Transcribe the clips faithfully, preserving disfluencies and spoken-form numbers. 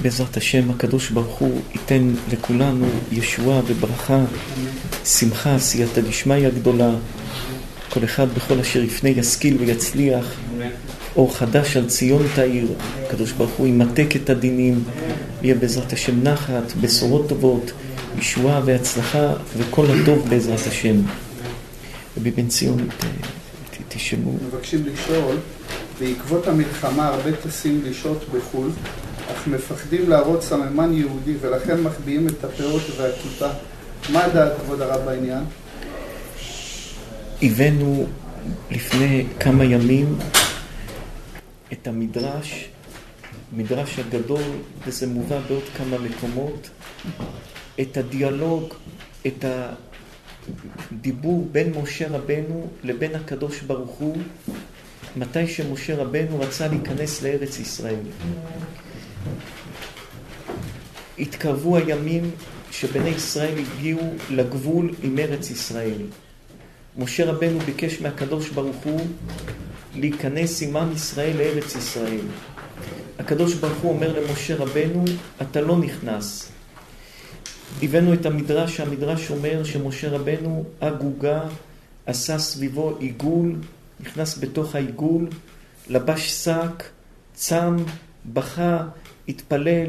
בעזרת השם הקדוש ברוך הוא ייתן לכולנו ישועה וברכה, שמחה, סייעתא דשמיא גדולה, כל אחד בכל אשר יפנה ישכיל ויצליח, אור חדש על ציון תאיר, הקדוש ברוך הוא ימתק את הדינים, יהיה בעזרת השם נחת, בשורות טובות, ישועה והצלחה וכל הטוב בעזרת השם. רבי בן ציון, תשמעו. מבקשים לשאול, בעקבות המלחמה הרבה טסים לשהות בחו"ל, אך מפחדים להראות סממן יהודי ולכן מחביאים את הפאות והכיפה. מה דעת כבוד הרב בעניין? הבאנו לפני כמה ימים את המדרש, מדרש הגדול, וזה מובא בעוד כמה מקומות, את הדיאלוג, את הדיבור בין משה רבנו לבין הקדוש ברוך הוא, מתי שמשה רבנו רצה להיכנס לארץ ישראל. התקרבו הימים שבני ישראל הגיעו לגבול עם ארץ ישראל. משה רבנו ביקש מהקדוש ברוך הוא להיכנס עם עם ישראל לארץ ישראל. הקדוש ברוך הוא אומר למשה רבנו, אתה לא נכנס. הבאנו את המדרש, המדרש אומר שמשה רבנו הגוגה עשה סביבו עיגול, נכנס בתוך העיגול, לבש שק, צם, בכה, התפלל,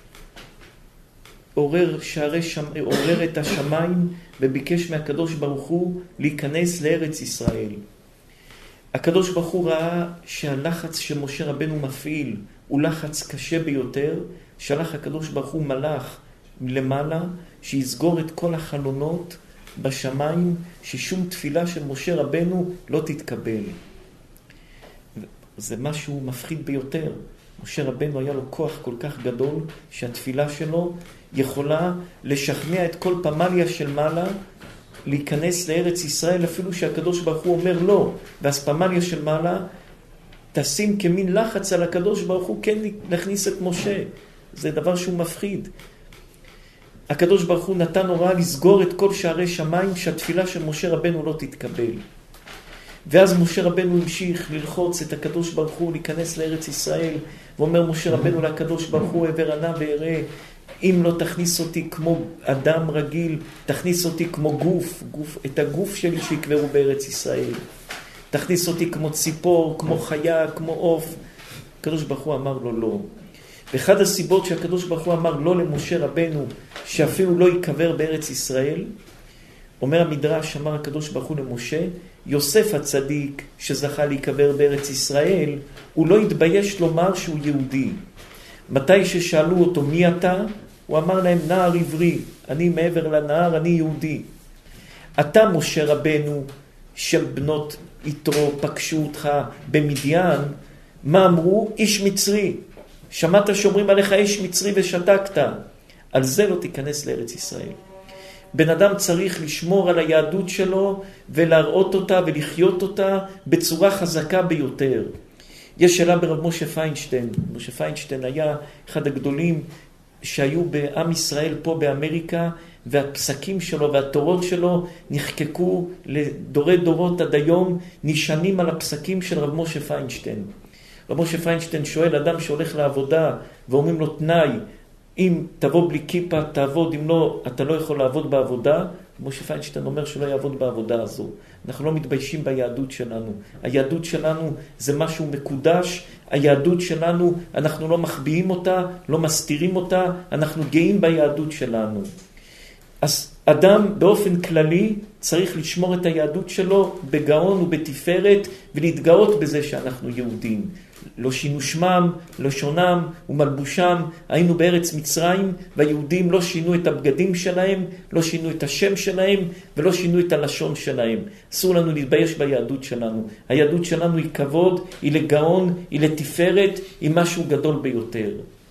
עורר, שערי שם, עורר את השמיים וביקש מהקדוש ברוך הוא להיכנס לארץ ישראל. הקדוש ברוך הוא ראה שהלחץ שמשה רבנו מפעיל הוא לחץ קשה ביותר, שלח הקדוש ברוך הוא מלאך מלמעלה שיסגור את כל החלונות בשמיים, ששום תפילה של משה רבנו לא תתקבל. זה משהו מפחיד ביותר. משה רבנו היה לו כוח כל כך גדול שהתפילה שלו יכולה לשכנע את כל פמליה של מעלה להיכנס לארץ ישראל, אפילו שהקדוש ברוך הוא אומר לא, ואז פמליה של מעלה תשים כמין לחץ על הקדוש ברוך הוא כן להכניס את משה. זה דבר שהוא מפחיד. הקדוש ברוך הוא נתן הוראה לסגור את כל שערי שמיים שהתפילה של משה רבנו לא תתקבל. ואז משה רבנו המשיך ללחוץ את הקדוש ברוך הוא להיכנס לארץ ישראל, ואומר משה רבנו לקדוש ברוך הוא, עבר ענה ויראה, אם לא תכניס אותי כמו אדם רגיל, תכניס אותי כמו גוף, גוף את הגוף שלי שיקברו בארץ ישראל. תכניס אותי כמו ציפור, כמו חיה, כמו עוף. הקדוש ברוך הוא אמר לו לא. ואחד הסיבות שהקדוש ברוך הוא אמר לא למשה רבנו, שאפילו לא יקבר בארץ ישראל, אומר המדרש, אמר הקדוש ברוך הוא למשה, יוסף הצדיק שזכה להיקבר בארץ ישראל, הוא לא התבייש לומר שהוא יהודי. מתי ששאלו אותו מי אתה, הוא אמר להם נער עברי, אני מעבר לנער, אני יהודי. אתה משה רבנו של בנות יתרו פגשו אותך במדיין, מה אמרו? איש מצרי. שמעת שאומרים עליך איש מצרי ושתקת. על זה לא תיכנס לארץ ישראל. בן אדם צריך לשמור על היהדות שלו ולהראות אותה ולחיות אותה בצורה חזקה ביותר. יש שאלה ברב משה פיינשטיין. משה פיינשטיין היה אחד הגדולים שהיו בעם ישראל פה באמריקה, והפסקים שלו והתורות שלו נחקקו לדורי דורות עד היום, נשענים על הפסקים של רב משה פיינשטיין. רב משה פיינשטיין שואל אדם שהולך לעבודה ואומרים לו תנאי, אם תבוא בלי כיפה תעבוד, אם לא אתה לא יכול לעבוד בעבודה. משה פיינשטיין אומר שלא יעבוד בעבודה הזו. אנחנו לא מתביישים ביהדות שלנו. היהדות שלנו זה משהו מקודש. היהדות שלנו, אנחנו לא מחביאים אותה, לא מסתירים אותה, אנחנו גאים ביהדות שלנו. אז אדם באופן כללי צריך לשמור את היהדות שלו בגאון ובתפארת ולהתגאות בזה שאנחנו יהודים. לא שינו שמם, לא שונם ומלבושם. היינו בארץ מצרים והיהודים לא שינו את הבגדים שלהם, לא שינו את השם שלהם ולא שינו את הלשון שלהם. אסור לנו להתבייש ביהדות שלנו. היהדות שלנו היא כבוד, היא לגאון, היא לתפארת, היא משהו גדול ביותר.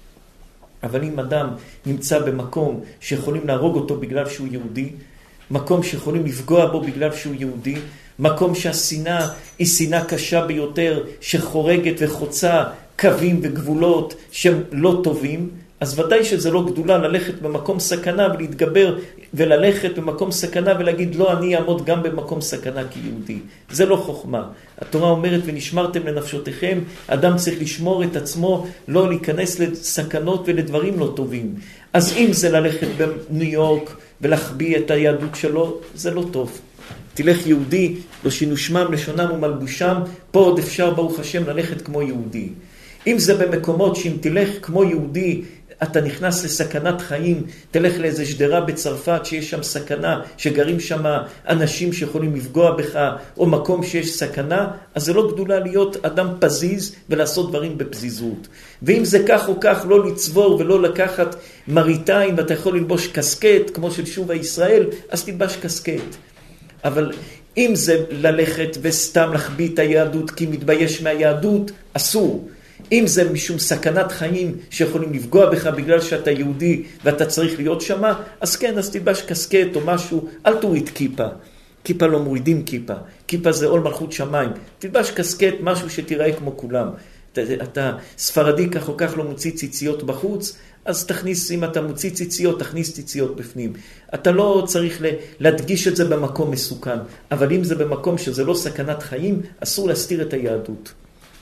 אבל אם אדם נמצא במקום שיכולים להרוג אותו בגלל שהוא יהודי, מקום שיכולים לפגוע בו בגלל שהוא יהודי, מקום שהשנאה היא שנאה קשה ביותר, שחורגת וחוצה קווים וגבולות שהם לא טובים, אז ודאי שזה לא גדולה ללכת במקום סכנה ולהתגבר וללכת במקום סכנה ולהגיד לא, אני אעמוד גם במקום סכנה כיהודי. זה לא חוכמה. התורה אומרת ונשמרתם לנפשותיכם, אדם צריך לשמור את עצמו, לא להיכנס לסכנות ולדברים לא טובים. אז אם זה ללכת בניו יורק ולהחביא את היהדות שלו, זה לא טוב. תלך יהודי, לא שנושמם, לשונם ומלבושם, פה עוד אפשר ברוך השם ללכת כמו יהודי. אם זה במקומות שאם תלך כמו יהודי, אתה נכנס לסכנת חיים, תלך לאיזו שדרה בצרפת שיש שם סכנה, שגרים שם אנשים שיכולים לפגוע בך, או מקום שיש סכנה, אז זה לא גדולה להיות אדם פזיז ולעשות דברים בפזיזות. ואם זה כך או כך, לא לצבור ולא לקחת מריתיים, ואתה יכול ללבוש קסקט, כמו של שוב הישראל, אז תלבש קסקט. אבל אם זה ללכת וסתם להחביא את היהדות כי מתבייש מהיהדות, אסור. אם זה משום סכנת חיים שיכולים לפגוע בך בגלל שאתה יהודי ואתה צריך להיות שמה, אז כן, אז תלבש קסקט או משהו, אל תוריד כיפה. כיפה לא מורידים כיפה. כיפה זה עול מלכות שמיים. תלבש קסקט, משהו שתיראה כמו כולם. אתה, אתה ספרדי כך או כך לא מוציא ציציות בחוץ, אז תכניס, אם אתה מוציא ציציות, תכניס ציציות בפנים. אתה לא צריך להדגיש את זה במקום מסוכן, אבל אם זה במקום שזה לא סכנת חיים, אסור להסתיר את היהדות.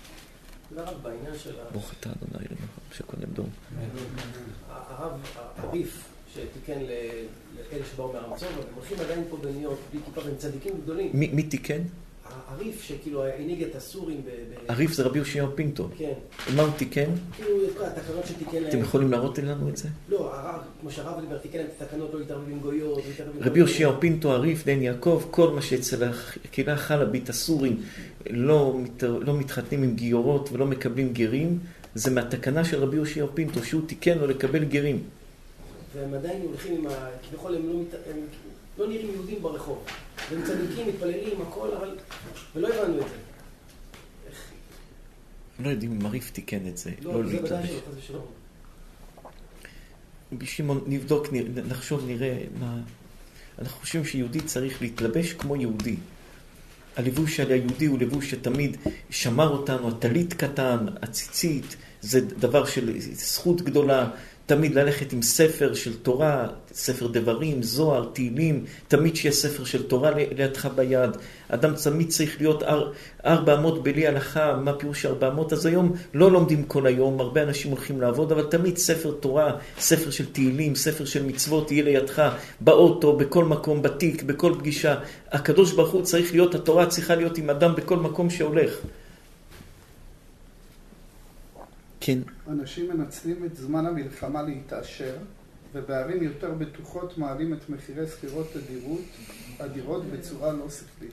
בעניין של ברוך אתה אדוני אלוהינו שקודם דור. הרב הריף שתיקן לאלה שבאו מארצות, והם הולכים עדיין פה בניו יורק בלי כיפה והם צדיקים גדולים. מי תיקן? הריף שכאילו הנהיג את הסורים. הריף זה רבי יאשיהו פינטו. כן. מה הוא תיקן? כאילו התקנות שתיקן להם. אתם יכולים להראות לנו את זה? לא, הרב, כמו שהרב ליבר תיקן את התקנות, לא התערב עם גויות. רבי יאשיהו פינטו, הריף, דן יעקב, כל מה שאצל הקהילה חלבית הסורים לא, לא מתחתנים עם גיורות ולא מקבלים גרים, זה מהתקנה של רבי יאשיהו פינטו, שהוא תיקן לו לקבל גרים. והם עדיין הולכים עם ה... כביכול הם לא, מת... הם לא נראים יהודים ברחוב. והם צדיקים, מתפללים, הכל, אבל... ולא הבנו את זה. איך? לא יודעים אם הריף תיקן את זה. לא, לא זה בדרך שלו, חס ושלום. בשמעון, נבדוק, נחשוב, נראה מה... אנחנו חושבים שיהודי צריך להתלבש כמו יהודי. הלבוש של היהודי הוא לבוש שתמיד שמר אותנו, הטלית קטן, הציצית, זה דבר של זכות גדולה, תמיד ללכת עם ספר של תורה, ספר דברים, זוהר, תהילים, תמיד שיהיה ספר של תורה לידך ביד. אדם תמיד צריך להיות אר, ארבע אמות בלי הלכה, מה פירוש ארבע אמות? אז היום לא לומדים כל היום, הרבה אנשים הולכים לעבוד, אבל תמיד ספר תורה, ספר של תהילים, ספר של מצוות, יהיה לידך באוטו, בכל מקום, בתיק, בכל פגישה. הקדוש ברוך הוא צריך להיות, התורה צריכה להיות עם אדם בכל מקום שהולך. כן. אנשים מנצלים את זמן המלחמה להתעשר, ובערים יותר בטוחות מעלים את מחירי שכירות הדירות, הדירות בצורה לא שכלית.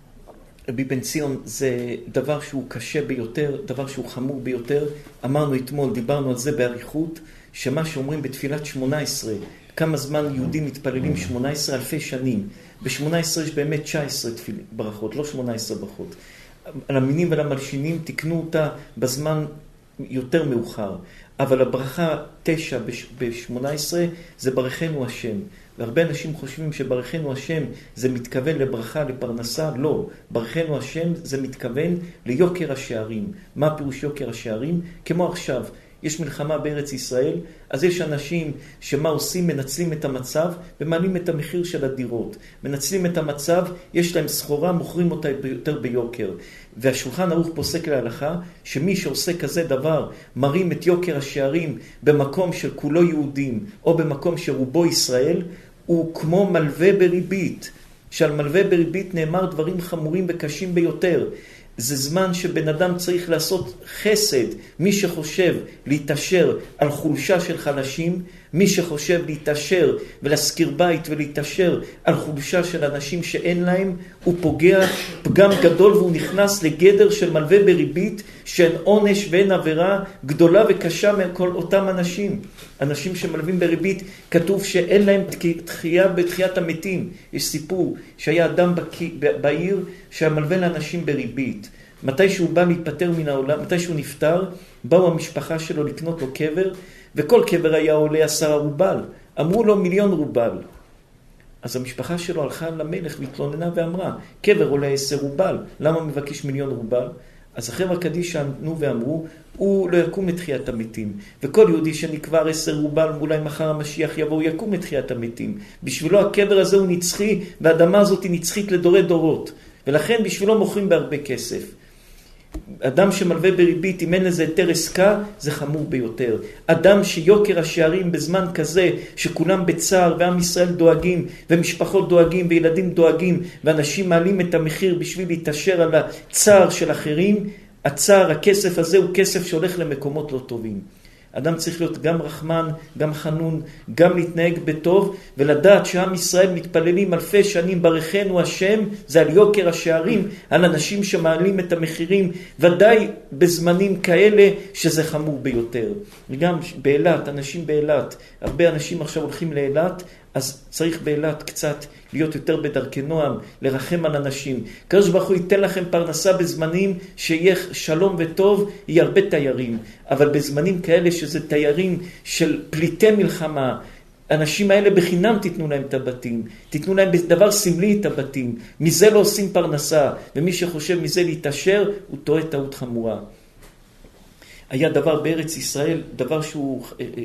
רבי בן ציון, זה דבר שהוא קשה ביותר, דבר שהוא חמור ביותר. אמרנו אתמול, דיברנו על זה בעריכות, שמה שאומרים בתפילת שמונה עשרה, כמה זמן יהודים מתפללים שמונה עשרה אלפי שנים. ב-שמונה עשרה יש באמת תשע עשרה תפילים, ברכות, לא שמונה עשרה ברכות. על המינים ועל המלשינים תקנו אותה בזמן יותר מאוחר, אבל הברכה תשע ב-שמונה עשרה זה ברכנו השם. והרבה אנשים חושבים שברכנו השם זה מתכוון לברכה, לפרנסה. לא, ברכנו השם זה מתכוון ליוקר השערים. מה פירוש יוקר השערים? כמו עכשיו, יש מלחמה בארץ ישראל, אז יש אנשים שמה עושים? מנצלים את המצב ומעלים את המחיר של הדירות. מנצלים את המצב, יש להם סחורה, מוכרים אותה יותר ביוקר. והשולחן ערוך פוסק להלכה שמי שעושה כזה דבר מרים את יוקר השערים במקום של כולו יהודים או במקום שרובו ישראל, הוא כמו מלווה בריבית. שעל מלווה בריבית נאמר דברים חמורים וקשים ביותר. זה זמן שבן אדם צריך לעשות חסד. מי שחושב להתעשר על חולשה של חלשים, מי שחושב להתעשר ולהזכיר בית ולהתעשר על חולשה של אנשים שאין להם, הוא פוגע פגם גדול והוא נכנס לגדר של מלווה בריבית, שאין עונש ואין עבירה גדולה וקשה מכל אותם אנשים. אנשים שמלווים בריבית, כתוב שאין להם תחייה בתחיית המתים. יש סיפור שהיה אדם בעיר שהמלווה לאנשים בריבית. מתי שהוא בא להיפטר מן העולם, מתי שהוא נפטר, באו המשפחה שלו לקנות לו קבר, וכל קבר היה עולה עשרה רובל. אמרו לו מיליון רובל. אז המשפחה שלו הלכה למלך והתלוננה ואמרה, קבר עולה עשר רובל, למה מבקש מיליון רובל? אז החברה קדישא ענו ואמרו, הוא לא יקום לתחיית המתים. וכל יהודי שנקבר עשר רובל, אולי מחר המשיח יבוא, הוא יקום לתחיית המתים. בשבילו הקבר הזה הוא נצחי, והאדמה הזאת היא נצחית לדורי דורות. ולכן בשבילו מוכרים בהרבה כסף. אדם שמלווה בריבית, אם אין לזה היתר עסקה, זה חמור ביותר. אדם שיוקר השערים בזמן כזה, שכולם בצער, ועם ישראל דואגים, ומשפחות דואגים, וילדים דואגים, ואנשים מעלים את המחיר בשביל להתעשר על הצער של אחרים, הצער, הכסף הזה הוא כסף שהולך למקומות לא טובים. אדם צריך להיות גם רחמן, גם חנון, גם להתנהג בטוב, ולדעת שעם ישראל מתפללים אלפי שנים ברכנו השם, זה על יוקר השערים, על אנשים שמעלים את המחירים, ודאי בזמנים כאלה שזה חמור ביותר. וגם באילת, אנשים באילת, הרבה אנשים עכשיו הולכים לאילת, אז צריך באילת קצת להיות יותר בדרכי נועם, לרחם על אנשים. הקדוש ברוך הוא ייתן לכם פרנסה בזמנים שיהיה שלום וטוב, יהיה הרבה תיירים. אבל בזמנים כאלה שזה תיירים של פליטי מלחמה, אנשים האלה בחינם תיתנו להם את הבתים, תיתנו להם בדבר סמלי את הבתים. מזה לא עושים פרנסה, ומי שחושב מזה להתעשר, הוא טועה טעות חמורה. היה דבר בארץ ישראל, דבר שהוא...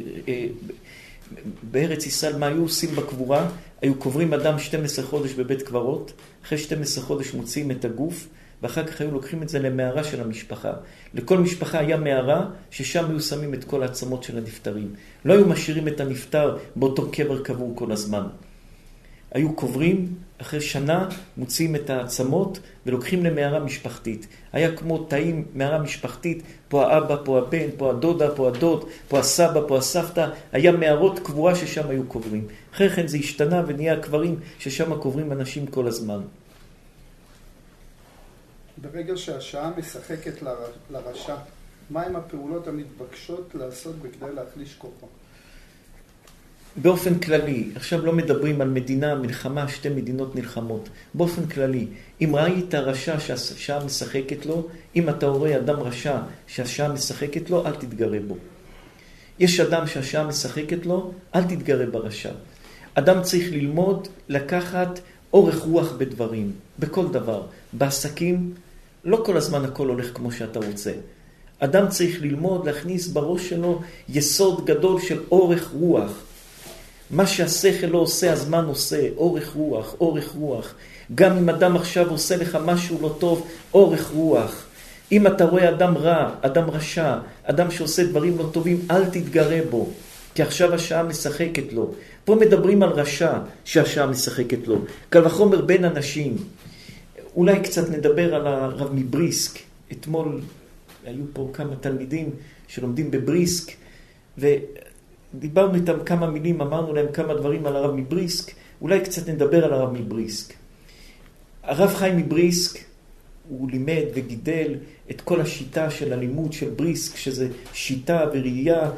בארץ ישראל, מה היו עושים בקבורה? היו קוברים אדם שנים עשר חודש בבית קברות, אחרי שנים עשר חודש מוציאים את הגוף, ואחר כך היו לוקחים את זה למערה של המשפחה. לכל משפחה היה מערה, ששם היו שמים את כל העצמות של הנפטרים. לא היו משאירים את הנפטר באותו קבר קבור כל הזמן. היו קוברים, אחרי שנה מוציאים את העצמות ולוקחים למערה משפחתית. היה כמו תאים, מערה משפחתית, פה האבא, פה הבן, פה הדודה, פה הדוד, פה הסבא, פה הסבתא. היה מערות קבורה ששם היו קוברים. אחרי כן זה השתנה ונהיה הקברים ששם קוברים אנשים כל הזמן. ברגע שהשעה משחקת לרשע, מהם הפעולות המתבקשות לעשות בכדי להחליש כוחו? באופן כללי, עכשיו לא מדברים על מדינה, מלחמה, שתי מדינות נלחמות. באופן כללי, אם ראית רשע שהשעה משחקת לו, אם אתה רואה אדם רשע שהשעה משחקת לו, אל תתגרה בו. יש אדם שהשעה משחקת לו, אל תתגרה ברשע. אדם צריך ללמוד לקחת אורך רוח בדברים, בכל דבר. בעסקים, לא כל הזמן הכל הולך כמו שאתה רוצה. אדם צריך ללמוד, להכניס בראש שלו יסוד גדול של אורך רוח. מה שהשכל לא עושה, הזמן עושה, אורך רוח, אורך רוח. גם אם אדם עכשיו עושה לך משהו לא טוב, אורך רוח. אם אתה רואה אדם רע, אדם רשע, אדם שעושה דברים לא טובים, אל תתגרה בו, כי עכשיו השעה משחקת לו. פה מדברים על רשע שהשעה משחקת לו. קל וחומר בין אנשים. אולי קצת נדבר על הרב מבריסק. אתמול היו פה כמה תלמידים שלומדים בבריסק, ו... דיברנו איתם כמה מילים, אמרנו להם כמה דברים על הרב מבריסק, אולי קצת נדבר על הרב מבריסק. הרב חיים מבריסק, הוא לימד וגידל את כל השיטה של הלימוד של בריסק, שזה שיטה וראייה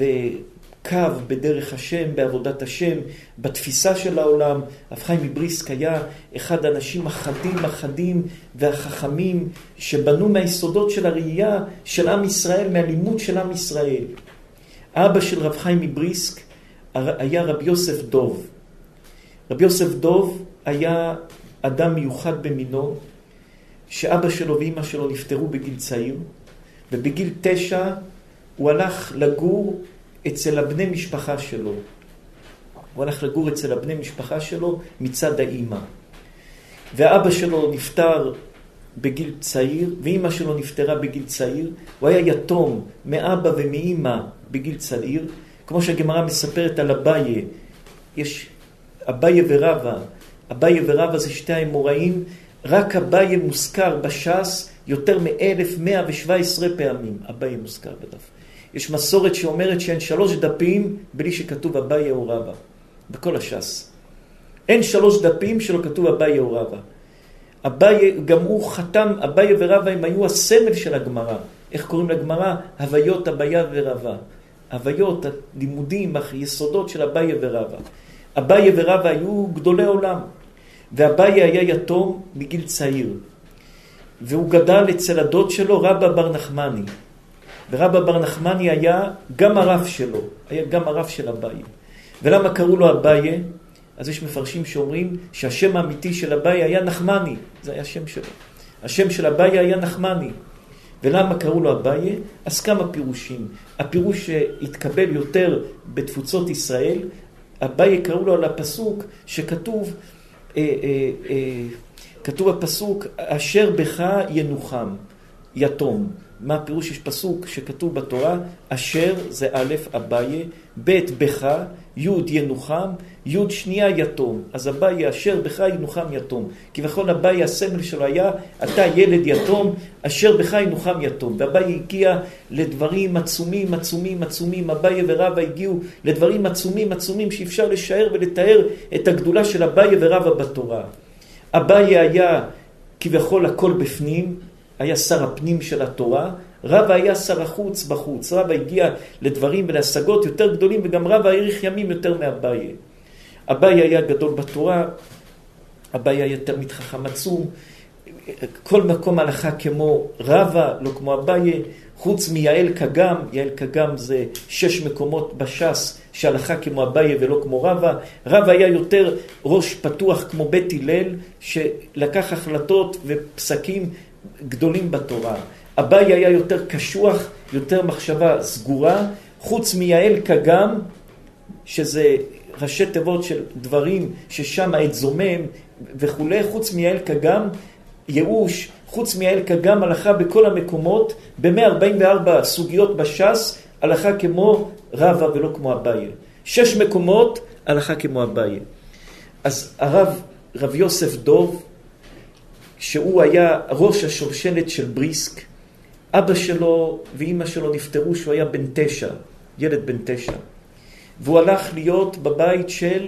וקו בדרך השם, בעבודת השם, בתפיסה של העולם. הרב חיים מבריסק היה אחד האנשים החדים, החדים והחכמים, שבנו מהיסודות של הראייה של עם ישראל, מהלימוד של עם ישראל. אבא של רב חיים מבריסק היה רב יוסף דוב. רב יוסף דוב היה אדם מיוחד במינו, שאבא שלו ואמא שלו נפטרו בגיל צעיר, ובגיל תשע הוא הלך לגור אצל הבני משפחה שלו. הוא הלך לגור אצל הבני משפחה שלו מצד האמא. והאבא שלו נפטר בגיל צעיר, ואמא שלו נפטרה בגיל צעיר. הוא היה יתום מאבא ומאמא בגיל צעיר, כמו שהגמרא מספרת על אביי. יש אביי ורבא. אביי ורבא זה שתי האמוראים. רק אביי מוזכר בש"ס יותר מ-אלף מאה ושבע עשרה פעמים. אביי מוזכר בדף. יש מסורת שאומרת שאין שלוש דפים בלי שכתוב אביי או רבא. בכל הש"ס. אין שלוש דפים שלא כתוב אביי או רבא. אביי, גם הוא חתם, אביי ורבא הם היו הסמל של הגמרא. איך קוראים לגמרא? הוויות אביי ורבא. הוויות, הלימודים, היסודות של אביי ורבא. אביי ורבא היו גדולי עולם. ואביי היה יתום מגיל צעיר. והוא גדל אצל הדוד שלו, רבא בר נחמני. ורבא בר נחמני היה גם הרב שלו, היה גם הרב של אביי. ולמה קראו לו אביי? אז יש מפרשים שאומרים שהשם האמיתי של אביי היה נחמני. זה היה השם שלו. השם של אביי היה נחמני. ולמה קראו לו אביי? אז כמה פירושים. הפירוש שהתקבל יותר בתפוצות ישראל, אביי קראו לו על הפסוק שכתוב, אה, אה, אה, כתוב הפסוק, אשר בך ינוחם, יתום. מה הפירוש? יש פסוק שכתוב בתורה, אשר זה א', אביי, ב', בך, י', ינוחם, י' שנייה, יתום. אז אביי, אשר בך ינוחם יתום. כי בכל אביי הסמל שלו היה, אתה ילד יתום, אשר בך ינוחם יתום. ואביי הגיע לדברים עצומים, עצומים, עצומים. אביי ורבא הגיעו לדברים עצומים, עצומים, שאפשר לשער ולתאר את הגדולה של אביי ורבא בתורה. אביי היה כביכול הכל בפנים, היה שר הפנים של התורה, רבא היה שר החוץ בחוץ. רבא הגיע לדברים ולהשגות יותר גדולים, וגם רבא האריך ימים יותר מאביי. אביי היה גדול בתורה, אביי היה תלמיד חכם עצום, כל מקום הלכה כמו רבא, לא כמו אביי, חוץ מיעל קגם. יעל קגם זה שש מקומות בש"ס שהלכה כמו אביי ולא כמו רבא. רבא היה יותר ראש פתוח כמו בית הלל, שלקח החלטות ופסקים גדולים בתורה. אביי היה יותר קשוח, יותר מחשבה סגורה, חוץ מיעל קגם, שזה ראשי תיבות של דברים ששם העת זומם וכו'. חוץ מיעל קגם, ייאוש, חוץ מיעל קגם, הלכה בכל המקומות, ב-מאה ארבעים וארבע סוגיות בש"ס, הלכה כמו רבא ולא כמו אביי. שש מקומות, הלכה כמו אביי. אז הרב, רב יוסף דוב, שהוא היה ראש השושלת של בריסק, אבא שלו ואמא שלו נפטרו שהוא היה בן תשע, ילד בן תשע. והוא הלך להיות בבית של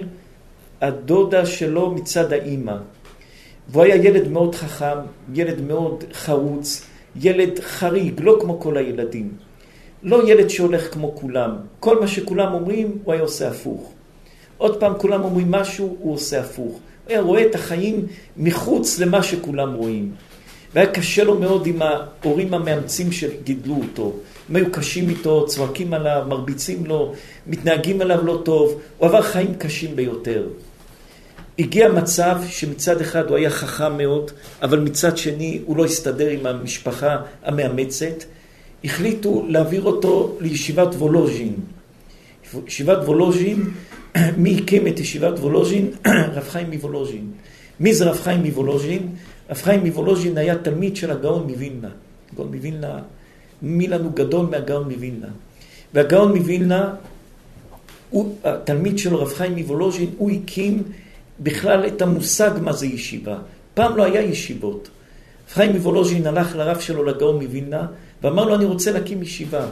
הדודה שלו מצד האמא. והוא היה ילד מאוד חכם, ילד מאוד חרוץ, ילד חריג, לא כמו כל הילדים. לא ילד שהולך כמו כולם. כל מה שכולם אומרים, הוא היה עושה הפוך. עוד פעם כולם אומרים משהו, הוא עושה הפוך. הוא היה רואה את החיים מחוץ למה שכולם רואים. והיה קשה לו מאוד עם ההורים המאמצים שגידלו אותו. הם היו קשים איתו, צועקים עליו, מרביצים לו, מתנהגים עליו לא טוב. הוא עבר חיים קשים ביותר. הגיע מצב שמצד אחד הוא היה חכם מאוד, אבל מצד שני הוא לא הסתדר עם המשפחה המאמצת. החליטו להעביר אותו לישיבת וולוז'ין. ישיבת וולוז'ין, מי הקים את ישיבת וולוז'ין? רב חיים מוולוז'ין. מי זה רב חיים מוולוז'ין? רב חיים מוולוז'ין היה תלמיד של הגאון מווילנה. הגאון מווילנה, מי לנו גדול מהגאון מווילנה. והגאון מווילנה, הוא, התלמיד של רב חיים מוולוז'ין, הוא הקים בכלל את המושג מה זה ישיבה. פעם לא היה ישיבות. רב חיים מוולוז'ין הלך לרב שלו לגאון מווילנה, ואמר לו אני רוצה להקים ישיבה.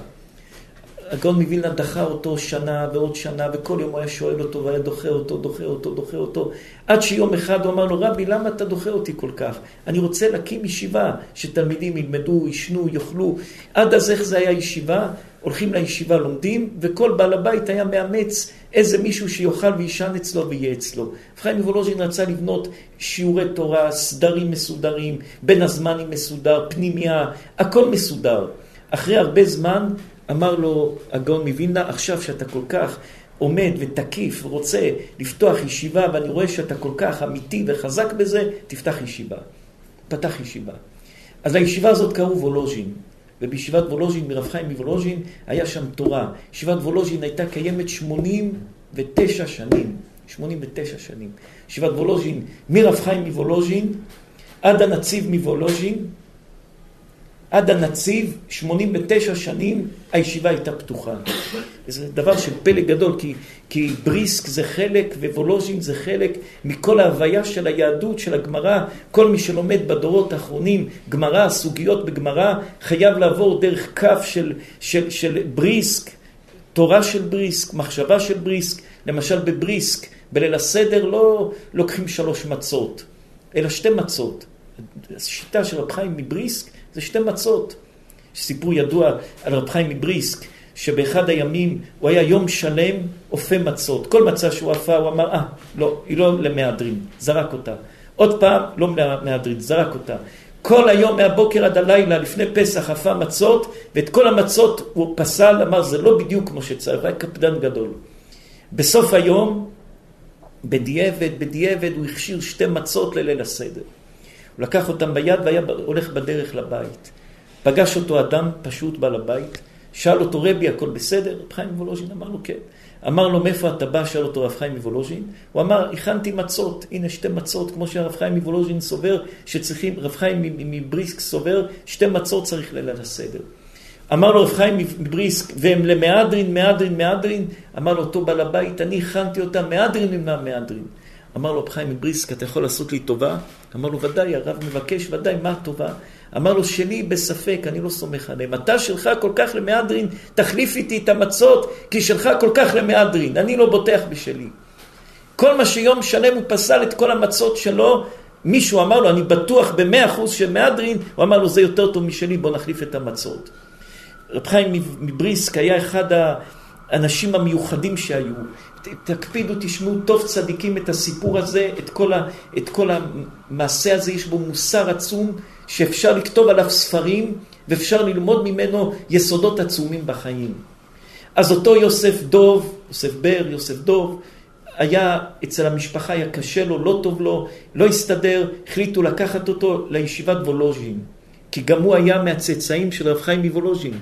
הגאון מווילנה דחה אותו שנה ועוד שנה, וכל יום הוא היה שואל אותו והיה דוחה אותו, דוחה אותו, דוחה אותו, עד שיום אחד הוא אמר לו, רבי, למה אתה דוחה אותי כל כך? אני רוצה להקים ישיבה, שתלמידים ילמדו, ישנו, יאכלו. עד אז איך זה היה ישיבה? הולכים לישיבה, לומדים, וכל בעל הבית היה מאמץ איזה מישהו שיוכל וישן אצלו ויהיה אצלו. רב חיים מוולוז'ין רצה לבנות שיעורי תורה, סדרים מסודרים, בין הזמנים מסודר, פנימיה, הכל מסודר. אחרי הרבה זמן אמר לו הגאון מווילנה, עכשיו שאתה כל כך עומד ותקיף ורוצה לפתוח ישיבה, ואני רואה שאתה כל כך אמיתי וחזק בזה, תפתח ישיבה. פתח ישיבה. אז לישיבה הזאת קראו וולוז'ין. ובישיבת וולוז'ין, מרב חיים מוולוז'ין, היה שם תורה. ישיבת וולוז'ין הייתה קיימת שמונים ותשע שנים. שמונים ותשע שנים. ישיבת וולוז'ין, מרב חיים מוולוז'ין, עד הנציב מוולוז'ין, עד הנציב, שמונים ותשע שנים, הישיבה הייתה פתוחה. זה דבר של פלא גדול, כי, כי בריסק זה חלק, ווולוז'ין זה חלק מכל ההוויה של היהדות, של הגמרא. כל מי שלומד בדורות האחרונים, גמרא, סוגיות בגמרא, חייב לעבור דרך קו של, של, של בריסק, תורה של בריסק, מחשבה של בריסק. למשל בבריסק, בליל הסדר לא לוקחים שלוש מצות, אלא שתי מצות. השיטה של רב חיים מבריסק, זה שתי מצות. סיפור ידוע על רב חיים מבריסק, שבאחד הימים הוא היה יום שלם אופה מצות. כל מצה שהוא אפה הוא אמר, אה, לא, היא לא למהדרין, זרק אותה. עוד פעם, לא למהדרין, זרק אותה. כל היום מהבוקר עד הלילה לפני פסח אפה מצות, ואת כל המצות הוא פסל, אמר, זה לא בדיוק כמו שצריך, היה קפדן גדול. בסוף היום, בדיעבד, בדיעבד, הוא הכשיר שתי מצות לליל הסדר. הוא לקח אותם ביד והיה הולך בדרך לבית. פגש אותו אדם פשוט בעל הבית, שאל אותו רבי, הכל בסדר? רב חיים מוולוז'ין אמר לו כן. אמר לו, מאיפה אתה בא? שאל אותו רב חיים מוולוז'ין. הוא אמר, הכנתי מצות, הנה שתי מצות, כמו שהרב חיים מוולוז'ין סובר, שצריכים, רב חיים מבריסק סובר, שתי מצות צריך ליל הסדר. אמר לו רב חיים מבריסק, והם למהדרין, מהדרין, מהדרין. אמר לו אותו בעל הבית, אני הכנתי אותה מהדרין ומה מהדרין. אמר לו רב חיים מבריסק, אתה יכול לעשות לי טובה? אמר לו, ודאי, הרב מבקש, ודאי, מה טובה? אמר לו, שלי בספק, אני לא סומך עליהם. אתה שלך כל כך למהדרין, תחליף איתי את המצות, כי שלך כל כך למהדרין. אני לא בוטח בשלי. כל מה שיום שלם הוא פסל את כל המצות שלו, מישהו אמר לו, אני בטוח במאה אחוז של מהדרין, הוא אמר לו, זה יותר טוב משלי, בוא נחליף את המצות. רב חיים מבריסק היה אחד האנשים המיוחדים שהיו. תקפידו, תשמעו טוב צדיקים את הסיפור הזה, את כל, ה, את כל המעשה הזה, יש בו מוסר עצום, שאפשר לכתוב עליו ספרים, ואפשר ללמוד ממנו יסודות עצומים בחיים. אז אותו יוסף דוב, יוסף בר, יוסף דוב, היה אצל המשפחה, היה קשה לו, לא טוב לו, לא הסתדר, החליטו לקחת אותו לישיבת וולוז'ין, כי גם הוא היה מהצאצאים של רב חיים מוולוז'ין.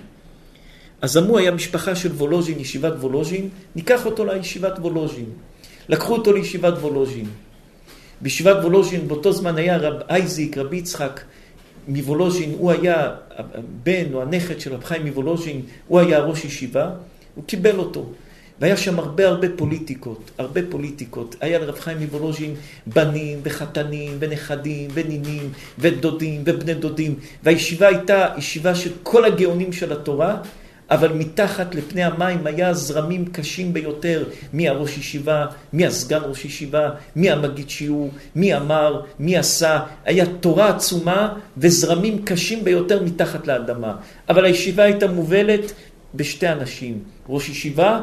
אז אמרו, היה משפחה של וולוז'ין, ישיבת וולוז'ין, ניקח אותו לישיבת וולוז'ין. לקחו אותו לישיבת וולוז'ין. בישיבת וולוז'ין, באותו זמן היה רב אייזיק, רב יצחק מוולוז'ין, הוא היה הבן או הנכד של רב חיים מוולוז'ין, הוא היה ראש ישיבה, הוא קיבל אותו. והיה שם הרבה הרבה פוליטיקות, הרבה פוליטיקות. היה לרב חיים מוולוז'ין בנים וחתנים ונכדים ונינים ודודים ובני דודים. והישיבה הייתה ישיבה של כל הגאונים של התורה, אבל מתחת לפני המים היה זרמים קשים ביותר, מי הראש ישיבה, מי הסגן ראש ישיבה, מי המגיד שיעור, מי אמר, מי עשה, היה תורה עצומה וזרמים קשים ביותר מתחת לאדמה. אבל הישיבה הייתה מובלת בשתי אנשים, ראש ישיבה,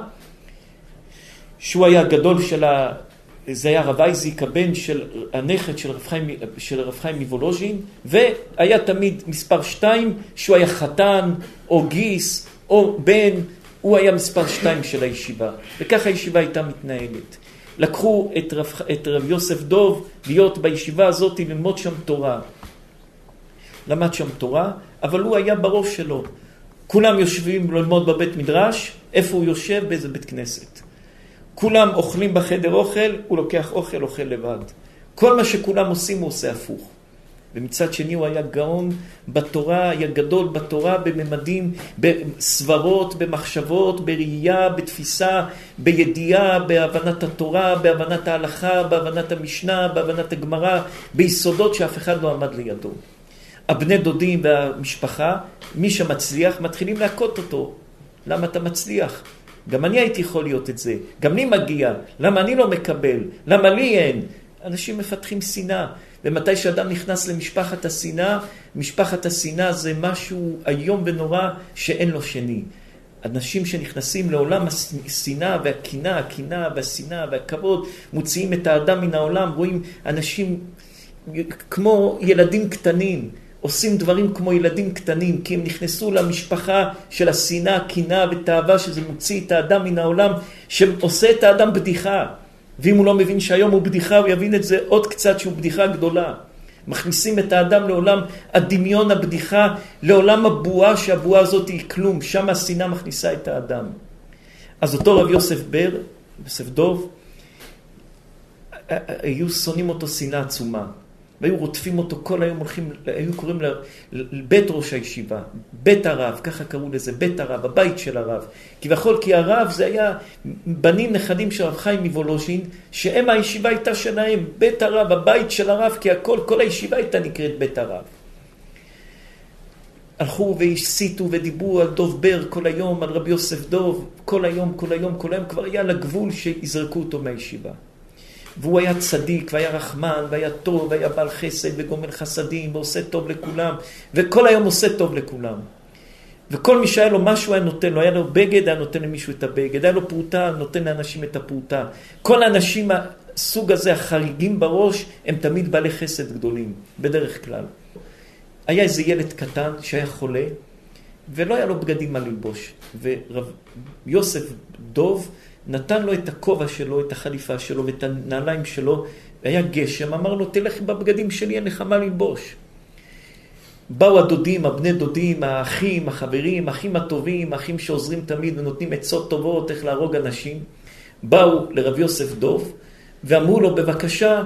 שהוא היה גדול של ה... זה היה רב אייזיק, הבן של הנכד של רב חיים, של רב חיים מוולוז'ין, והיה תמיד מספר שתיים, שהוא היה חתן או גיס, או בן, הוא היה מספר שתיים של הישיבה. וככה הישיבה הייתה מתנהלת. לקחו את רב, את רב יוסף דוב להיות בישיבה הזאת ללמוד שם תורה. למד שם תורה, אבל הוא היה בראש שלו. כולם יושבים ללמוד בבית מדרש, איפה הוא יושב? באיזה בית כנסת. כולם אוכלים בחדר אוכל, הוא לוקח אוכל, אוכל לבד. כל מה שכולם עושים הוא עושה הפוך. ומצד שני הוא היה גאון בתורה, היה גדול בתורה בממדים, בסברות, במחשבות, בראייה, בתפיסה, בידיעה, בהבנת התורה, בהבנת ההלכה, בהבנת המשנה, בהבנת הגמרא, ביסודות שאף אחד לא עמד לידו. הבני דודים והמשפחה, מי שמצליח, מתחילים להכות אותו. למה אתה מצליח? גם אני הייתי יכול להיות את זה. גם לי מגיע. למה אני לא מקבל? למה לי אין? אנשים מפתחים שנאה. ומתי שאדם נכנס למשפחת השנאה, משפחת השנאה זה משהו איום ונורא שאין לו שני. אנשים שנכנסים לעולם השנאה והקנאה, הקנאה והשנאה והכבוד, מוציאים את האדם מן העולם, רואים אנשים כמו ילדים קטנים, עושים דברים כמו ילדים קטנים, כי הם נכנסו למשפחה של השנאה, הקנאה ותאווה, שזה מוציא את האדם מן העולם, שעושה את האדם בדיחה. ואם הוא לא מבין שהיום הוא בדיחה, הוא יבין את זה עוד קצת שהוא בדיחה גדולה. מכניסים את האדם לעולם הדמיון הבדיחה, לעולם הבועה, שהבועה הזאת היא כלום. שם השנאה מכניסה את האדם. אז אותו רב יוסף בר, יוסף דוב, היו שונאים אותו שנאה עצומה. והיו רודפים אותו כל היום, הולכים, היו קוראים לבית ראש הישיבה, בית הרב, ככה קראו לזה, בית הרב, הבית של הרב. כביכול, כי הרב זה היה בנים נכדים של רב חיים מוולוז'ין, שהם הישיבה הייתה שלהם, בית הרב, הבית של הרב, כי הכל, כל הישיבה הייתה נקראת בית הרב. הלכו והסיתו ודיברו על דוב בר כל היום, על רבי יוסף דוב, כל היום, כל היום, כל היום, כבר היה לגבול שיזרקו אותו מהישיבה. והוא היה צדיק, והיה רחמן, והיה טוב, והיה בעל חסד, וגומל חסדים, ועושה טוב לכולם, וכל היום עושה טוב לכולם. וכל מי שהיה לו משהו היה נותן לו, היה לו בגד, היה נותן למישהו את הבגד, היה לו פרוטה, נותן לאנשים את הפרוטה. כל האנשים, הסוג הזה, החריגים בראש, הם תמיד בעלי חסד גדולים, בדרך כלל. היה איזה ילד קטן שהיה חולה, ולא היה לו בגדים מה ללבוש. ורב יוסף דוב, נתן לו את הכובע שלו, את החליפה שלו, ואת הנעליים שלו, והיה גשם, אמר לו, תלך בבגדים שלי, אין לך מה ללבוש. באו הדודים, הבני דודים, האחים, החברים, האחים הטובים, האחים שעוזרים תמיד ונותנים עצות טובות איך להרוג אנשים. באו לרב יוסף דוב ואמרו לו, בבקשה,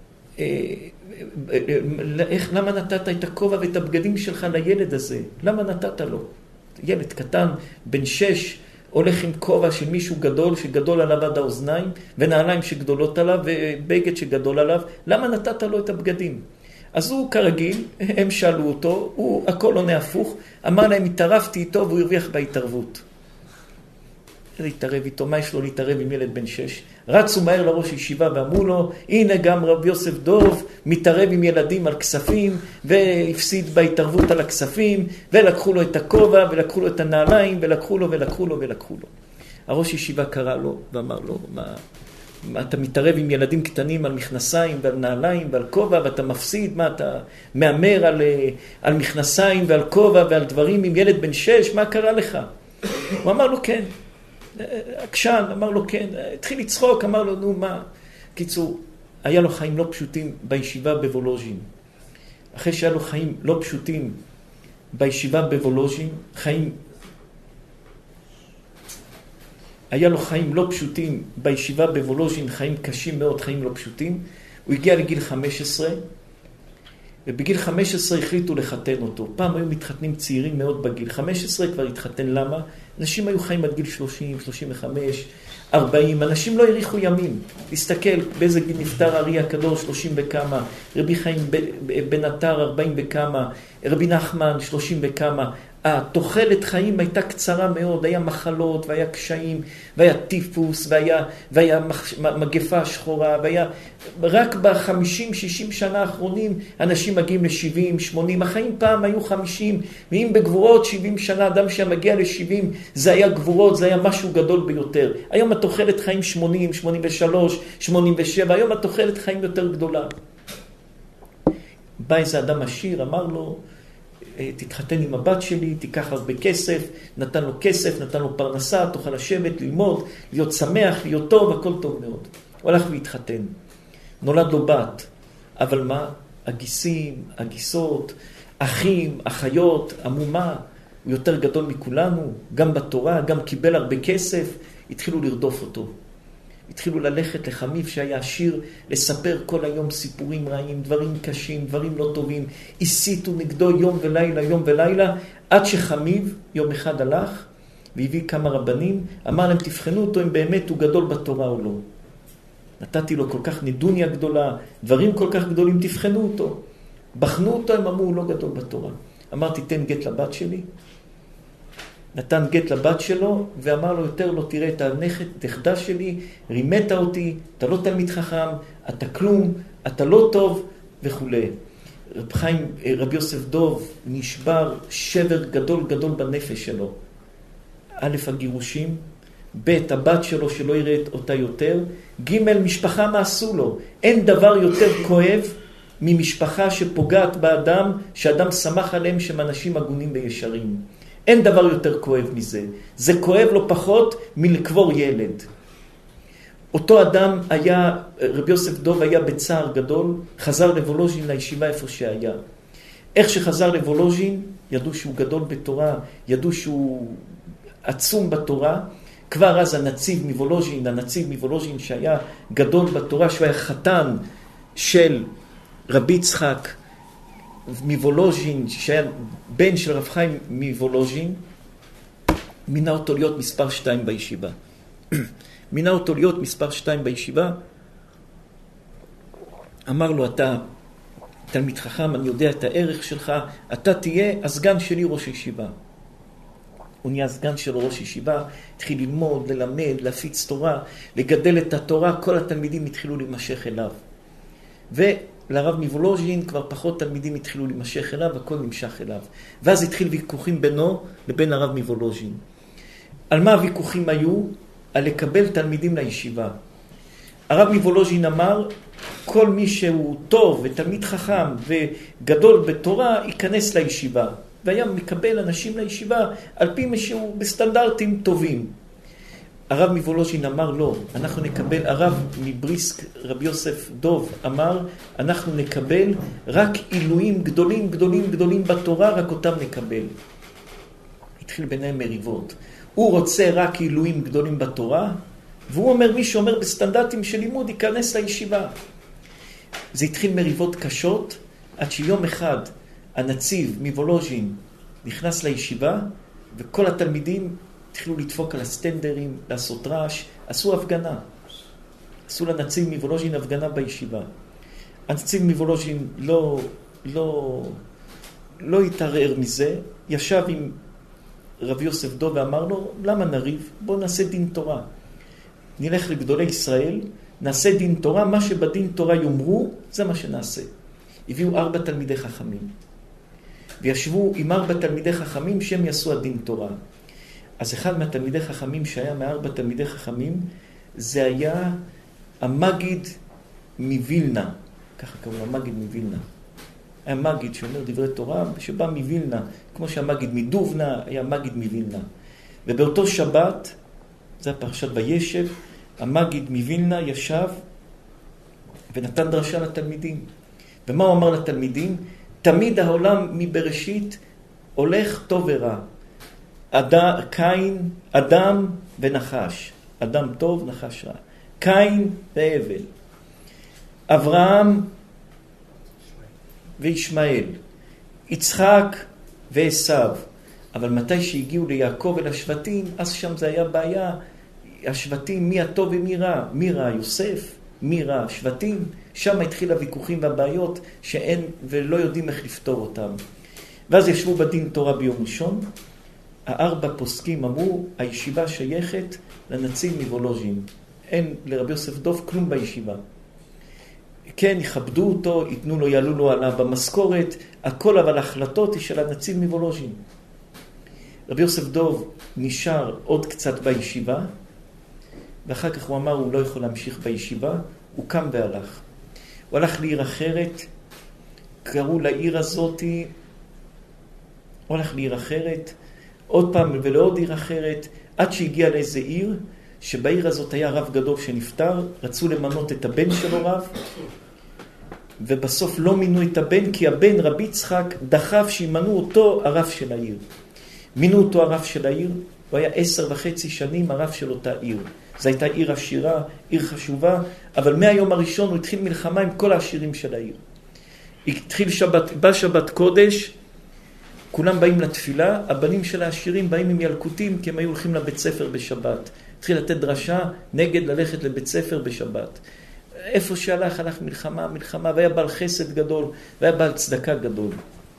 איך, למה נתת את הכובע ואת הבגדים שלך לילד הזה? למה נתת לו? ילד קטן, בן שש, הולך עם כובע של מישהו גדול, שגדול עליו עד האוזניים, ונעליים שגדולות עליו, ובגד שגדול עליו. למה נתת לו את הבגדים? אז הוא כרגיל, הם שאלו אותו, הוא הכל עונה הפוך, אמר להם, התערבתי איתו והוא הרוויח בהתערבות. להתערב איתו, מה יש לו להתערב עם ילד בן שש? רצו מהר לראש ישיבה ואמרו לו, הנה גם רב יוסף דוב מתערב עם ילדים על כספים, והפסיד בהתערבות על הכספים, ולקחו לו את הכובע, ולקחו לו את הנעליים, ולקחו לו ולקחו לו ולקחו לו. הראש ישיבה קרא לו ואמר לו, מה, מה אתה מתערב עם ילדים קטנים על מכנסיים ועל נעליים ועל כובע, ואתה מפסיד, מה אתה מאמר על, על מכנסיים ועל כובע ועל דברים עם ילד בן שש, מה קרה לך? הוא אמר לו, כן. עקשן, אמר לו כן, התחיל לצחוק, אמר לו נו מה. קיצור, היה לו חיים לא פשוטים בישיבה בוולוז'ין. אחרי שהיה לו חיים לא פשוטים בישיבה בוולוז'ין, חיים, היה לו חיים לא פשוטים בישיבה בוולוז'ין, חיים קשים מאוד, חיים לא פשוטים. הוא הגיע לגיל חמש עשרה, ובגיל חמש עשרה החליטו לחתן אותו. פעם היו מתחתנים צעירים מאוד בגיל. חמש עשרה כבר התחתן, למה? אנשים היו חיים עד גיל שלושים, שלושים וחמש, ארבעים. אנשים לא הריחו ימים. תסתכל באיזה גיל נפטר הארי הקדוש, שלושים וכמה. רבי חיים בן עטר, ארבעים וכמה. רבי נחמן, שלושים וכמה. התוחלת חיים הייתה קצרה מאוד, היה מחלות והיה קשיים, והיה טיפוס, והיה, והיה מגפה שחורה, והיה, רק בחמישים, שישים שנה האחרונים, אנשים מגיעים ל-שבעים, שמונים, החיים פעם היו חמישים, ואם בגבורות שבעים שנה, אדם שמגיע ל-שבעים, זה היה גבורות, זה היה משהו גדול ביותר. היום התוחלת חיים שמונים, שמונים ושלוש, שמונים ושבע, היום התוחלת חיים יותר גדולה. בא איזה אדם עשיר, אמר לו, תתחתן עם הבת שלי, תיקח הרבה כסף, נתן לו כסף, נתן לו פרנסה, תוכל לשבת, ללמוד, להיות שמח, להיות טוב, הכל טוב מאוד. הוא הלך והתחתן. נולד לו בת, אבל מה? הגיסים, הגיסות, אחים, אחיות, המומה, הוא יותר גדול מכולנו, גם בתורה, גם קיבל הרבה כסף, התחילו לרדוף אותו. התחילו ללכת לחמיב שהיה עשיר, לספר כל היום סיפורים רעים, דברים קשים, דברים לא טובים. הסיתו נגדו יום ולילה, יום ולילה, עד שחמיב יום אחד הלך והביא כמה רבנים, אמר להם תבחנו אותו אם באמת הוא גדול בתורה או לא. נתתי לו כל כך נדוניה גדולה, דברים כל כך גדולים, תבחנו אותו. בחנו אותו, הם אמרו הוא לא גדול בתורה. אמרתי תן גט לבת שלי. נתן גט לבת שלו, ואמר לו יותר לא תראה את הנכד, נכדה שלי, רימת אותי, אתה לא תלמיד חכם, אתה כלום, אתה לא טוב, וכו'. רב חיים, רב יוסף דוב, נשבר שבר גדול גדול בנפש שלו. א', הגירושים, ב', הבת שלו שלא יראה אותה יותר, ג', משפחה מה עשו לו. אין דבר יותר כואב ממשפחה שפוגעת באדם, שאדם שמח עליהם שהם אנשים הגונים וישרים. אין דבר יותר כואב מזה. זה כואב לא פחות מלקבור ילד. אותו אדם היה, רבי יוסף דוב היה בצער גדול, חזר לוולוז'ין לישיבה איפה שהיה. איך שחזר לוולוז'ין, ידעו שהוא גדול בתורה, ידעו שהוא עצום בתורה. כבר אז הנציב מוולוז'ין, הנציב מוולוז'ין שהיה גדול בתורה, שהוא היה חתן של רבי יצחק, מוולוז'ין, שהיה בן של רב חיים מוולוז'ין, מינה אותו להיות מספר שתיים בישיבה. מינה אותו להיות מספר שתיים בישיבה, אמר לו, אתה תלמיד חכם, אני יודע את הערך שלך, אתה תהיה הסגן שלי ראש ישיבה. הוא נהיה סגן של ראש ישיבה, התחיל ללמוד, ללמד, להפיץ תורה, לגדל את התורה, כל התלמידים התחילו להימשך אליו. ו... לרב מוולוז'ין כבר פחות תלמידים התחילו להימשך אליו, הכל נמשך אליו. ואז התחיל ויכוחים בינו לבין הרב מוולוז'ין. על מה הוויכוחים היו? על לקבל תלמידים לישיבה. הרב מוולוז'ין אמר, כל מי שהוא טוב ותלמיד חכם וגדול בתורה, ייכנס לישיבה. והיה מקבל אנשים לישיבה על פי משהו בסטנדרטים טובים. הרב מוולוז'ין אמר לא, אנחנו נקבל, הרב מבריסק, רבי יוסף דוב אמר, אנחנו נקבל רק עילויים גדולים גדולים גדולים בתורה, רק אותם נקבל. התחיל ביניהם מריבות. הוא רוצה רק עילויים גדולים בתורה, והוא אומר, מי שאומר בסטנדרטים של לימוד ייכנס לישיבה. זה התחיל מריבות קשות, עד שיום אחד הנציב מוולוז'ין נכנס לישיבה, וכל התלמידים התחילו לדפוק על הסטנדרים, לעשות רעש, עשו הפגנה. עשו לנציב מוולוז'ין הפגנה בישיבה. הנציב מוולוז'ין לא, לא, לא התערער מזה, ישב עם רבי יוסף דוב ואמר לו, למה נריב? בוא נעשה דין תורה. נלך לגדולי ישראל, נעשה דין תורה, מה שבדין תורה יאמרו, זה מה שנעשה. הביאו ארבע תלמידי חכמים, וישבו עם ארבע תלמידי חכמים שהם יעשו הדין תורה. אז אחד מהתלמידי חכמים שהיה מארבע תלמידי חכמים, זה היה המגיד מווילנה, ככה קראו לו, המגיד מווילנה. היה מגיד שאומר דברי תורה, שבא מווילנה, כמו שהמגיד מדובנה, היה מגיד מווילנה. ובאותו שבת, זה הפרשת וישב, המגיד מווילנה ישב ונתן דרשה לתלמידים. ומה הוא אמר לתלמידים? תמיד העולם מבראשית הולך טוב ורע. אדם, קין, אדם ונחש. אדם טוב, נחש רע. קין והבל. אברהם וישמעאל. יצחק ועשיו. אבל מתי שהגיעו ליעקב אל השבטים, אז שם זה היה בעיה. השבטים, מי הטוב ומי רע? מי רע? יוסף? מי רע? השבטים? שם התחיל הוויכוחים והבעיות שאין ולא יודעים איך לפתור אותם. ואז ישבו בדין תורה ביום ראשון. הארבע פוסקים אמרו, הישיבה שייכת לנציב מוולוז'ין. אין לרבי יוסף דוב כלום בישיבה. כן, יכבדו אותו, ייתנו לו, יעלו לו עליו במשכורת, הכל, אבל ההחלטות היא של הנציב מוולוז'ין. רבי יוסף דוב נשאר עוד קצת בישיבה, ואחר כך הוא אמר, הוא לא יכול להמשיך בישיבה, הוא קם והלך. הוא הלך לעיר אחרת, קראו לעיר הזאת, הוא הלך לעיר אחרת, עוד פעם ולעוד עיר אחרת, עד שהגיע לאיזה עיר, שבעיר הזאת היה רב גדול שנפטר, רצו למנות את הבן שלו רב, ובסוף לא מינו את הבן, כי הבן רבי יצחק דחף שימנו אותו הרב של העיר. מינו אותו הרב של העיר, הוא היה עשר וחצי שנים הרב של אותה עיר. זו הייתה עיר עשירה, עיר חשובה, אבל מהיום הראשון הוא התחיל מלחמה עם כל העשירים של העיר. התחיל שבת, בא שבת קודש, כולם באים לתפילה, הבנים של העשירים באים עם ילקוטים, כי הם היו הולכים לבית ספר בשבת. התחיל לתת דרשה נגד ללכת לבית ספר בשבת. איפה שהלך, הלך מלחמה, מלחמה, והיה בעל חסד גדול, והיה בעל צדקה גדול.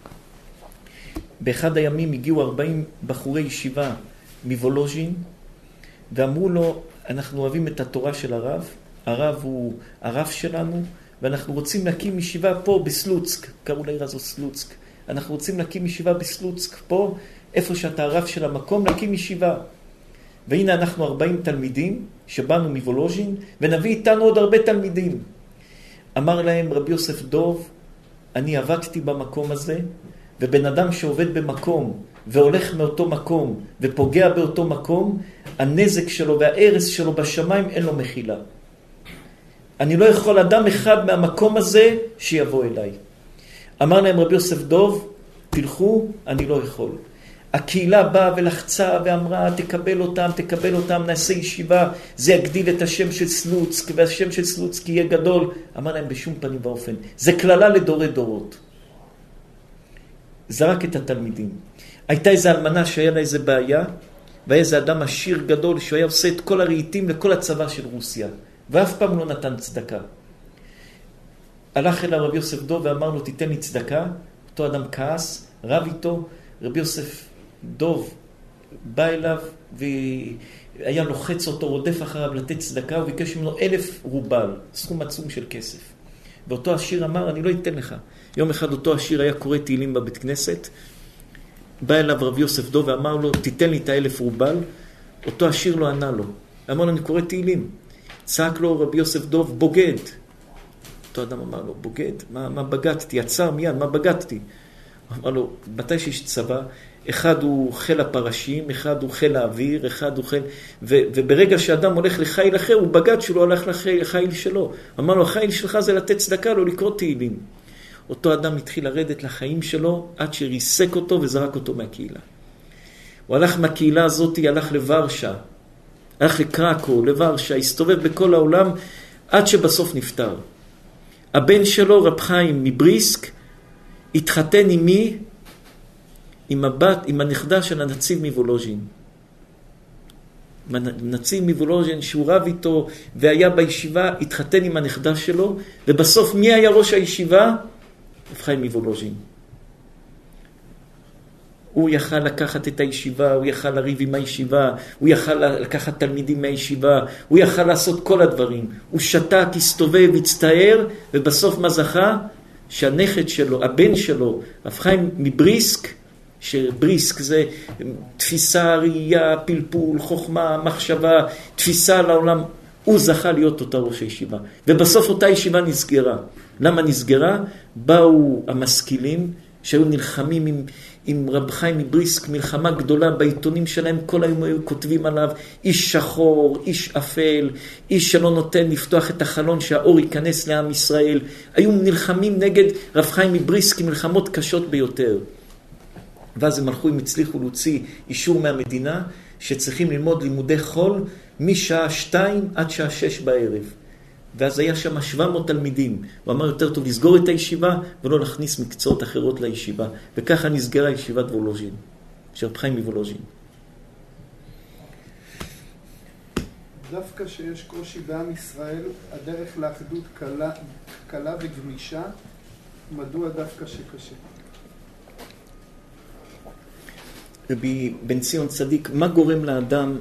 באחד הימים הגיעו ארבעים בחורי ישיבה מוולוז'ין, ואמרו לו, אנחנו אוהבים את התורה של הרב, הרב הוא הרב שלנו, ואנחנו רוצים להקים ישיבה פה בסלוצק, קראו לעיר הזו סלוצק. אנחנו רוצים להקים ישיבה בסלוצק פה, איפה שאתה הרב של המקום, להקים ישיבה. והנה אנחנו ארבעים תלמידים שבאנו מוולוז'ין, ונביא איתנו עוד הרבה תלמידים. אמר להם רבי יוסף דוב, אני עבדתי במקום הזה, ובן אדם שעובד במקום, והולך מאותו מקום, ופוגע באותו מקום, הנזק שלו והערס שלו בשמיים אין לו מחילה. אני לא יכול אדם אחד מהמקום הזה שיבוא אליי. אמר להם רבי יוסף דוב, תלכו, אני לא יכול. הקהילה באה ולחצה ואמרה, תקבל אותם, תקבל אותם, נעשה ישיבה, זה יגדיל את השם של סלוצק, והשם של סלוצק יהיה גדול. אמר להם בשום פנים ואופן, זה כללה לדורי דורות. זרק את התלמידים. הייתה איזו אלמנה שהיה לה איזו בעיה, והיה איזה אדם עשיר גדול שהוא היה עושה את כל הרהיטים לכל הצבא של רוסיה, ואף פעם לא נתן צדקה. הלך אל רבי יוסף דוב ואמר לו, תיתן לי צדקה. אותו אדם כעס, רב איתו. רבי יוסף דוב בא אליו והיה לוחץ אותו, רודף אחריו לתת צדקה, הוא ביקש ממנו אלף רובל, סכום עצום של כסף. ואותו עשיר אמר, אני לא אתן לך. יום אחד אותו עשיר היה קורא תהילים בבית כנסת, בא אליו רבי יוסף דוב ואמר לו, תיתן לי את האלף רובל. אותו עשיר לא ענה לו. אמר לו, אני קורא תהילים. צעק לו רבי יוסף דוב, בוגד. אותו אדם אמר לו, בוגד? מה, מה בגדתי? עצר מיד, מה בגדתי? אמר לו, מתי שיש צבא, אחד הוא חיל הפרשים, אחד הוא חיל האוויר, אחד הוא חיל... ו, וברגע שאדם הולך לחיל אחר, הוא בגד שלו הלך לחיל שלו. אמר לו, החיל שלך זה לתת צדקה, לא לקרוא תהילים. אותו אדם התחיל לרדת לחיים שלו, עד שריסק אותו וזרק אותו מהקהילה. הוא הלך מהקהילה הזאת, הלך לוורשה, הלך לקרקו, לוורשה, הסתובב בכל העולם, עד שבסוף נפטר. הבן שלו, רב חיים מבריסק, התחתן עם מי? עם הבת, עם הנכדה של הנציב מוולוז'ין. הנציב מוולוז'ין שהוא רב איתו והיה בישיבה, התחתן עם הנכדה שלו, ובסוף מי היה ראש הישיבה? רב חיים מוולוז'ין. הוא יכל לקחת את הישיבה, הוא יכל לריב עם הישיבה, הוא יכל לקחת תלמידים מהישיבה, הוא יכל לעשות כל הדברים. הוא שתק, הסתובב, הצטער, ובסוף מה זכה? שהנכד שלו, הבן שלו, רב חיים מבריסק, שבריסק זה תפיסה, ראייה, פלפול, חוכמה, מחשבה, תפיסה על העולם, הוא זכה להיות אותה ראש הישיבה. ובסוף אותה ישיבה נסגרה. למה נסגרה? באו המשכילים שהיו נלחמים עם, עם רב חיים מבריסק, מלחמה גדולה בעיתונים שלהם, כל היום היו כותבים עליו, איש שחור, איש אפל, איש שלא נותן לפתוח את החלון שהאור ייכנס לעם ישראל. היו נלחמים נגד רב חיים מבריסק, מלחמות קשות ביותר. ואז הם הלכו, הם הצליחו להוציא אישור מהמדינה, שצריכים ללמוד לימודי חול, משעה שתיים עד שעה שש בערב. ואז היה שם שבע מאות תלמידים. הוא אמר יותר טוב לסגור את הישיבה, ולא להכניס מקצועות אחרות לישיבה. וככה נסגרה ישיבת וולוז'ין, של רב חיים מוולוז'ין. דווקא שיש קושי בעם ישראל, הדרך לאחדות קלה, קלה וגמישה, מדוע דווקא שקשה? רבי בן ציון צדיק, מה גורם לאדם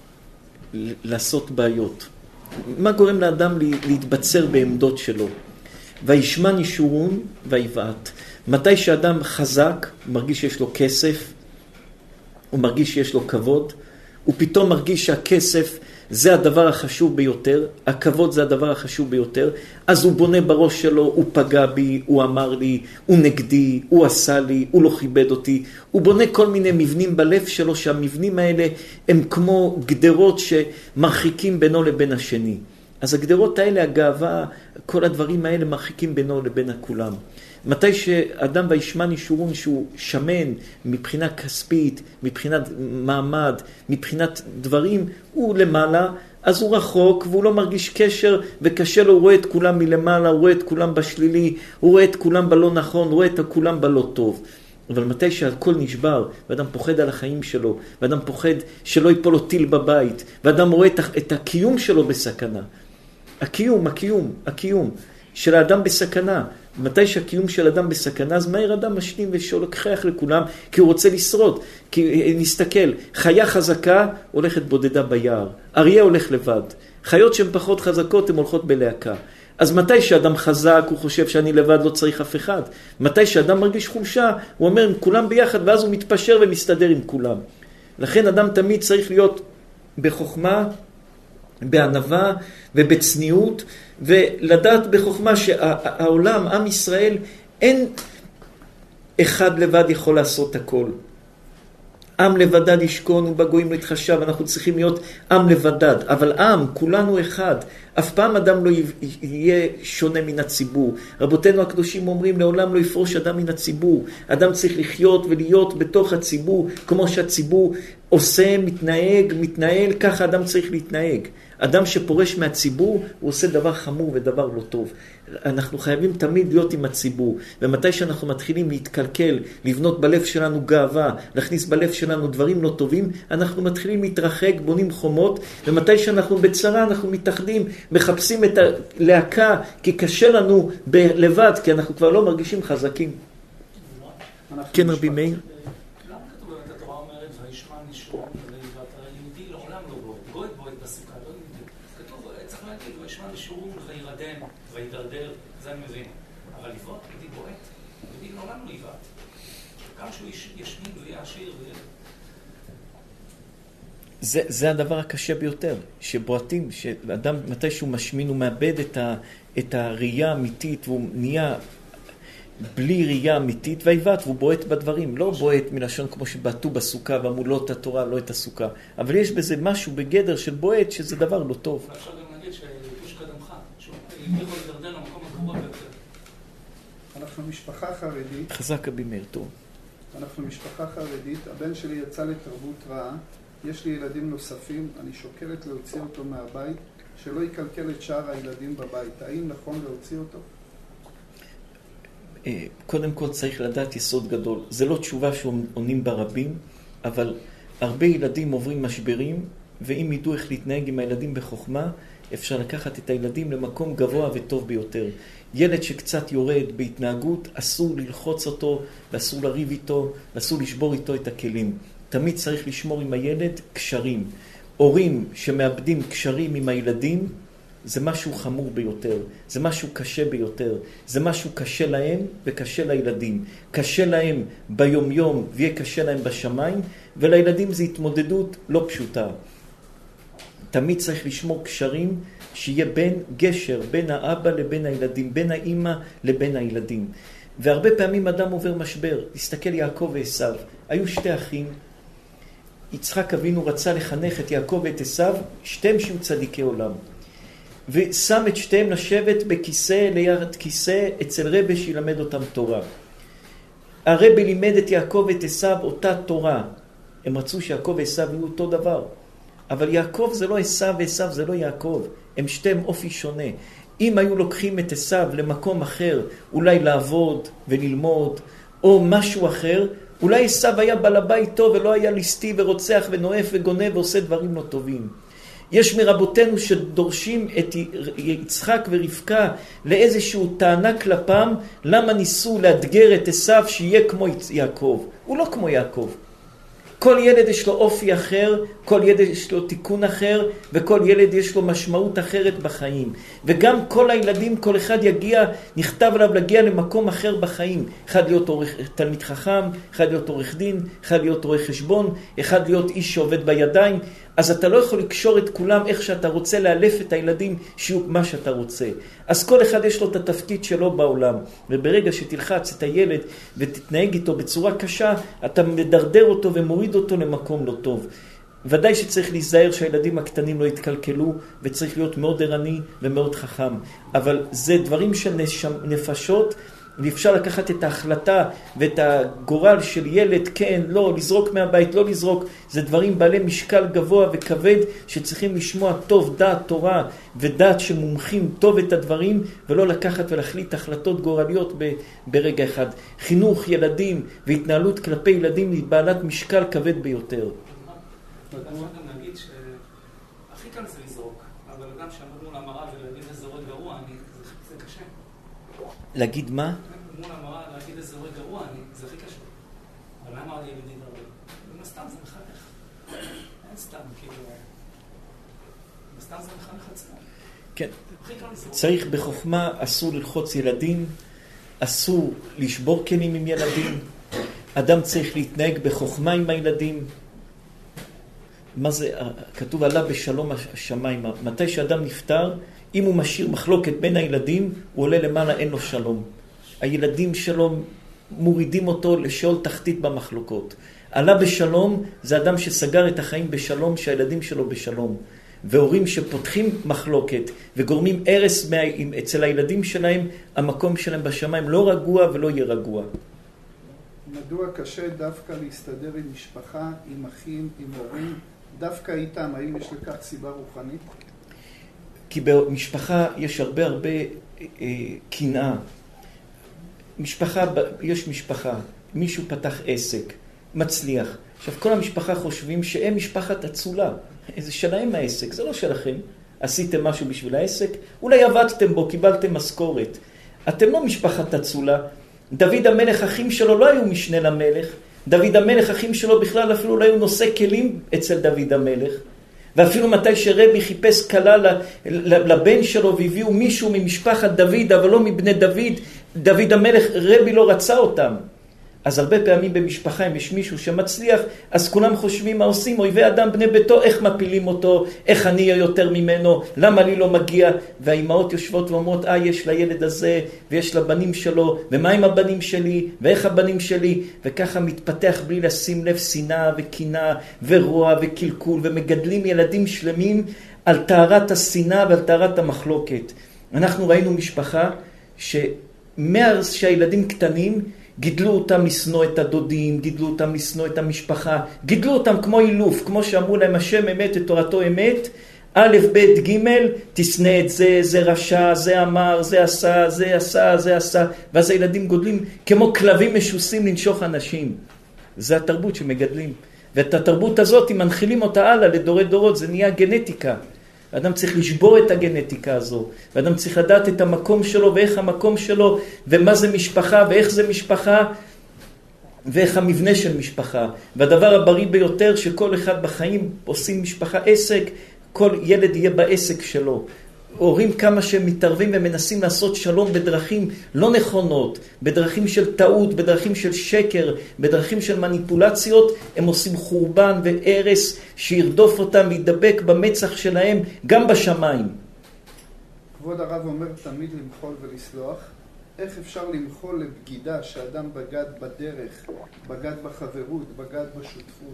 לעשות בעיות? מה גורם לאדם להתבצר בעמדות שלו? וישמן ישורון ויבעט. מתי שאדם חזק, מרגיש שיש לו כסף, הוא מרגיש שיש לו כבוד, הוא פתאום מרגיש שהכסף זה הדבר החשוב ביותר, הכבוד זה הדבר החשוב ביותר, אז הוא בונה בראש שלו, הוא פגע בי, הוא אמר לי, הוא נגדי, הוא עשה לי, הוא לא כיבד אותי, הוא בונה כל מיני מבנים בלב שלו, שהמבנים האלה הם כמו גדרות שמרחיקים בינו לבין השני. אז הגדרות האלה, הגאווה, כל הדברים האלה מרחיקים בינו לבין הכולם. מתי שאדם וישמן ישורון שהוא שמן מבחינה כספית, מבחינת מעמד, מבחינת דברים, הוא למעלה, אז הוא רחוק והוא לא מרגיש קשר וקשה לו, הוא רואה את כולם מלמעלה, הוא רואה את כולם בשלילי, הוא רואה את כולם בלא נכון, הוא רואה את כולם בלא טוב. אבל מתי שהכל נשבר, ואדם פוחד על החיים שלו, ואדם פוחד שלא ייפול לו טיל בבית, ואדם רואה את הקיום שלו בסכנה. הקיום, הקיום, הקיום של האדם בסכנה. מתי שהקיום של אדם בסכנה, אז מהר אדם משנים ושולח לכולם, כי הוא רוצה לשרוד. כי נסתכל, חיה חזקה הולכת בודדה ביער, אריה הולך לבד. חיות שהן פחות חזקות הן הולכות בלהקה. אז מתי שאדם חזק הוא חושב שאני לבד לא צריך אף אחד. מתי שאדם מרגיש חולשה הוא אומר עם כולם ביחד, ואז הוא מתפשר ומסתדר עם כולם. לכן אדם תמיד צריך להיות בחוכמה, בענווה ובצניעות, ולדעת בחוכמה שהעולם, עם ישראל, אין אחד לבד יכול לעשות הכל. עם לבדד ישכון ובגויים לא יתחשב, אנחנו צריכים להיות עם לבדד, אבל עם, כולנו אחד. אף פעם אדם לא יהיה שונה מן הציבור. רבותינו הקדושים אומרים, לעולם לא יפרוש אדם מן הציבור. אדם צריך לחיות ולהיות בתוך הציבור, כמו שהציבור עושה, מתנהג, מתנהל, ככה אדם צריך להתנהג. אדם שפורש מהציבור, הוא עושה דבר חמור ודבר לא טוב. אנחנו חייבים תמיד להיות עם הציבור. ומתי שאנחנו מתחילים להתקלקל, לבנות בלב שלנו גאווה, להכניס בלב שלנו דברים לא טובים, אנחנו מתחילים להתרחק, בונים חומות, ומתי שאנחנו בצרה, אנחנו מתאחדים, מחפשים את הלהקה, כי קשה לנו לבד, כי אנחנו כבר לא מרגישים חזקים. כן, רבי מאיר? וידרדר, זה אני מבין. אבל לבעוט, יהודי בועט, יהודי לעולם לא יבעט. גם שהוא ישמין ויעשיר ו... זה, זה הדבר הקשה ביותר, שבועטים, שאדם מתי שהוא משמין הוא מאבד את, ה, את הראייה האמיתית, והוא נהיה בלי ראייה אמיתית, ויבעט, והוא בועט בדברים. לא בועט מלשון כמו שבעטו בסוכה ואמרו לא את התורה, לא את הסוכה. אבל יש בזה משהו בגדר של בועט שזה דבר לא טוב. אפשר גם להגיד שיבוש קדמך, שהוא יכול לדרדר למקום הגרוע ביותר. אנחנו משפחה חרדית. חזק רבי מאיר, טוב. אנחנו משפחה חרדית, הבן שלי יצא לתרבות רעה, יש לי ילדים נוספים, אני שוקלת להוציא אותו מהבית, שלא יקלקל את שאר הילדים בבית. האם נכון להוציא אותו? קודם כל צריך לדעת יסוד גדול. זה לא תשובה שעונים ברבים, אבל הרבה ילדים עוברים משברים, ואם ידעו איך להתנהג עם הילדים בחוכמה, אפשר לקחת את הילדים למקום גבוה וטוב ביותר. ילד שקצת יורד בהתנהגות, אסור ללחוץ אותו, ואסור לריב איתו, ואסור לשבור איתו את הכלים. תמיד צריך לשמור עם הילד קשרים. הורים שמאבדים קשרים עם הילדים, זה משהו חמור ביותר, זה משהו קשה ביותר, זה משהו קשה להם וקשה לילדים. קשה להם ביום יום ויהיה קשה להם בשמיים, ולילדים זה התמודדות לא פשוטה. תמיד צריך לשמור קשרים שיהיה בין גשר, בין האבא לבין הילדים, בין האמא לבין הילדים. והרבה פעמים אדם עובר משבר. תסתכל יעקב ועשיו, היו שתי אחים, יצחק אבינו רצה לחנך את יעקב ואת עשיו, שתיהם שיהיו צדיקי עולם. ושם את שתיהם לשבת בכיסא ליד כיסא אצל רבי שילמד אותם תורה. הרבי לימד את יעקב ואת עשיו אותה תורה. הם רצו שיעקב ועשיו יהיו אותו דבר. אבל יעקב זה לא עשיו ועשיו זה לא יעקב. הם שתיהם אופי שונה. אם היו לוקחים את עשיו למקום אחר, אולי לעבוד וללמוד, או משהו אחר, אולי עשיו היה בעל הבית טוב ולא היה ליסטי ורוצח ונואף וגונב ועושה דברים לא טובים. יש מרבותינו שדורשים את יצחק ורבקה לאיזשהו טענה כלפם, למה ניסו לאתגר את עשיו שיהיה כמו יעקב. הוא לא כמו יעקב. כל ילד יש לו אופי אחר, כל ילד יש לו תיקון אחר, וכל ילד יש לו משמעות אחרת בחיים. וגם כל הילדים, כל אחד יגיע, נכתב עליו להגיע למקום אחר בחיים. אחד להיות עורך, תלמיד חכם, אחד להיות עורך דין, אחד להיות עורך חשבון, אחד להיות איש שעובד בידיים. אז אתה לא יכול לקשור את כולם איך שאתה רוצה לאלף את הילדים שיהיו מה שאתה רוצה. אז כל אחד יש לו את התפקיד שלו בעולם. וברגע שתלחץ את הילד ותתנהג איתו בצורה קשה, אתה מדרדר אותו ומוריד אותו למקום לא טוב. ודאי שצריך להיזהר שהילדים הקטנים לא יתקלקלו, וצריך להיות מאוד ערני ומאוד חכם. אבל זה דברים של נפשות, ואפשר לקחת את ההחלטה ואת הגורל של ילד, כן, לא, לזרוק מהבית, לא לזרוק. זה דברים בעלי משקל גבוה וכבד שצריכים לשמוע טוב דעת תורה ודעת שמומחים טוב את הדברים, ולא לקחת ולהחליט החלטות גורליות ב- ברגע אחד. חינוך ילדים והתנהלות כלפי ילדים היא בעלת משקל כבד ביותר. אפשר גם להגיד שהכי קל זה לזרוק, אבל אדם שעמד מול המראה ולהגיד איזה זורק גרוע, זה קשה. להגיד מה? מול המראה להגיד איזה זורק גרוע, זה הכי קשה. אבל למה עוד ילדים הרבה? ומה סתם זה מחנך? אין סתם, כאילו... סתם זה מחנך עצמו. כן. הכי קל לזרוק. צריך בחוכמה, אסור ללחוץ ילדים, אסור לשבור כלים עם ילדים, אדם צריך להתנהג בחוכמה עם הילדים. מה זה? כתוב עלה בשלום השמיים. מתי שאדם נפטר, אם הוא משאיר מחלוקת בין הילדים, הוא עולה למעלה, אין לו שלום. הילדים שלו מורידים אותו לשאול תחתית במחלוקות. עלה בשלום זה אדם שסגר את החיים בשלום, שהילדים שלו בשלום. והורים שפותחים מחלוקת וגורמים הרס אצל הילדים שלהם, המקום שלהם בשמיים לא רגוע ולא יהיה רגוע. מדוע קשה דווקא להסתדר עם משפחה, עם אחים, עם הורים, דווקא איתם? האם יש לכך סיבה רוחנית? כי במשפחה יש הרבה הרבה אה, קנאה. משפחה, יש משפחה, מישהו פתח עסק, מצליח. עכשיו כל המשפחה חושבים שהם משפחת אצולה. זה שלהם העסק, זה לא שלכם. עשיתם משהו בשביל העסק, אולי עבדתם בו, קיבלתם משכורת. אתם לא משפחת אצולה. דוד המלך, אחים שלו לא היו משנה למלך. דוד המלך, אחים שלו בכלל אפילו לא היו נושא כלים אצל דוד המלך. ואפילו מתי שרבי חיפש כלה לבן שלו והביאו מישהו ממשפחת דוד, אבל לא מבני דוד, דוד המלך, רבי לא רצה אותם. אז הרבה פעמים במשפחה, אם יש מישהו שמצליח, אז כולם חושבים מה עושים, אויבי אדם בני ביתו, איך מפילים אותו, איך אני אהיה יותר ממנו, למה לי לא מגיע, והאימהות יושבות ואומרות, אה, יש לילד הזה, ויש לבנים שלו, ומה עם הבנים שלי, ואיך הבנים שלי, וככה מתפתח בלי לשים לב שנאה וקנאה ורוע וקלקול, ומגדלים ילדים שלמים על טהרת השנאה ועל טהרת המחלוקת. אנחנו ראינו משפחה שמאז שהילדים קטנים, גידלו אותם לשנוא את הדודים, גידלו אותם לשנוא את המשפחה, גידלו אותם כמו אילוף, כמו שאמרו להם השם אמת את תורתו אמת, א' ב' ג' תשנא את זה, זה רשע, זה אמר, זה עשה, זה עשה, זה עשה, ואז הילדים גודלים כמו כלבים משוסים לנשוך אנשים. זה התרבות שמגדלים. ואת התרבות הזאת, אם מנחילים אותה הלאה לדורי דורות, זה נהיה גנטיקה. האדם צריך לשבור את הגנטיקה הזו, ואדם צריך לדעת את המקום שלו ואיך המקום שלו, ומה זה משפחה ואיך זה משפחה, ואיך המבנה של משפחה. והדבר הבריא ביותר שכל אחד בחיים עושים משפחה עסק, כל ילד יהיה בעסק שלו. הורים כמה שהם מתערבים ומנסים לעשות שלום בדרכים לא נכונות, בדרכים של טעות, בדרכים של שקר, בדרכים של מניפולציות, הם עושים חורבן והרס שירדוף אותם, להידבק במצח שלהם גם בשמיים. כבוד הרב אומר תמיד למחול ולסלוח. איך אפשר למחול לבגידה שאדם בגד בדרך, בגד בחברות, בגד בשותפות?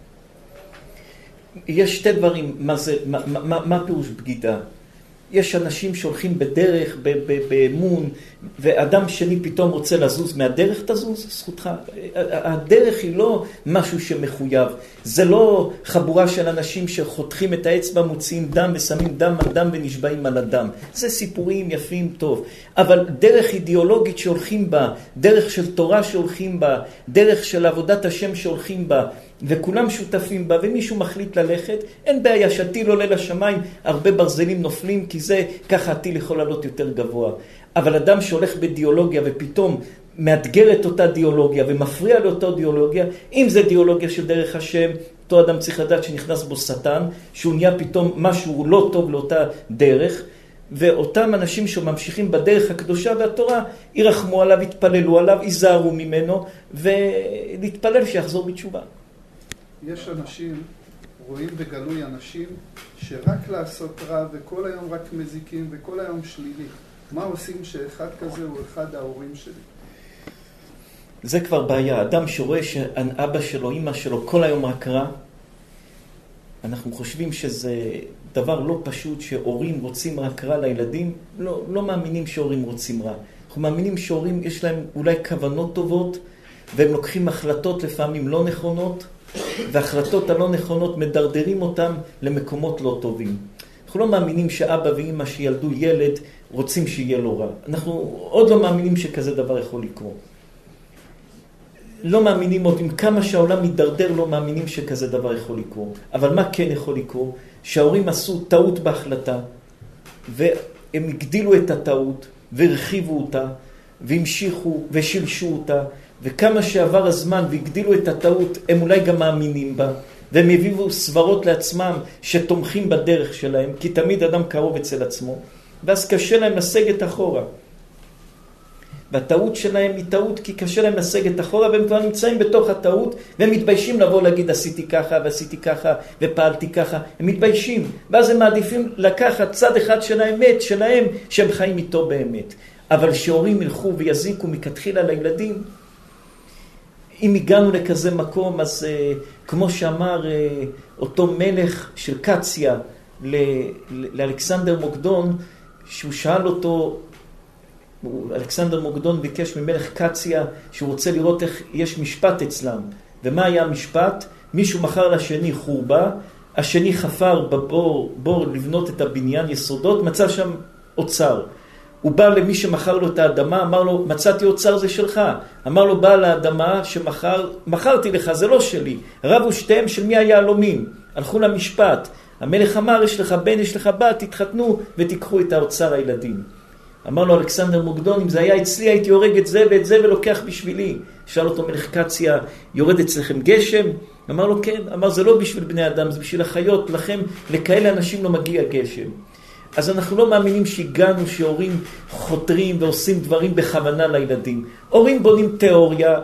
יש שתי דברים, מה זה, מה, מה, מה פירוש בגידה? יש אנשים שהולכים בדרך, באמון, ואדם שני פתאום רוצה לזוז מהדרך, תזוז, זכותך. הדרך היא לא משהו שמחויב. זה לא חבורה של אנשים שחותכים את האצבע, מוציאים דם ושמים דם על דם ונשבעים על הדם. זה סיפורים יפים טוב. אבל דרך אידיאולוגית שהולכים בה, דרך של תורה שהולכים בה, דרך של עבודת השם שהולכים בה, וכולם שותפים בה, ומישהו מחליט ללכת, אין בעיה שהטיל עולה לשמיים, הרבה ברזלים נופלים, כי זה ככה הטיל יכול לעלות יותר גבוה. אבל אדם שהולך בדיאולוגיה ופתאום מאתגר את אותה דיאולוגיה ומפריע לאותה דיאולוגיה, אם זה דיאולוגיה של דרך השם, אותו אדם צריך לדעת שנכנס בו שטן, שהוא נהיה פתאום משהו לא טוב לאותה דרך, ואותם אנשים שממשיכים בדרך הקדושה והתורה, ירחמו עליו, יתפללו עליו, ייזהרו ממנו, ולהתפלל שיחזור בתשובה. יש אנשים, רואים בגלוי אנשים, שרק לעשות רע וכל היום רק מזיקים וכל היום שלילי. מה עושים שאחד כזה הוא אחד ההורים שלי? זה כבר בעיה. אדם שרואה שאבא שלו, אמא שלו, כל היום רק רע, אנחנו חושבים שזה דבר לא פשוט שהורים רוצים רק רע לילדים. לא, לא מאמינים שהורים רוצים רע. אנחנו מאמינים שהורים יש להם אולי כוונות טובות, והם לוקחים החלטות לפעמים לא נכונות, וההחלטות הלא נכונות מדרדרים אותם למקומות לא טובים. אנחנו לא מאמינים שאבא ואמא שילדו ילד רוצים שיהיה לו רע. אנחנו עוד לא מאמינים שכזה דבר יכול לקרות. לא מאמינים עוד, עם כמה שהעולם מתדרדר, לא מאמינים שכזה דבר יכול לקרות. אבל מה כן יכול לקרות? שההורים עשו טעות בהחלטה, והם הגדילו את הטעות, והרחיבו אותה, והמשיכו ושילשו אותה, וכמה שעבר הזמן והגדילו את הטעות, הם אולי גם מאמינים בה, והם הביאו סברות לעצמם שתומכים בדרך שלהם, כי תמיד אדם קרוב אצל עצמו, ואז קשה להם לסגת אחורה. והטעות שלהם היא טעות כי קשה להם לסגת אחורה, והם כבר נמצאים בתוך הטעות, והם מתביישים לבוא להגיד עשיתי ככה ועשיתי ככה ופעלתי ככה, הם מתביישים, ואז הם מעדיפים לקחת צד אחד של האמת שלהם, שהם חיים איתו באמת. אבל שהורים ילכו ויזיקו מכתחילה לילדים, אם הגענו לכזה מקום, אז uh, כמו שאמר uh, אותו מלך של קציה לאלכסנדר מוקדון, שהוא שאל אותו, אלכסנדר מוקדון ביקש ממלך קציה שהוא רוצה לראות איך יש משפט אצלם. ומה היה המשפט? מישהו מכר לשני חורבה, השני חפר בבור בור לבנות את הבניין יסודות, מצא שם אוצר. הוא בא למי שמכר לו את האדמה, אמר לו, מצאתי אוצר זה שלך. אמר לו, בא לאדמה שמכר, מכרתי לך, זה לא שלי. רבו שתיהם של מי היהלומים. הלכו למשפט. המלך אמר, יש לך בן, יש לך בת, תתחתנו ותיקחו את האוצר הילדים. אמר לו אלכסנדר מוקדון, אם זה היה אצלי, הייתי הורג את זה ואת זה ולוקח בשבילי. שאל אותו מלך קציה, יורד אצלכם גשם? אמר לו, כן. אמר, זה לא בשביל בני אדם, זה בשביל החיות. לכם, לכאלה אנשים לא מגיע גשם. אז אנחנו לא מאמינים שהגענו שהורים חותרים ועושים דברים בכוונה לילדים. הורים בונים תיאוריה,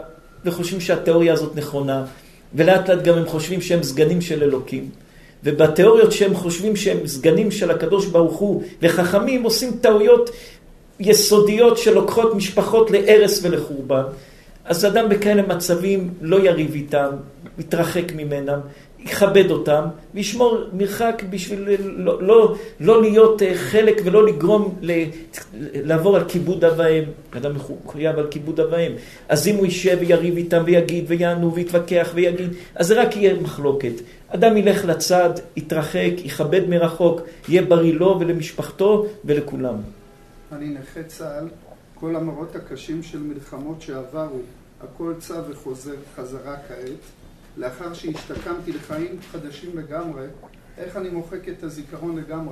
וחושבים שהתיאוריה הזאת נכונה, ולאט לאט גם הם חושבים שהם סגנים של אלוקים. ובתיאוריות שהם חושבים שהם סגנים של הקדוש ברוך הוא, וחכמים עושים טעויות יסודיות שלוקחות משפחות להרס ולחורבן. אז אדם בכאלה מצבים לא יריב איתם, יתרחק ממנם, יכבד אותם, וישמור מרחק בשביל לא, לא, לא להיות חלק ולא לגרום ל, לעבור על כיבוד אביהם. אדם מחויב על כיבוד אביהם. אז אם הוא יישב ויריב איתם ויגיד ויענו ויתווכח ויגיד, אז זה רק יהיה מחלוקת. אדם ילך לצד, יתרחק, יכבד מרחוק, יהיה בריא לו ולמשפחתו ולכולם. אני נכה צה"ל, כל המראות הקשים של מלחמות שעברו, הכל צע וחוזר חזרה כעת. לאחר שהשתקמתי לחיים חדשים לגמרי, איך אני מוחק את הזיכרון לגמרי?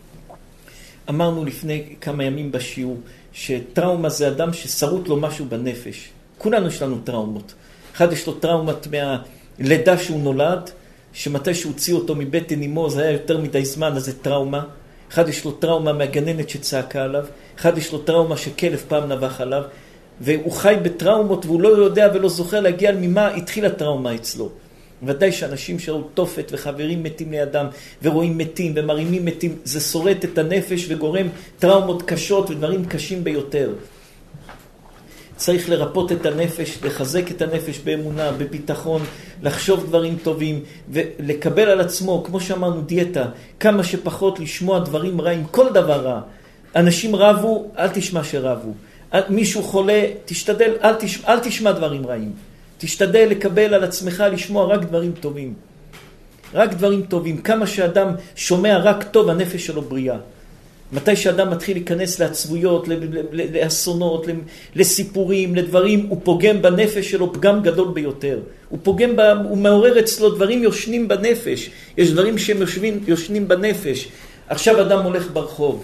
אמרנו לפני כמה ימים בשיעור, שטראומה זה אדם ששרוט לו משהו בנפש. כולנו יש לנו טראומות. אחד יש לו טראומת מהלידה שהוא נולד, שמתי שהוציא אותו מבטן אמו זה היה יותר מדי זמן, אז זה טראומה. אחד יש לו טראומה מהגננת שצעקה עליו, אחד יש לו טראומה שכלב פעם נבח עליו, והוא חי בטראומות והוא לא יודע ולא זוכר להגיע ממה התחילה הטראומה אצלו. ודאי שאנשים שראו תופת וחברים מתים לידם ורואים מתים ומרימים מתים, זה שורט את הנפש וגורם טראומות קשות ודברים קשים ביותר. צריך לרפות את הנפש, לחזק את הנפש באמונה, בביטחון, לחשוב דברים טובים ולקבל על עצמו, כמו שאמרנו, דיאטה, כמה שפחות לשמוע דברים רעים, כל דבר רע. אנשים רבו, אל תשמע שרבו. מישהו חולה, תשתדל, אל תשמע, אל תשמע דברים רעים. תשתדל לקבל על עצמך, לשמוע רק דברים טובים. רק דברים טובים. כמה שאדם שומע רק טוב, הנפש שלו בריאה. מתי שאדם מתחיל להיכנס לעצבויות, לאסונות, לסיפורים, לדברים, הוא פוגם בנפש שלו פגם גדול ביותר. הוא פוגם, ב, הוא מעורר אצלו דברים יושנים בנפש. יש דברים שהם יושבים, יושנים בנפש. עכשיו אדם הולך ברחוב.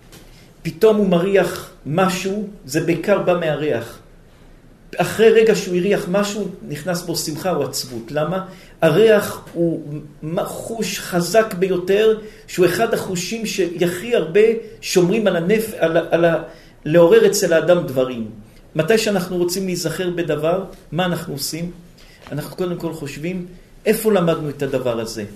פתאום הוא מריח משהו, זה בעיקר בא מהריח. אחרי רגע שהוא הריח משהו, נכנס בו שמחה או עצבות. למה? הריח הוא חוש חזק ביותר, שהוא אחד החושים שהכי הרבה שומרים על הנפש, על, על, על, לעורר אצל האדם דברים. מתי שאנחנו רוצים להיזכר בדבר, מה אנחנו עושים? אנחנו קודם כל חושבים, איפה למדנו את הדבר הזה?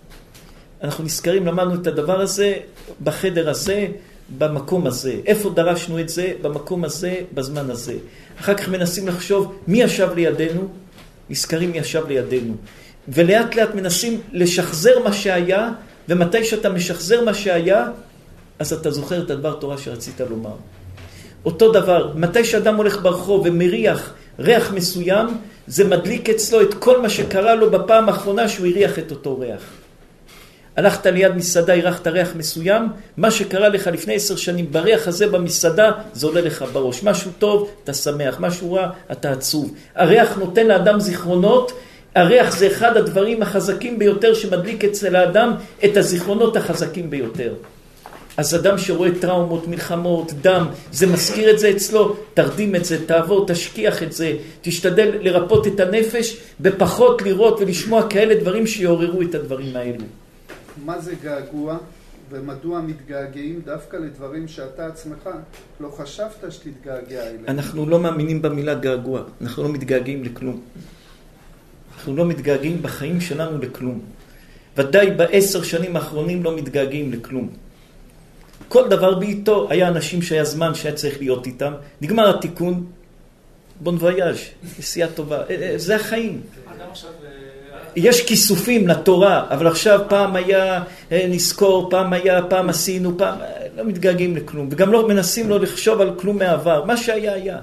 אנחנו נזכרים, למדנו את הדבר הזה בחדר הזה, במקום הזה. איפה דרשנו את זה? במקום הזה, בזמן הזה. אחר כך מנסים לחשוב מי ישב לידינו, נזכרים מי ישב לידינו. ולאט לאט מנסים לשחזר מה שהיה, ומתי שאתה משחזר מה שהיה, אז אתה זוכר את הדבר תורה שרצית לומר. אותו דבר, מתי שאדם הולך ברחוב ומריח ריח מסוים, זה מדליק אצלו את כל מה שקרה לו בפעם האחרונה שהוא הריח את אותו ריח. הלכת ליד מסעדה, הריחת ריח מסוים, מה שקרה לך לפני עשר שנים בריח הזה במסעדה, זה עולה לך בראש. משהו טוב, אתה שמח, משהו רע, אתה עצוב. הריח נותן לאדם זיכרונות, הריח זה אחד הדברים החזקים ביותר שמדליק אצל האדם את הזיכרונות החזקים ביותר. אז אדם שרואה טראומות, מלחמות, דם, זה מזכיר את זה אצלו, תרדים את זה, תעבור, תשכיח את זה, תשתדל לרפות את הנפש, בפחות לראות ולשמוע כאלה דברים שיעוררו את הדברים האלו. מה זה געגוע, ומדוע מתגעגעים דווקא לדברים שאתה עצמך לא חשבת שתתגעגע אליהם? אנחנו לא מאמינים במילה געגוע, אנחנו לא מתגעגעים לכלום. אנחנו לא מתגעגעים בחיים שלנו לכלום. ודאי בעשר שנים האחרונים לא מתגעגעים לכלום. כל דבר בעיתו, היה אנשים שהיה זמן שהיה צריך להיות איתם, נגמר התיקון, בון וויאז', נסיעה טובה, זה החיים. אדם עכשיו... יש כיסופים לתורה, אבל עכשיו פעם היה נזכור, פעם היה, פעם עשינו, פעם... לא מתגעגעים לכלום, וגם לא מנסים לא לחשוב על כלום מהעבר, מה שהיה היה.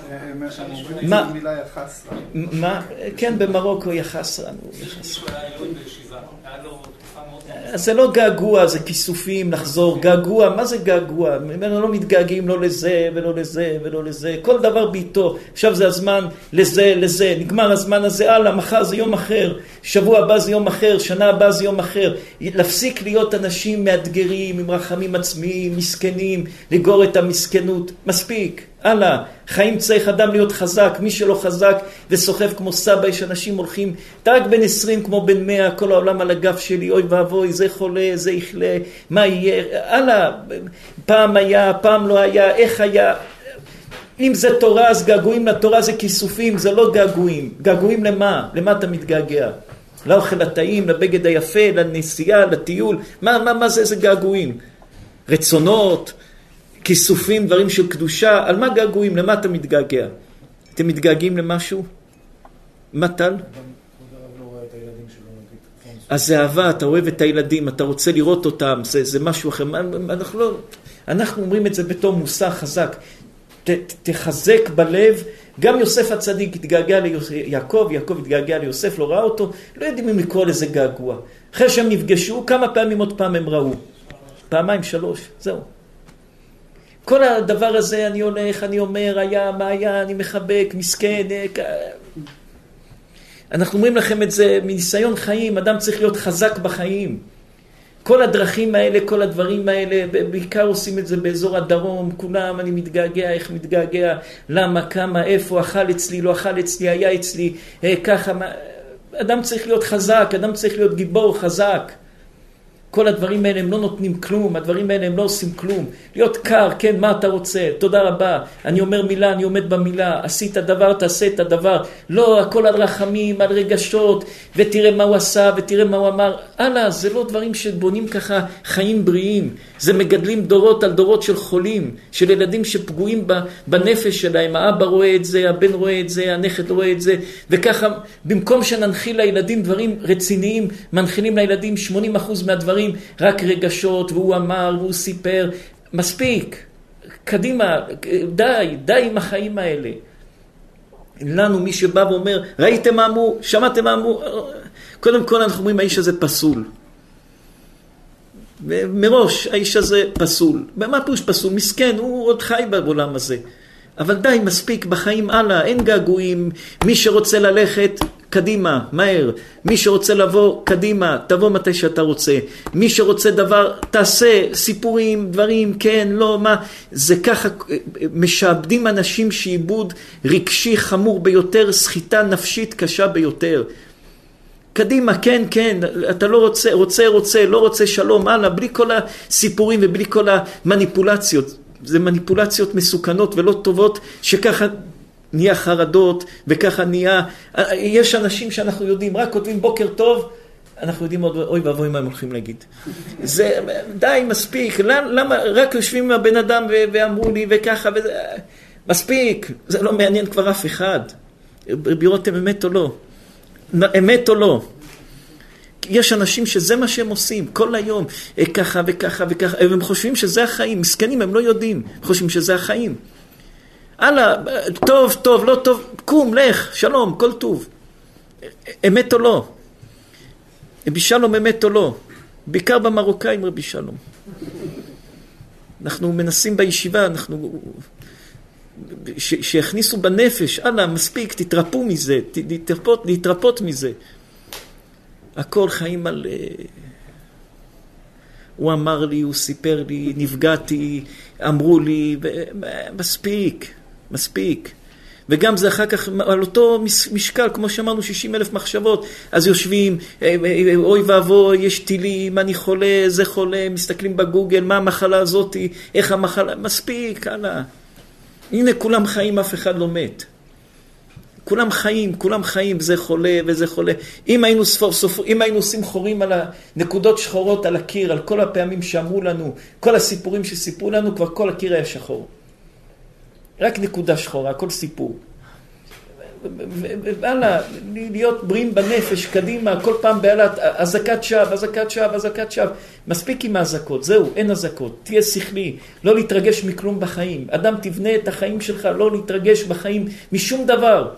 מה? מילה יחסרה. מה? כן, במרוקו יחסרה. מישהו היה אלוהים בישיבה, היה לו תקופה מאוד... זה לא געגוע, זה כיסופים, לחזור. געגוע, מה זה געגוע? ממנו לא מתגעגעים לא לזה ולא לזה ולא לזה. כל דבר בעיתו. עכשיו זה הזמן לזה, לזה. נגמר הזמן הזה, הלאה, מחר זה יום אחר. שבוע הבא זה יום אחר, שנה הבא זה יום אחר. להפסיק להיות אנשים מאתגרים, עם רחמים עצמיים, מסכנים, לגור את המסכנות. מספיק. הלאה, חיים צריך אדם להיות חזק, מי שלא חזק וסוחב כמו סבא, יש אנשים הולכים, אתה רק בן עשרים כמו בן מאה, כל העולם על הגף שלי, אוי ואבוי, זה חולה, זה יחלה, מה יהיה, הלאה, פעם היה, פעם לא היה, איך היה, אם זה תורה, אז געגועים לתורה זה כיסופים, זה לא געגועים. געגועים למה? למה אתה מתגעגע? לאוכל הטעים, לבגד היפה, לנסיעה, לטיול. מה, מה, מה זה, זה געגועים? רצונות, כיסופים, דברים של קדושה. על מה געגועים? למה אתה מתגעגע? אתם מתגעגעים למשהו? מה טל? אז זה אהבה, אתה אוהב את הילדים, אתה רוצה לראות אותם, זה, זה משהו אחר. אנחנו, לא, אנחנו אומרים את זה בתור מושא חזק. ת, תחזק בלב. גם יוסף הצדיק התגעגע ליעקב, יעקב התגעגע ליוסף, לא ראה אותו. לא יודעים אם לקרוא לזה געגוע. אחרי שהם נפגשו, כמה פעמים עוד פעם הם ראו? פעמיים, שלוש, זהו. כל הדבר הזה, אני הולך, אני אומר, היה, מה היה, אני מחבק, מסכן. אנחנו אומרים לכם את זה מניסיון חיים, אדם צריך להיות חזק בחיים. כל הדרכים האלה, כל הדברים האלה, בעיקר עושים את זה באזור הדרום, כולם, אני מתגעגע, איך מתגעגע, למה, כמה, איפה, אכל אצלי, לא אכל אצלי, היה אצלי, אה, ככה, מה... אדם צריך להיות חזק, אדם צריך להיות גיבור חזק. כל הדברים האלה הם לא נותנים כלום, הדברים האלה הם לא עושים כלום. להיות קר, כן, מה אתה רוצה? תודה רבה. אני אומר מילה, אני עומד במילה. עשית דבר, תעשה את הדבר. לא, הכל על רחמים, על רגשות, ותראה מה הוא עשה, ותראה מה הוא אמר. הלאה, זה לא דברים שבונים ככה חיים בריאים. זה מגדלים דורות על דורות של חולים, של ילדים שפגועים בנפש שלהם. האבא רואה את זה, הבן רואה את זה, הנכד רואה את זה. וככה, במקום שננחיל לילדים דברים רציניים, מנחילים לילדים שמונים אחוז מהדברים רק רגשות, והוא אמר, והוא סיפר. מספיק. קדימה, די, די עם החיים האלה. לנו מי שבא ואומר, ראיתם מה אמרו, שמעתם מה אמרו, קודם כל אנחנו אומרים, האיש הזה פסול. מראש, האיש הזה פסול. מה פירוש פסול? מסכן, הוא עוד חי בעולם הזה. אבל די, מספיק, בחיים הלאה, אין געגועים. מי שרוצה ללכת, קדימה, מהר. מי שרוצה לבוא, קדימה, תבוא מתי שאתה רוצה. מי שרוצה דבר, תעשה, סיפורים, דברים, כן, לא, מה. זה ככה, משעבדים אנשים שאיבוד רגשי חמור ביותר, סחיטה נפשית קשה ביותר. קדימה, כן, כן, אתה לא רוצה, רוצה, רוצה, לא רוצה, שלום, הלאה, בלי כל הסיפורים ובלי כל המניפולציות. זה מניפולציות מסוכנות ולא טובות, שככה נהיה חרדות, וככה נהיה... יש אנשים שאנחנו יודעים, רק כותבים בוקר טוב, אנחנו יודעים עוד, אוי ואבוי מה הם הולכים להגיד. זה, די, מספיק. למה רק יושבים עם הבן אדם ואמרו לי וככה, וזה, מספיק. זה לא מעניין כבר אף אחד. בירותם אמת או לא? אמת או לא? יש אנשים שזה מה שהם עושים, כל היום, ככה וככה וככה, והם חושבים שזה החיים, מסכנים, הם לא יודעים, חושבים שזה החיים. הלאה, טוב, טוב, לא טוב, קום, לך, שלום, כל טוב. אמת או לא? רבי שלום אמת או לא? בעיקר במרוקאים רבי שלום. אנחנו מנסים בישיבה, אנחנו... ש... שיכניסו בנפש, הלאה, מספיק, תתרפו מזה, תתרפות, להתרפות מזה. הכל חיים על... הוא אמר לי, הוא סיפר לי, נפגעתי, אמרו לי, מספיק, מספיק. וגם זה אחר כך, על אותו משקל, כמו שאמרנו, שישים אלף מחשבות, אז יושבים, אוי ואבוי, יש טילים, אני חולה, זה חולה, מסתכלים בגוגל, מה המחלה הזאת, איך המחלה, מספיק, הלאה. הנה כולם חיים, אף אחד לא מת. כולם חיים, כולם חיים, זה חולה וזה חולה. אם היינו, ספור, ספור, אם היינו עושים חורים על הנקודות שחורות על הקיר, על כל הפעמים שאמרו לנו, כל הסיפורים שסיפרו לנו, כבר כל הקיר היה שחור. רק נקודה שחורה, כל סיפור. והלאה, להיות בריאים בנפש, קדימה, כל פעם בעלת, הזקת שווא, הזקת שווא, הזקת שווא. מספיק עם ההזקות, זהו, אין הזקות. תהיה שכלי, לא להתרגש מכלום בחיים. אדם תבנה את החיים שלך, לא להתרגש בחיים משום דבר.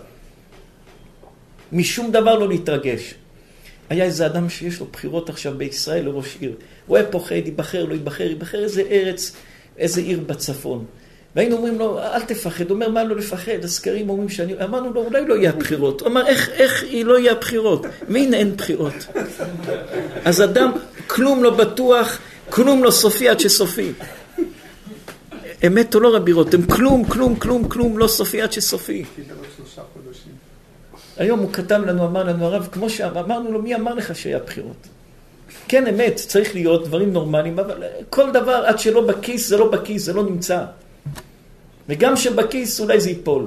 משום דבר לא להתרגש. היה איזה אדם שיש לו בחירות עכשיו בישראל לראש עיר. הוא היה פוחד, ייבחר, לא ייבחר, ייבחר איזה ארץ, איזה עיר בצפון. והיינו אומרים לו, אל תפחד. הוא אומר, מה לא לפחד? הסקרים אומרים שאני... אמרנו לו, אולי לא יהיה בחירות. הוא אמר, איך, איך היא לא יהיה בחירות? והנה אין בחירות. אז אדם, כלום לא בטוח, כלום לא סופי עד שסופי. אמת או לא רבי רותם? כלום, כלום, כלום, כלום לא סופי עד שסופי. היום הוא כתב לנו, אמר לנו הרב, כמו שאמרנו לו, מי אמר לך שהיה בחירות? כן, אמת, צריך להיות דברים נורמליים, אבל כל דבר עד שלא בכיס, זה לא בכיס, זה לא נמצא. וגם שבכיס אולי זה ייפול.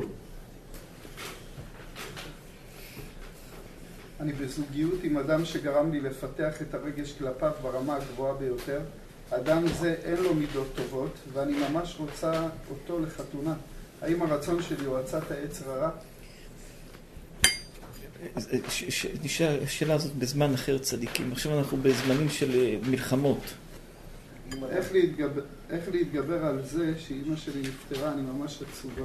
אני בזוגיות עם אדם שגרם לי לפתח את הרגש כלפיו ברמה הגבוהה ביותר. אדם זה אין לו מידות טובות, ואני ממש רוצה אותו לחתונה. האם הרצון שלי הוא עצת היצר הרע? נשאר השאלה הזאת בזמן אחר צדיקים. עכשיו אנחנו בזמנים של מלחמות. איך להתגבר, איך להתגבר על זה שאמא שלי נפטרה? אני ממש עצובה.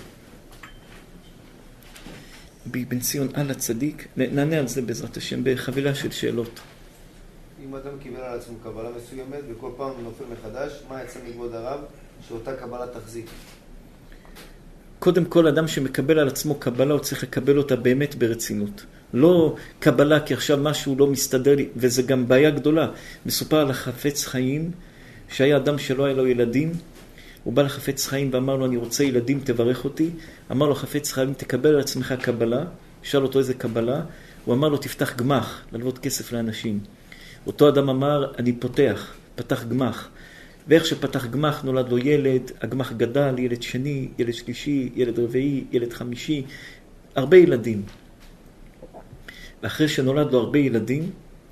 בן ציון על הצדיק, נענה על זה בעזרת השם בחבילה של שאלות. אם אדם קיבל על עצמו קבלה מסוימת וכל פעם נופל מחדש, מה יצא מכבוד הרב שאותה קבלה תחזיק? קודם כל, אדם שמקבל על עצמו קבלה, הוא צריך לקבל אותה באמת ברצינות. לא קבלה כי עכשיו משהו לא מסתדר לי, וזה גם בעיה גדולה. מסופר על החפץ חיים, שהיה אדם שלא היה לו ילדים, הוא בא לחפץ חיים ואמר לו, אני רוצה ילדים, תברך אותי. אמר לו, חפץ חיים, תקבל על עצמך קבלה. שאל אותו איזה קבלה. הוא אמר לו, תפתח גמח, ללוות כסף לאנשים. אותו אדם אמר, אני פותח, פתח גמח. ואיך שפתח גמח נולד לו ילד, הגמח גדל, ילד שני, ילד שלישי, ילד רביעי, ילד חמישי, הרבה ילדים. ואחרי שנולד לו הרבה ילדים,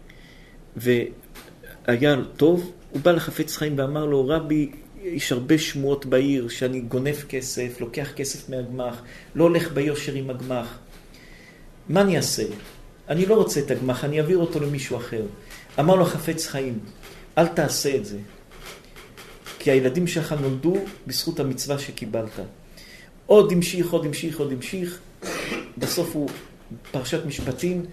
והיה טוב, הוא בא לחפץ חיים ואמר לו, רבי, יש הרבה שמועות בעיר שאני גונב כסף, לוקח כסף מהגמח, לא הולך ביושר עם הגמח. מה אני אעשה? אני לא רוצה את הגמח, אני אעביר אותו למישהו אחר. אמר לו חפץ חיים, אל תעשה את זה. כי הילדים שלך נולדו בזכות המצווה שקיבלת. עוד המשיך, עוד המשיך, עוד המשיך. בסוף הוא, פרשת משפטים,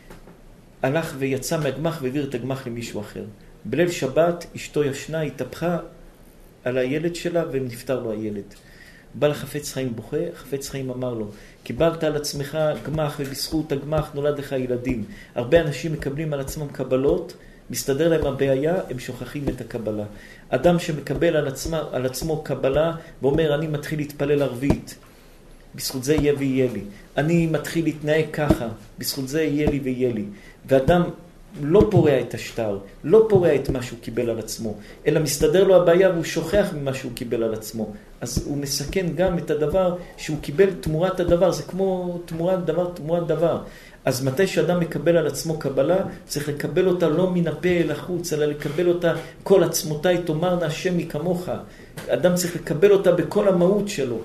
הלך ויצא מהגמח והעביר את הגמח למישהו אחר. בליל שבת אשתו ישנה, התהפכה על הילד שלה ונפטר לו הילד. בא לחפץ חיים בוכה, חפץ חיים אמר לו, קיבלת על עצמך גמח ובזכות הגמח נולד לך ילדים. הרבה אנשים מקבלים על עצמם קבלות, מסתדר להם הבעיה, הם שוכחים את הקבלה. אדם שמקבל על עצמו, על עצמו קבלה ואומר, אני מתחיל להתפלל ערבית, בזכות זה יהיה ויהיה לי. אני מתחיל להתנהג ככה, בזכות זה יהיה לי ויהיה לי. ואדם לא פורע את השטר, לא פורע את מה שהוא קיבל על עצמו, אלא מסתדר לו הבעיה והוא שוכח ממה שהוא קיבל על עצמו. אז הוא מסכן גם את הדבר שהוא קיבל תמורת הדבר, זה כמו תמורת דבר, תמורת דבר. אז מתי שאדם מקבל על עצמו קבלה, צריך לקבל אותה לא מן הפה אל החוץ, אלא לקבל אותה כל עצמותיי תאמרנה השם מכמוך. אדם צריך לקבל אותה בכל המהות שלו.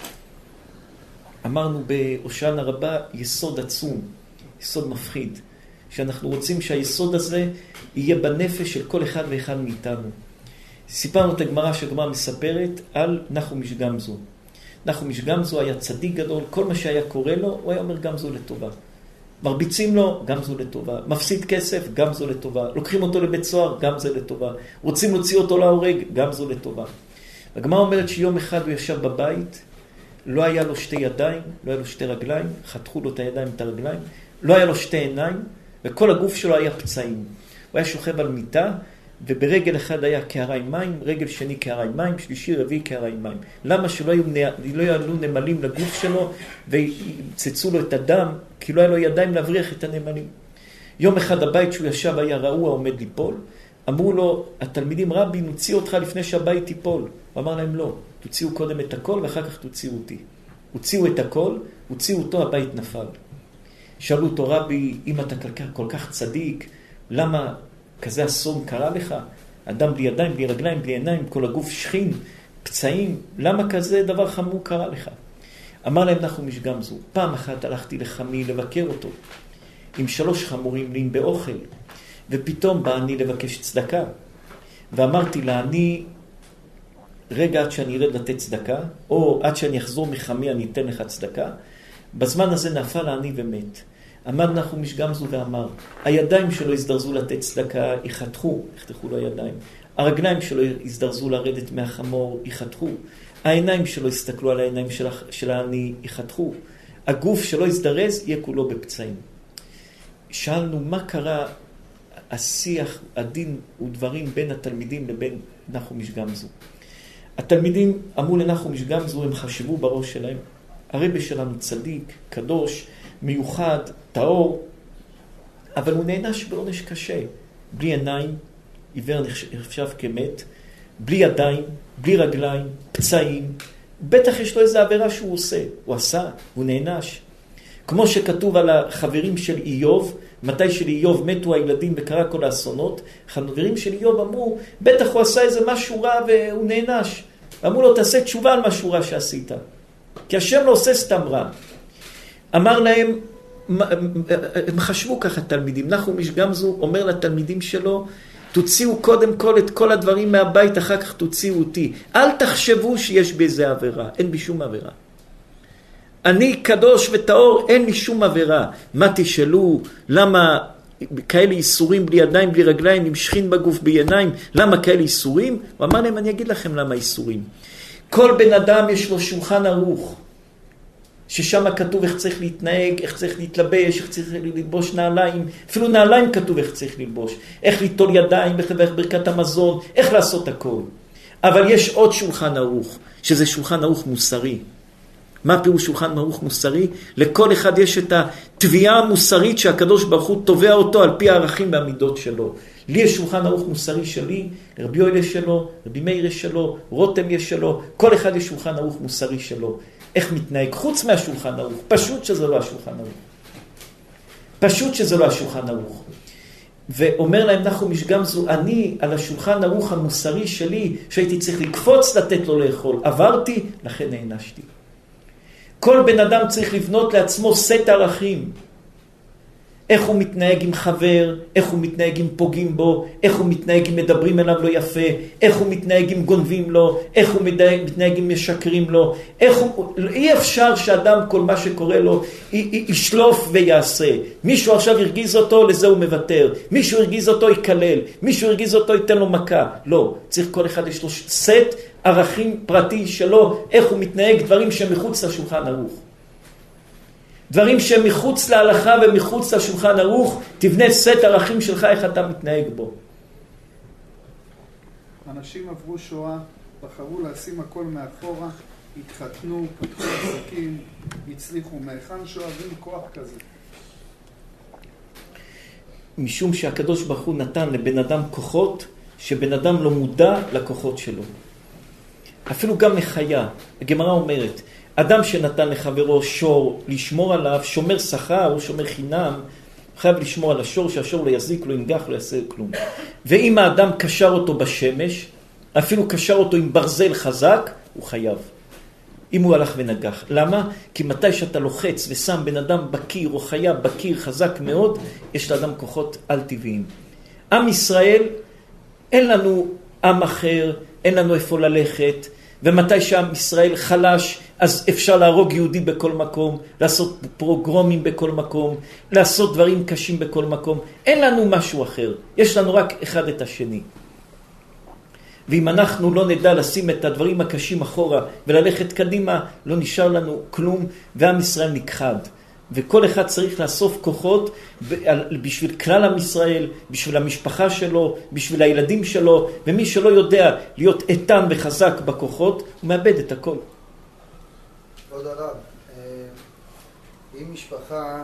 אמרנו בהושענא רבה יסוד עצום, יסוד מפחיד, שאנחנו רוצים שהיסוד הזה יהיה בנפש של כל אחד ואחד מאיתנו. סיפרנו את הגמרא שהגמרא מספרת על נחום איש גמזו. נחום איש גמזו היה צדיק גדול, כל מה שהיה קורה לו, הוא היה אומר גמזו לטובה. מרביצים לו, גם זו לטובה. מפסיד כסף, גם זו לטובה. לוקחים אותו לבית סוהר, גם זה לטובה. רוצים להוציא אותו להורג, גם זו לטובה. הגמרא אומרת שיום אחד הוא ישב בבית, לא היה לו שתי ידיים, לא היה לו שתי רגליים, חתכו לו את הידיים את הרגליים, לא היה לו שתי עיניים, וכל הגוף שלו היה פצעים. הוא היה שוכב על מיטה, וברגל אחד היה קערה עם מים, רגל שני קערה עם מים, שלישי רביעי קערה עם מים. למה שלא היו, לא יעלו נמלים לגוף שלו ויצצו לו את הדם? כי לא היה לו ידיים להבריח את הנמלים. יום אחד הבית שהוא ישב היה רעוע עומד ליפול. אמרו לו, התלמידים רבי, נוציא אותך לפני שהבית ייפול. הוא אמר להם לא, תוציאו קודם את הכל ואחר כך תוציאו אותי. הוציאו את הכל, הוציאו אותו, הבית נפל. שאלו אותו רבי, אם אתה כל כך צדיק, למה כזה אסון קרה לך? אדם בלי ידיים, בלי רגליים, בלי עיניים, כל הגוף שכין, פצעים, למה כזה דבר חמור קרה לך? אמר להם נחום איש גמזו, פעם אחת הלכתי לחמי לבקר אותו, עם שלוש חמורים לי באוכל, ופתאום בא אני לבקש צדקה, ואמרתי לה, אני רגע עד שאני ארד לתת צדקה, או עד שאני אחזור מחמי אני אתן לך צדקה, בזמן הזה נפל העני ומת. עמד נחום איש גמזו ואמר, הידיים שלו הזדרזו לתת צדקה, יחתכו, יחתכו לו הידיים. הרגליים שלו הזדרזו לרדת מהחמור, יחתכו. העיניים שלו הסתכלו על העיניים של, של העני, יחתכו. הגוף שלו הזדרז, יהיה כולו בפצעים. שאלנו מה קרה השיח, הדין ודברים בין התלמידים לבין נחום איש גמזו. התלמידים אמרו לנחום איש גמזו, הם חשבו בראש שלהם, הרבי שלנו צדיק, קדוש, מיוחד, טהור, אבל הוא נענש בעונש קשה. בלי עיניים, עיוור נחשב כמת, בלי ידיים, בלי רגליים, פצעים, בטח יש לו איזו עבירה שהוא עושה. הוא עשה, הוא נענש. כמו שכתוב על החברים של איוב, מתי של איוב מתו הילדים וקרה כל האסונות, החברים של איוב אמרו, בטח הוא עשה איזה משהו רע והוא נענש. אמרו לו, תעשה תשובה על משהו רע שעשית. כי השם לא עושה סתם רע. אמר להם, הם חשבו ככה תלמידים, נחום איש גמזו אומר לתלמידים שלו, תוציאו קודם כל את כל הדברים מהבית, אחר כך תוציאו אותי. אל תחשבו שיש בי איזה עבירה, אין בי שום עבירה. אני קדוש וטהור, אין לי שום עבירה. מה תשאלו, למה כאלה איסורים בלי ידיים, בלי רגליים, עם שכין בגוף בעיניים, למה כאלה איסורים? הוא אמר להם, אני אגיד לכם למה איסורים. כל בן אדם יש לו שולחן ערוך, ששם כתוב איך צריך להתנהג, איך צריך להתלבש, איך צריך ללבוש נעליים, אפילו נעליים כתוב איך צריך ללבוש, איך ליטול ידיים, איך לברך ברכת המזון, איך לעשות הכל. אבל יש עוד שולחן ערוך, שזה שולחן ערוך מוסרי. מה פירוש שולחן ערוך מוסרי? לכל אחד יש את התביעה המוסרית שהקדוש ברוך הוא תובע אותו על פי הערכים והמידות שלו. לי יש שולחן ערוך מוסרי שלי, רבי יואל יש שלו, רבי מאיר יש שלו, רותם יש שלו, כל אחד יש שולחן ערוך מוסרי שלו. איך מתנהג חוץ מהשולחן ערוך? פשוט שזה לא השולחן ערוך. פשוט שזה לא השולחן ערוך. ואומר להם נחום איש גמזו, אני על השולחן ערוך המוסרי שלי, שהייתי צריך לקפוץ לתת לו לאכול, עברתי, לכן נענשתי. כל בן אדם צריך לבנות לעצמו סט ערכים. איך הוא מתנהג עם חבר, איך הוא מתנהג עם פוגעים בו, איך הוא מתנהג עם מדברים אליו לא יפה, איך הוא מתנהג עם גונבים לו, איך הוא מתנהג עם משקרים לו, איך הוא... אי אפשר שאדם כל מה שקורה לו י- י- ישלוף ויעשה. מישהו עכשיו ירגיז אותו, לזה הוא מוותר. מישהו ירגיז אותו, יקלל. מישהו ירגיז אותו, ייתן לו מכה. לא, צריך כל אחד יש לו סט ערכים פרטי שלו, איך הוא מתנהג, דברים שמחוץ לשולחן ערוך. דברים שמחוץ להלכה ומחוץ לשולחן ערוך, תבנה סט ערכים שלך איך אתה מתנהג בו. אנשים עברו שואה, בחרו לשים הכל מאחורה, התחתנו, פתחו עסקים, הצליחו. מהיכן שואבים כוח כזה? משום שהקדוש ברוך הוא נתן לבן אדם כוחות, שבן אדם לא מודע לכוחות שלו. אפילו גם מחיה. הגמרא אומרת, אדם שנתן לחברו שור, לשמור עליו, שומר שכר או שומר חינם, חייב לשמור על השור, שהשור לא יזיק, לא ינגח, לא יעשה כלום. ואם האדם קשר אותו בשמש, אפילו קשר אותו עם ברזל חזק, הוא חייב. אם הוא הלך ונגח. למה? כי מתי שאתה לוחץ ושם בן אדם בקיר או חיה בקיר חזק מאוד, יש לאדם כוחות על טבעיים. עם ישראל, אין לנו עם אחר, אין לנו איפה ללכת, ומתי שעם ישראל חלש, אז אפשר להרוג יהודי בכל מקום, לעשות פרוגרומים בכל מקום, לעשות דברים קשים בכל מקום. אין לנו משהו אחר. יש לנו רק אחד את השני. ואם אנחנו לא נדע לשים את הדברים הקשים אחורה וללכת קדימה, לא נשאר לנו כלום, ועם ישראל נכחד. וכל אחד צריך לאסוף כוחות בשביל כלל עם ישראל, בשביל המשפחה שלו, בשביל הילדים שלו, ומי שלא יודע להיות איתן וחזק בכוחות, הוא מאבד את הכל. כבוד הרב, אם משפחה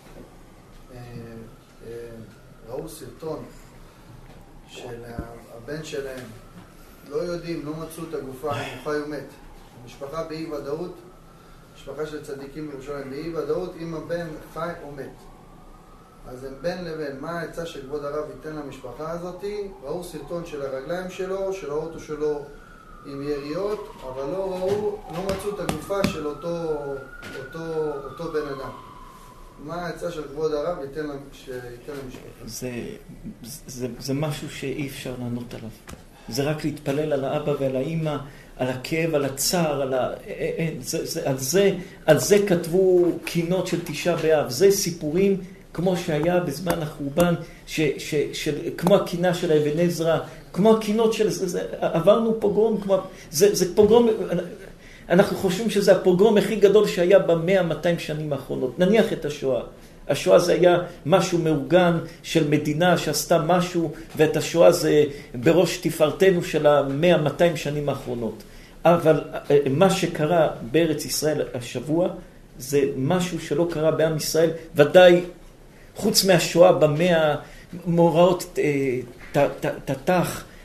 ראו סרטון של הבן שלהם, לא יודעים, לא מצאו את הגופה, הוא חי ומת. משפחה באי ודאות, משפחה של צדיקים בירושלים, באי ודאות, אם הבן חי או מת. אז הם בין לבין, מה העצה שכבוד הרב ייתן למשפחה הזאת? ראו סרטון של הרגליים שלו, של האוטו שלו עם יריות, אבל לא ראו, לא מצאו את הגופה של אותו, אותו, אותו בן אדם. מה העצה של כבוד הרב ייתן למשפחה? זה, זה, זה משהו שאי אפשר לענות עליו. זה רק להתפלל על האבא ועל האמא, על הכאב, על הצער, על, ה... זה, זה, על, זה, על זה כתבו קינות של תשעה באב. זה סיפורים כמו שהיה בזמן החורבן, ש, ש, של, כמו הקינה של אבן עזרא, כמו הקינות של... זה, זה, עברנו פוגרום, כמו, זה, זה פוגרום... אנחנו חושבים שזה הפוגרום הכי גדול שהיה במאה מאתיים שנים האחרונות. נניח את השואה. השואה זה היה משהו מאורגן של מדינה שעשתה משהו, ואת השואה זה בראש תפארתנו של המאה מאתיים שנים האחרונות. אבל מה שקרה בארץ ישראל השבוע, זה משהו שלא קרה בעם ישראל, ודאי חוץ מהשואה במאה מאורעות תתח,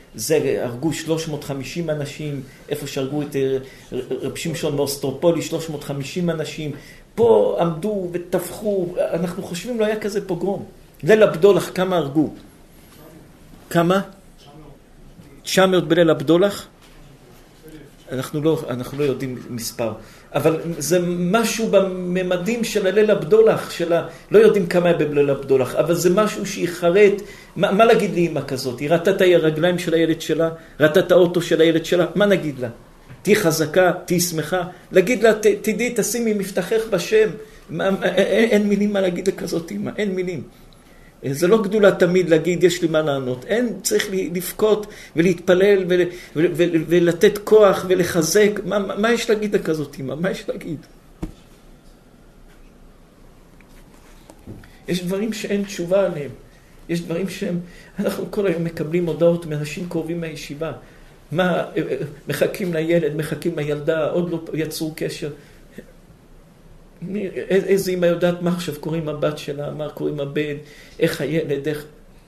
זה הרגו שלוש מאות וחמישים אנשים, איפה שהרגו את רב שמשון מאוסטרופולי, שלוש מאות וחמישים אנשים. פה עמדו וטבחו, אנחנו חושבים לא היה כזה פוגרום. ליל הבדולח, כמה הרגו? כמה? תשע מאות בליל הבדולח? אנחנו לא, אנחנו לא יודעים מספר. אבל זה משהו בממדים של הליל הבדולח, של ה... לא יודעים כמה היה בליל הבדולח, אבל זה משהו שיחרט. מה, מה להגיד לאמא כזאת? היא ראתה את הרגליים של הילד שלה, ראתה את האוטו של הילד שלה, מה נגיד לה? תהי חזקה, תהי שמחה. להגיד לה, ת, תדעי, תשימי מבטחך בשם. מה, אין, אין מילים מה להגיד לכזאת אמא, אין מילים. זה לא גדולה תמיד להגיד, יש לי מה לענות. אין, צריך לפקות ולהתפלל ול, ול, ול, ולתת כוח ולחזק. מה, מה יש להגיד לכזאת אמא? מה יש להגיד? יש דברים שאין תשובה עליהם. יש דברים שהם, אנחנו כל היום מקבלים הודעות מאנשים קרובים מהישיבה. מה, מחכים לילד, מחכים לילדה, עוד לא יצרו קשר. איזה אמא יודעת מה עכשיו קוראים הבת שלה, מה קוראים הבן, איך הילד, איך...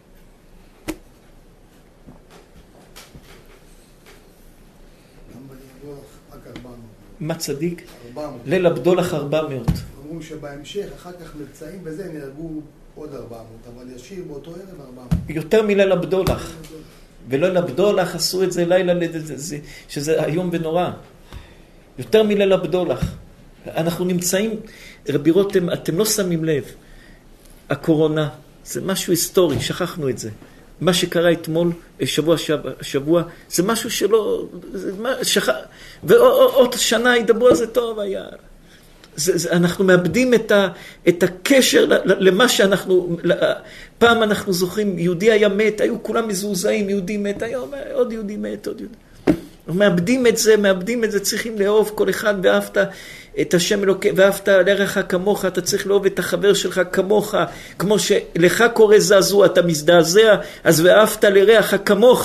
מה צדיק? ארבע מאות. ליל הבדולח ארבע מאות. אמרו שבהמשך, אחר כך מבצעים בזה, נהרגו עוד ארבע מאות, אבל ישיר באותו ערב ארבע מאות. יותר מליל הבדולח. וליל הבדולח עשו את זה לילה, שזה היום ונורא. יותר מליל הבדולח. אנחנו נמצאים, רבי רותם, אתם לא שמים לב, הקורונה, זה משהו היסטורי, שכחנו את זה. מה שקרה אתמול, שבוע, שבוע, שבוע זה משהו שלא, זה, שכח... ועוד שנה ידברו על זה טוב, היה... זה, זה, אנחנו מאבדים את, ה, את הקשר למה שאנחנו, פעם אנחנו זוכרים, יהודי היה מת, היו כולם מזועזעים, יהודי מת, היום עוד יהודי מת, עוד יהודי. מאבדים את זה, מאבדים את זה, צריכים לאהוב כל אחד, ואהבת את השם אלוקי, ואהבת לרעך כמוך, אתה צריך לאהוב את החבר שלך כמוך, כמו שלך קורא זעזוע, אתה מזדעזע, אז ואהבת לרעך כמוך.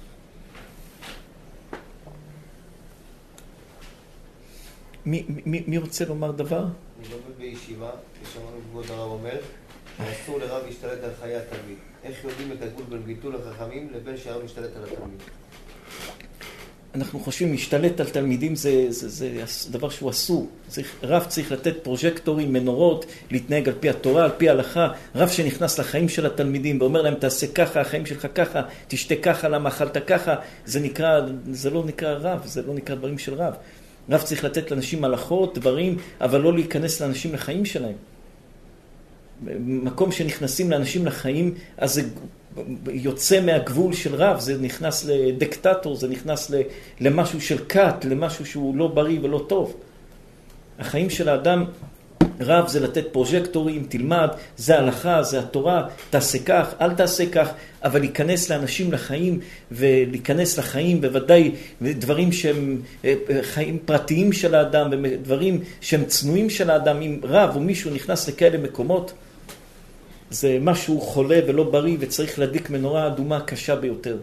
מי, מי, מי רוצה לומר דבר? אני לומד בישיבה, ושמענו כבוד הרב אומר, אסור לרב להשתלט על חיי התלמיד. איך יודעים את הגבול בין ביטול החכמים לבין שהרב להשתלט על התלמיד? אנחנו חושבים, להשתלט על תלמידים זה, זה, זה דבר שהוא אסור. צריך, רב צריך לתת פרוז'קטורים, מנורות, להתנהג על פי התורה, על פי ההלכה. רב שנכנס לחיים של התלמידים ואומר להם, תעשה ככה, החיים שלך ככה, תשתה ככה, למה אכלת ככה. זה נקרא, זה לא נקרא רב, זה לא נקרא דברים של רב. רב צריך לתת לאנשים הלכות, דברים, אבל לא להיכנס לאנשים לחיים שלהם. מקום שנכנסים לאנשים לחיים, אז זה יוצא מהגבול של רב, זה נכנס לדקטטור, זה נכנס למשהו של קט, למשהו שהוא לא בריא ולא טוב. החיים של האדם, רב זה לתת פרוז'קטורים, תלמד, זה הלכה, זה התורה, תעשה כך, אל תעשה כך, אבל להיכנס לאנשים לחיים, ולהיכנס לחיים, בוודאי דברים שהם חיים פרטיים של האדם, ודברים שהם צנועים של האדם, אם רב או מישהו נכנס לכאלה מקומות, זה משהו חולה ולא בריא, וצריך להדליק מנורה אדומה קשה ביותר.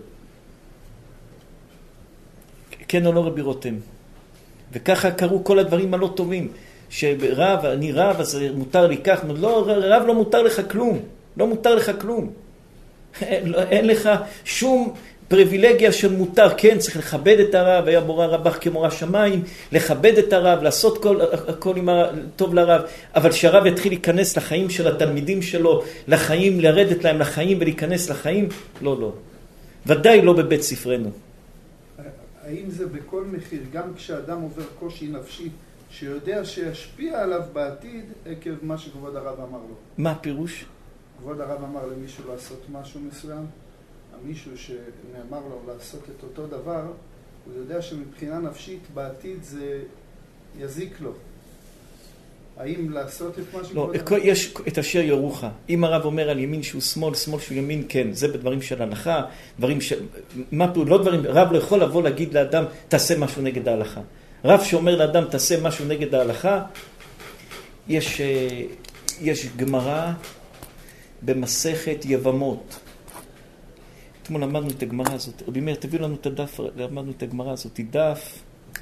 כן או לא רבי רותם? וככה קרו כל הדברים הלא טובים. שרב, אני רב, אז מותר לי כך. לא, רב לא מותר לך כלום. לא מותר לך כלום. אין, אין לך שום פריבילגיה של מותר. כן, צריך לכבד את הרב, היה מורה רבך כמורה שמיים, לכבד את הרב, לעשות כל, כל עם טוב לרב. אבל שהרב יתחיל להיכנס לחיים של התלמידים שלו, לחיים, לרדת להם לחיים ולהיכנס לחיים, לא, לא. ודאי לא בבית ספרנו. האם זה בכל מחיר, גם כשאדם עובר קושי נפשי, שיודע שישפיע עליו בעתיד עקב מה שכבוד הרב אמר לו? מה הפירוש? כבוד הרב אמר למישהו לעשות משהו מסוים, המישהו שנאמר לו לעשות את אותו דבר, הוא יודע שמבחינה נפשית בעתיד זה יזיק לו. האם לעשות את מה שכבוד הרב? לא, יש את אשר יורוך. אם הרב אומר על ימין שהוא שמאל, שמאל שהוא ימין, כן, זה בדברים של הלכה, דברים של... מה פירוש? לא דברים, רב לא יכול לבוא להגיד לאדם, תעשה משהו נגד ההלכה. רב שאומר לאדם, תעשה משהו נגד ההלכה, יש, יש גמרא במסכת יבמות. אתמול למדנו את הגמרא הזאת. רבי מאיר, תביאו לנו את הדף, למדנו את הגמרא הזאת. דף.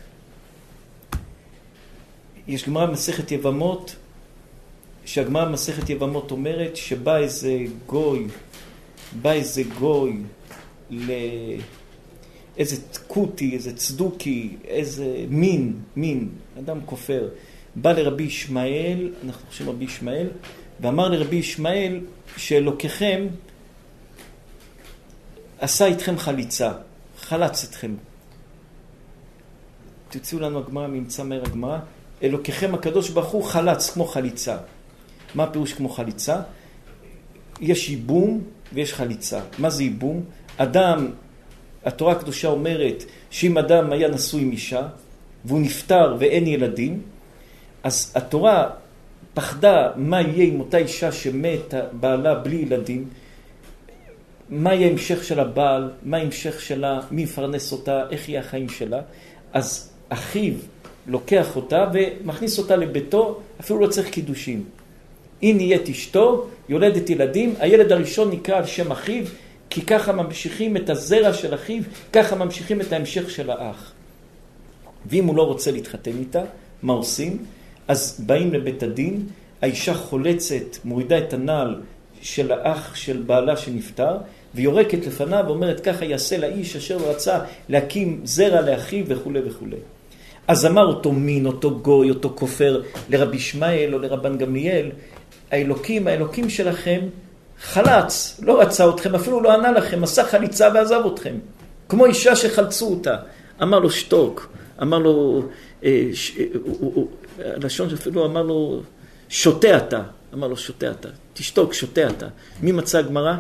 יש גמרא במסכת יבמות, שהגמרא במסכת יבמות אומרת שבא איזה גוי, בא איזה גוי ל... איזה קוטי, איזה צדוקי, איזה מין, מין, אדם כופר. בא לרבי ישמעאל, אנחנו חושבים רבי ישמעאל, ואמר לרבי ישמעאל שאלוקיכם עשה איתכם חליצה, חלץ אתכם. תוציאו לנו הגמרא, ממצא מהר הגמרא. אלוקיכם הקדוש ברוך הוא חלץ כמו חליצה. מה הפירוש כמו חליצה? יש ייבום ויש חליצה. מה זה ייבום? אדם, התורה הקדושה אומרת שאם אדם היה נשוי עם אישה והוא נפטר ואין ילדים, אז התורה פחדה מה יהיה עם אותה אישה שמת בעלה בלי ילדים, מה יהיה המשך של הבעל, מה המשך שלה, מי יפרנס אותה, איך יהיה החיים שלה. אז אחיו לוקח אותה ומכניס אותה לביתו, אפילו לא צריך קידושים. היא נהיית אשתו, יולדת ילדים, הילד הראשון נקרא על שם אחיו, כי ככה ממשיכים את הזרע של אחיו, ככה ממשיכים את ההמשך של האח. ואם הוא לא רוצה להתחתן איתה, מה עושים? אז באים לבית הדין, האישה חולצת, מורידה את הנעל של האח של בעלה שנפטר, ויורקת לפניו ואומרת ככה יעשה לאיש אשר רצה להקים זרע לאחיו וכו' וכו'. אז אמר אותו מין, אותו גוי, אותו כופר לרבי ישמעאל או לרבן גמליאל, האלוקים, האלוקים שלכם חלץ, לא רצה אתכם, אפילו לא ענה לכם, עשה חליצה ועזב אתכם. כמו אישה שחלצו אותה. אמר לו שתוק, אמר לו, אה, ש, אה, הוא, הוא, הלשון שאפילו אמר לו, שותה אתה. אמר לו, שותה אתה. תשתוק, שותה אתה. מי מצא הגמרא?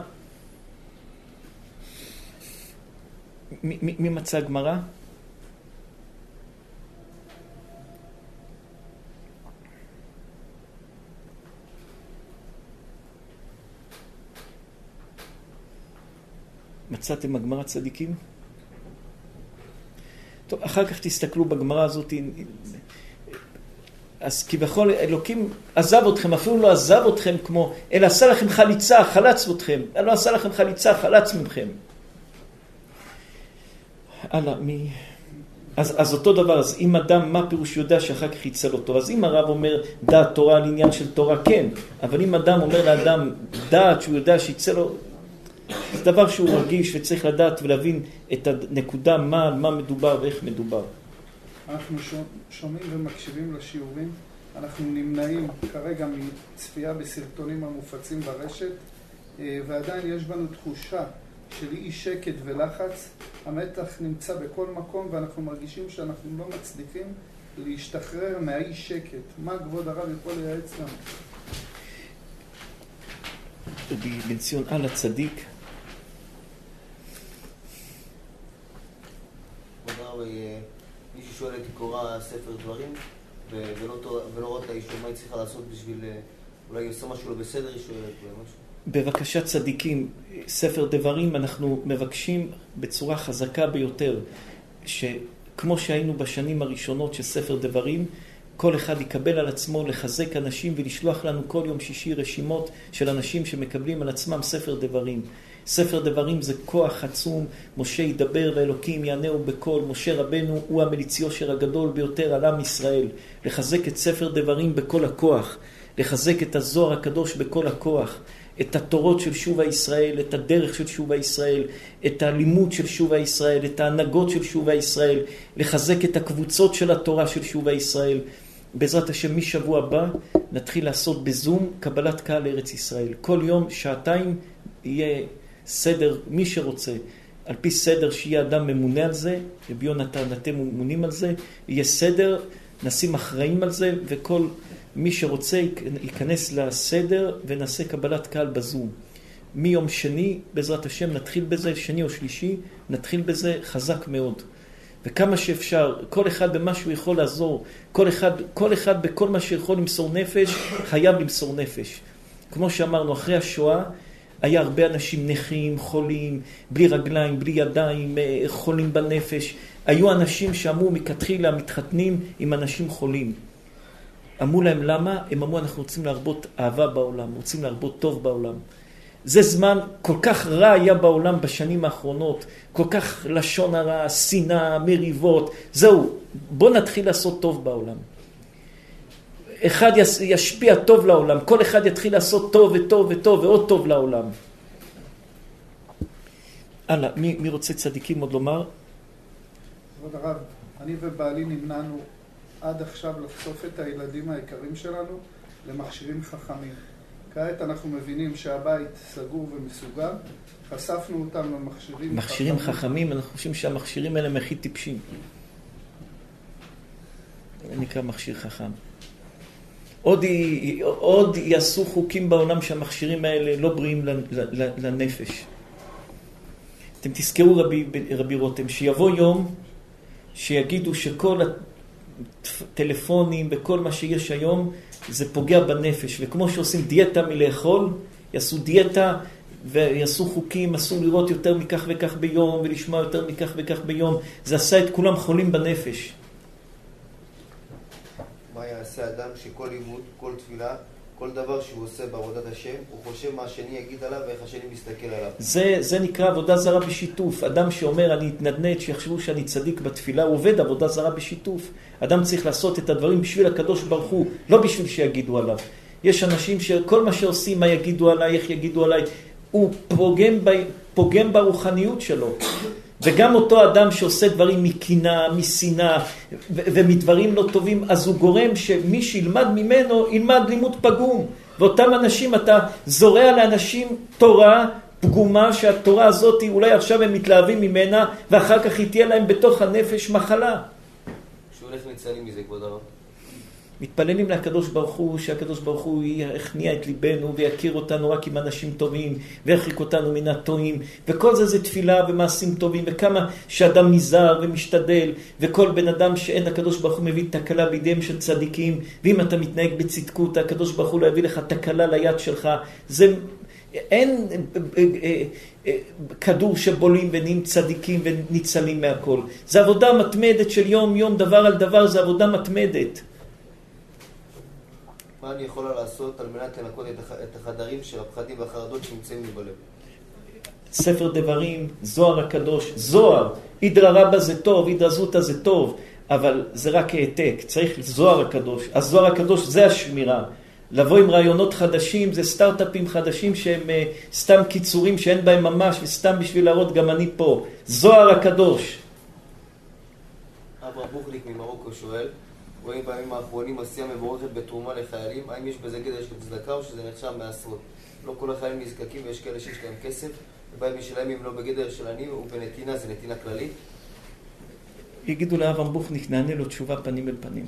מי, מי, מי מצא הגמרא? מצאתם הגמרא צדיקים? טוב, אחר כך תסתכלו בגמרא הזאת. אז כבכל אלוקים עזב אתכם, אפילו לא עזב אתכם כמו, אלא עשה לכם חליצה, חלץ אתכם. לא עשה לכם חליצה, חלץ מכם. הלאה, מי... אז, אז אותו דבר, אז אם אדם, מה פירוש יודע שאחר כך יצל אותו? אז אם הרב אומר דעת תורה על עניין של תורה, כן. אבל אם אדם אומר לאדם דעת שהוא יודע שיצל לו, זה דבר שהוא מרגיש וצריך לדעת ולהבין את הנקודה, מה, מה מדובר ואיך מדובר. אנחנו שומעים ומקשיבים לשיעורים, אנחנו נמנעים כרגע מצפייה בסרטונים המופצים ברשת, ועדיין יש בנו תחושה של אי שקט ולחץ, המתח נמצא בכל מקום ואנחנו מרגישים שאנחנו לא מצליחים להשתחרר מהאי שקט. מה כבוד הרב יכול לייעץ לנו? בן ציון על הצדיק. כבוד הרב, מישהו שואל את קורא ספר דברים ולא רואה את האישור, מה היא צריכה לעשות בשביל, אולי עושה משהו לא בסדר, היא שואלת משהו? בבקשת צדיקים, ספר דברים, אנחנו מבקשים בצורה חזקה ביותר, שכמו שהיינו בשנים הראשונות של ספר דברים, כל אחד יקבל על עצמו לחזק אנשים ולשלוח לנו כל יום שישי רשימות של אנשים שמקבלים על עצמם ספר דברים. ספר דברים זה כוח עצום, משה ידבר ואלוקים יענהו בקול, משה רבנו הוא המליץ יושר הגדול ביותר על עם ישראל, לחזק את ספר דברים בכל הכוח, לחזק את הזוהר הקדוש בכל הכוח, את התורות של שובה ישראל, את הדרך של שובה ישראל, את הלימוד של שובה ישראל, את ההנהגות של שובה ישראל, לחזק את הקבוצות של התורה של שובה ישראל. בעזרת השם משבוע הבא נתחיל לעשות בזום קבלת קהל לארץ ישראל. כל יום שעתיים יהיה סדר, מי שרוצה, על פי סדר שיהיה אדם ממונה על זה, רבי יונתן אתם ממונים על זה, יהיה סדר, נשים אחראים על זה, וכל מי שרוצה ייכנס לסדר ונעשה קבלת קהל בזום. מיום שני, בעזרת השם, נתחיל בזה, שני או שלישי, נתחיל בזה חזק מאוד. וכמה שאפשר, כל אחד במה שהוא יכול לעזור, כל אחד, כל אחד בכל מה שיכול למסור נפש, חייב למסור נפש. כמו שאמרנו, אחרי השואה, היה הרבה אנשים נכים, חולים, בלי רגליים, בלי ידיים, חולים בנפש. היו אנשים שאמרו מכתחילה מתחתנים עם אנשים חולים. אמרו להם למה? הם אמרו אנחנו רוצים להרבות אהבה בעולם, רוצים להרבות טוב בעולם. זה זמן כל כך רע היה בעולם בשנים האחרונות, כל כך לשון הרע, שנאה, מריבות. זהו, בוא נתחיל לעשות טוב בעולם. אחד ישפיע טוב לעולם, כל אחד יתחיל לעשות טוב וטוב וטוב ועוד טוב לעולם. הלאה, מי, מי רוצה צדיקים עוד לומר? כבוד הרב, אני ובעלי נמנענו עד עכשיו לחשוף את הילדים היקרים שלנו למכשירים חכמים. כעת אנחנו מבינים שהבית סגור ומסוגל, חשפנו אותם למכשירים מכשירים חכמים. חכמים, אנחנו חושבים שהמכשירים האלה הם הכי טיפשים. זה נקרא מכשיר חכם. עוד, י... עוד יעשו חוקים בעולם שהמכשירים האלה לא בריאים לנפש. אתם תזכרו רבי, רבי רותם, שיבוא יום שיגידו שכל הטלפונים וכל מה שיש היום זה פוגע בנפש, וכמו שעושים דיאטה מלאכול, יעשו דיאטה ויעשו חוקים, אסור לראות יותר מכך וכך ביום ולשמוע יותר מכך וכך ביום. זה עשה את כולם חולים בנפש. מה יעשה אדם שכל לימוד, כל תפילה, כל דבר שהוא עושה בעבודת השם, הוא חושב מה השני יגיד עליו ואיך השני מסתכל עליו? זה, זה נקרא עבודה זרה בשיתוף. אדם שאומר אני אתנדנד, שיחשבו שאני צדיק בתפילה, הוא עובד עבודה זרה בשיתוף. אדם צריך לעשות את הדברים בשביל הקדוש ברוך הוא, לא בשביל שיגידו עליו. יש אנשים שכל מה שעושים, מה יגידו עליי, איך יגידו עליי, הוא פוגם, ב, פוגם ברוחניות שלו. וגם אותו אדם שעושה דברים מקינה, משנאה ו- ומדברים לא טובים, אז הוא גורם שמי שילמד ממנו ילמד לימוד פגום. ואותם אנשים, אתה זורע לאנשים תורה פגומה, שהתורה הזאת אולי עכשיו הם מתלהבים ממנה, ואחר כך היא תהיה להם בתוך הנפש מחלה. שהולך לצלים מזה, כבוד הרב? מתפללים לקדוש ברוך הוא, שהקדוש ברוך הוא יכניע את ליבנו ויכיר אותנו רק עם אנשים טובים ויחריק אותנו מן הטועים, וכל זה זה תפילה ומעשים טובים, וכמה שאדם נזהר ומשתדל, וכל בן אדם שאין הקדוש ברוך הוא מביא תקלה בידיהם של צדיקים, ואם אתה מתנהג בצדקות הקדוש ברוך הוא לא יביא לך תקלה ליד שלך. זה אין כדור שבולים ונהיים צדיקים וניצלים מהכל. זה עבודה מתמדת של יום יום, דבר על דבר, זה עבודה מתמדת. מה אני יכולה לעשות על מנת לנקות את החדרים של הפחדים והחרדות שנמצאים לי בלב? ספר דברים, זוהר הקדוש, זוהר, אידרא רבא זה טוב, אידרא זוטא זה טוב, אבל זה רק העתק, צריך זוהר הקדוש. הזוהר הקדוש זה השמירה. לבוא עם רעיונות חדשים, זה סטארט-אפים חדשים שהם uh, סתם קיצורים שאין בהם ממש, וסתם בשביל להראות גם אני פה. זוהר הקדוש. אברהם בוכניק ממרוקו שואל, רואים בימים האחרונים עשייה מבורכת בתרומה לחיילים, האם יש בזה גדר של צדקה או שזה נחשב מעשרות? לא כל החיילים נזקקים ויש כאלה שיש להם כסף, ובהם משלהם אם לא בגדר של עני ובנתינה, זה נתינה כללית? יגידו לאברהם בוכניק, נענה לו תשובה פנים אל פנים.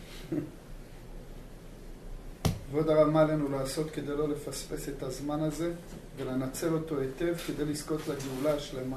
כבוד הרב, מה עלינו לעשות כדי לא לפספס את הזמן הזה ולנצל אותו היטב כדי לזכות לגאולה השלמה?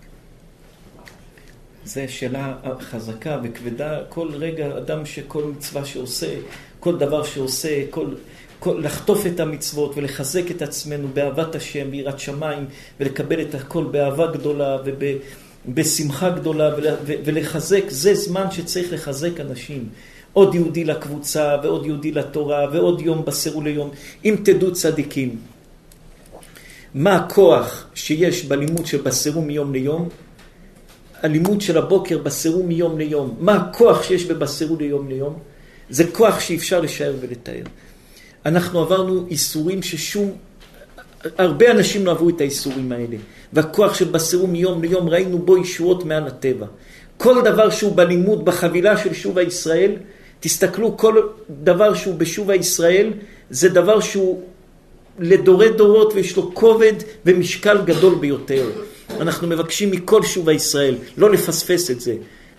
זו שאלה חזקה וכבדה. כל רגע אדם שכל מצווה שעושה, כל דבר שעושה, כל, כל, לחטוף את המצוות ולחזק את עצמנו באהבת השם, ביראת שמיים, ולקבל את הכל באהבה גדולה ובשמחה גדולה ולחזק, זה זמן שצריך לחזק אנשים. עוד יהודי לקבוצה ועוד יהודי לתורה ועוד יום בסירו ליום. אם תדעו צדיקים מה הכוח שיש בלימוד של בסירו מיום ליום, הלימוד של הבוקר בסירו מיום ליום, מה הכוח שיש בבסירו ליום ליום, זה כוח שאפשר לשער ולתאר. אנחנו עברנו איסורים ששום, הרבה אנשים לא עברו את האיסורים האלה, והכוח של בסירו מיום ליום ראינו בו ישועות מעל הטבע. כל דבר שהוא בלימוד, בחבילה של שובה ישראל, תסתכלו, כל דבר שהוא בשובה ישראל, זה דבר שהוא לדורי דורות ויש לו כובד ומשקל גדול ביותר. אנחנו מבקשים מכל שובה ישראל לא לפספס את זה.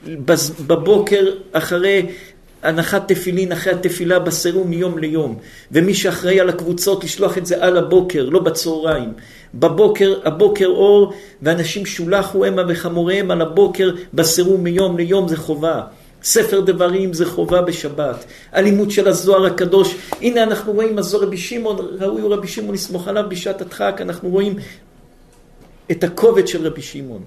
בבוקר אחרי הנחת תפילין, אחרי התפילה בסירו מיום ליום, ומי שאחראי על הקבוצות לשלוח את זה על הבוקר, לא בצהריים. בבוקר, הבוקר אור, ואנשים שולחו המה וחמוריהם על הבוקר בסירו מיום ליום, זה חובה. ספר דברים זה חובה בשבת. הלימוד של הזוהר הקדוש, הנה אנחנו רואים הזוהר רבי שמעון, ראוי רבי שמעון לסמוך עליו בשעת הדחק, אנחנו רואים את הכובד של רבי שמעון.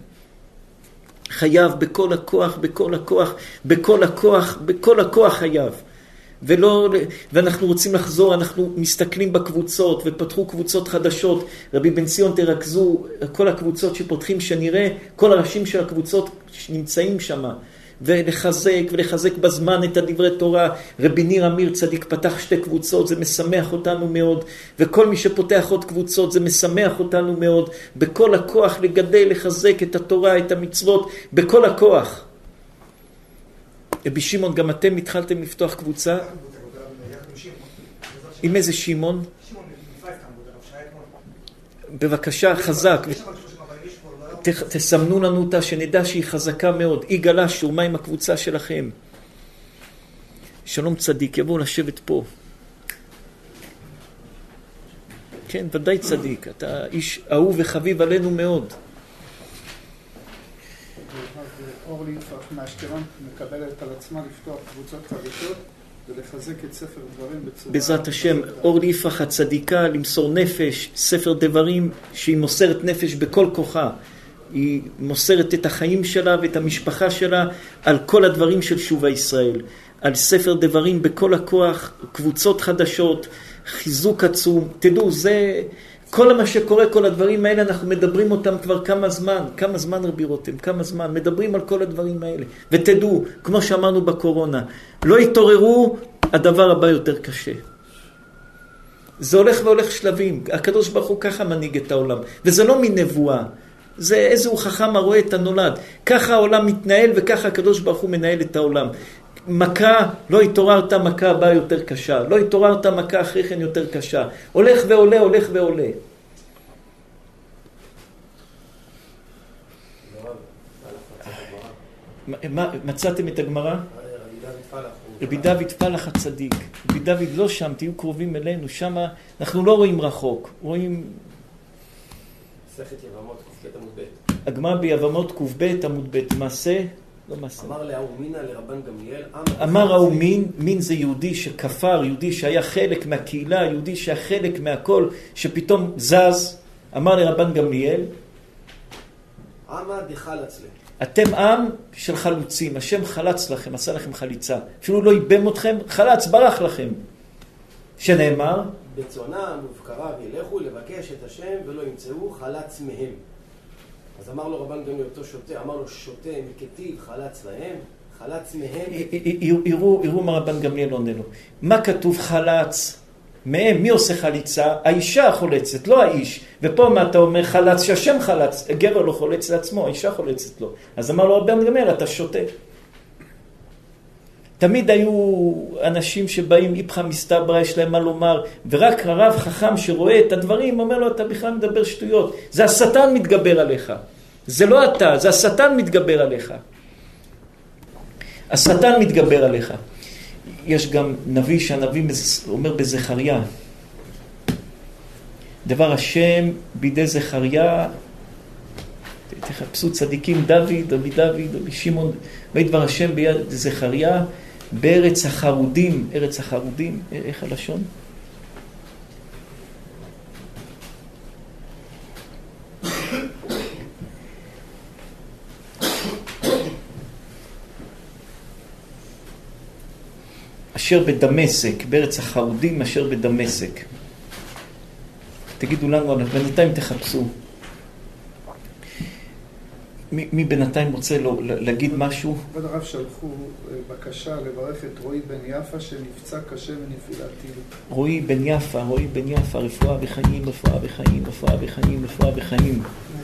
חייב בכל הכוח, בכל הכוח, בכל הכוח, בכל הכוח חייב. ולא, ואנחנו רוצים לחזור, אנחנו מסתכלים בקבוצות ופתחו קבוצות חדשות. רבי בן ציון תרכזו כל הקבוצות שפותחים, שנראה כל הראשים של הקבוצות שנמצאים שם, ולחזק ולחזק בזמן את הדברי תורה. רבי ניר אמיר צדיק פתח שתי קבוצות, זה משמח אותנו מאוד, וכל מי שפותח עוד קבוצות זה משמח אותנו מאוד. בכל הכוח לגדל, לחזק את התורה, את המצוות, בכל הכוח. רבי שמעון, גם אתם התחלתם לפתוח קבוצה? עם איזה שמעון? בבקשה, חזק. תסמנו לנו אותה, שנדע שהיא חזקה מאוד. היא גלה שהוא, מה עם הקבוצה שלכם? שלום צדיק, יבואו לשבת פה. כן, ודאי צדיק. אתה איש אהוב וחביב עלינו מאוד. אורלי יפרח מאשקלון מקבלת על עצמה לפתוח קבוצות חדשות ולחזק את ספר דברים בצורה... בעזרת השם, אורלי יפרח הצדיקה, למסור נפש, ספר דברים שהיא מוסרת נפש בכל כוחה. היא מוסרת את החיים שלה ואת המשפחה שלה על כל הדברים של שובה ישראל. על ספר דברים בכל הכוח, קבוצות חדשות, חיזוק עצום. תדעו, זה... כל מה שקורה, כל הדברים האלה, אנחנו מדברים אותם כבר כמה זמן, כמה זמן רבי רותם, כמה זמן, מדברים על כל הדברים האלה. ותדעו, כמו שאמרנו בקורונה, לא יתעוררו, הדבר הבא יותר קשה. זה הולך והולך שלבים. הקדוש ברוך הוא ככה מנהיג את העולם. וזה לא מנבואה. זה איזהו חכם הרואה את הנולד. ככה העולם מתנהל וככה הקדוש ברוך הוא מנהל את העולם. מכה, לא התעוררת, מכה הבאה יותר קשה. לא התעוררת, מכה אחרי כן יותר קשה. הולך ועולה, הולך ועולה. מה, מצאתם את הגמרא? רבי דוד פלח הצדיק. רבי דוד לא שם, תהיו קרובים אלינו. שם אנחנו לא רואים רחוק. רואים... מסכת יבמות ק"ב עמוד ב'. הגמרא ביבמות ק"ב עמוד ב'. מעשה... לא מעשה. אמר לאומינה לרבן גמליאל, אמר האומין, מין זה יהודי שכפר, יהודי שהיה חלק מהקהילה, יהודי שהיה חלק מהכל, שפתאום זז. אמר לרבן גמליאל, עמה דחלץ לי. אתם עם של חלוצים, השם חלץ לכם, עשה לכם חליצה. אפילו לא ייבם אתכם, חלץ, ברח לכם. שנאמר, בצונם ובקריו ילכו לבקש את השם ולא ימצאו, חלץ מהם. אז אמר לו רבן גמליאל אותו שוטה, אמר לו שוטה מכתיב חלץ להם, חלץ מהם. יראו מה רבן גמליאל עונה לו. מה כתוב חלץ מהם? מי עושה חליצה? האישה חולצת, לא האיש. ופה מה אתה אומר? חלץ, שהשם חלץ. גבר לא חולץ לעצמו, האישה חולצת לו. אז אמר לו רבן גמליאל, אתה שוטה. תמיד היו אנשים שבאים איפכא מסתברא, יש להם מה לומר, ורק הרב חכם שרואה את הדברים אומר לו, אתה בכלל מדבר שטויות. זה השטן מתגבר עליך. זה לא אתה, זה השטן מתגבר עליך. השטן מתגבר עליך. יש גם נביא שהנביא אומר בזכריה, דבר השם בידי זכריה, תחפשו צדיקים, דוד, רבי דוד, רבי שמעון, דבר השם בידי זכריה, בארץ החרודים, ארץ החרודים, איך הלשון? אשר בדמשק, בארץ החרודים אשר בדמשק. תגידו לנו, בינתיים תחפשו. מי, מי בינתיים רוצה לו, להגיד משהו? כבוד הרב, שלחו בקשה לברך את רועי בן יפה שנפצע קשה מנפילת טיל. רועי בן יפה, רועי בן יפה, רפואה וחיים, רפואה וחיים, רפואה וחיים, רפואה וחיים.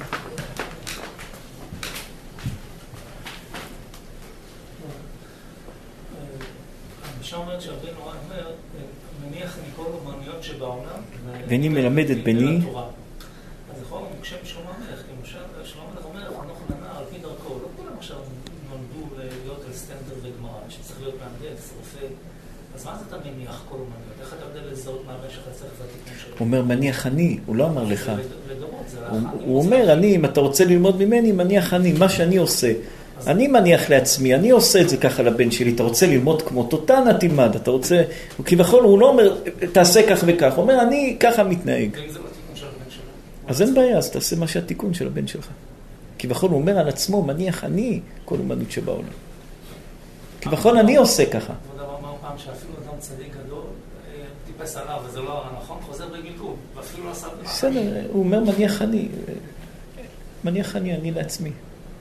שם אומרת שהרבה נורא אומר, מניח אני כל אומנויות שבעולם, ואני מלמד את בני. אז יכול להיות, כשם שלמה המלך, למשל, שלמה המלך אומר, אנחנו ננע על פי דרכו, לא כולם עכשיו נולדו להיות על סטנדר וגמרא, שצריך להיות מהנדס, רופא, אז מה זה אתה מניח כל אומנויות? איך אתה יודע לזהות מה המשך הצליח והתיקון שלו? הוא אומר, מניח אני, הוא לא אמר לך. הוא אומר, אני, אם אתה רוצה ללמוד ממני, מניח אני, מה שאני עושה. אני מניח לעצמי, אני עושה את זה ככה לבן שלי, אתה רוצה ללמוד כמו תותנה תלמד, אתה רוצה, כביכול הוא לא אומר, תעשה כך וכך, הוא אומר, אני ככה מתנהג. ואם זה לא תיקון של הבן שלו? אז אין בעיה, אז תעשה מה שהתיקון של הבן שלך. כביכול הוא אומר על עצמו, מניח אני כל אומנות שבעולם. כביכול אני עושה ככה. כבוד הרב אמר פעם שאפילו אדם צדיק גדול, טיפס עליו, וזה לא נכון, חוזר בגלגול, ואפילו לא עשה במה. בסדר, הוא אומר, מניח אני, מניח אני, אני לעצמי.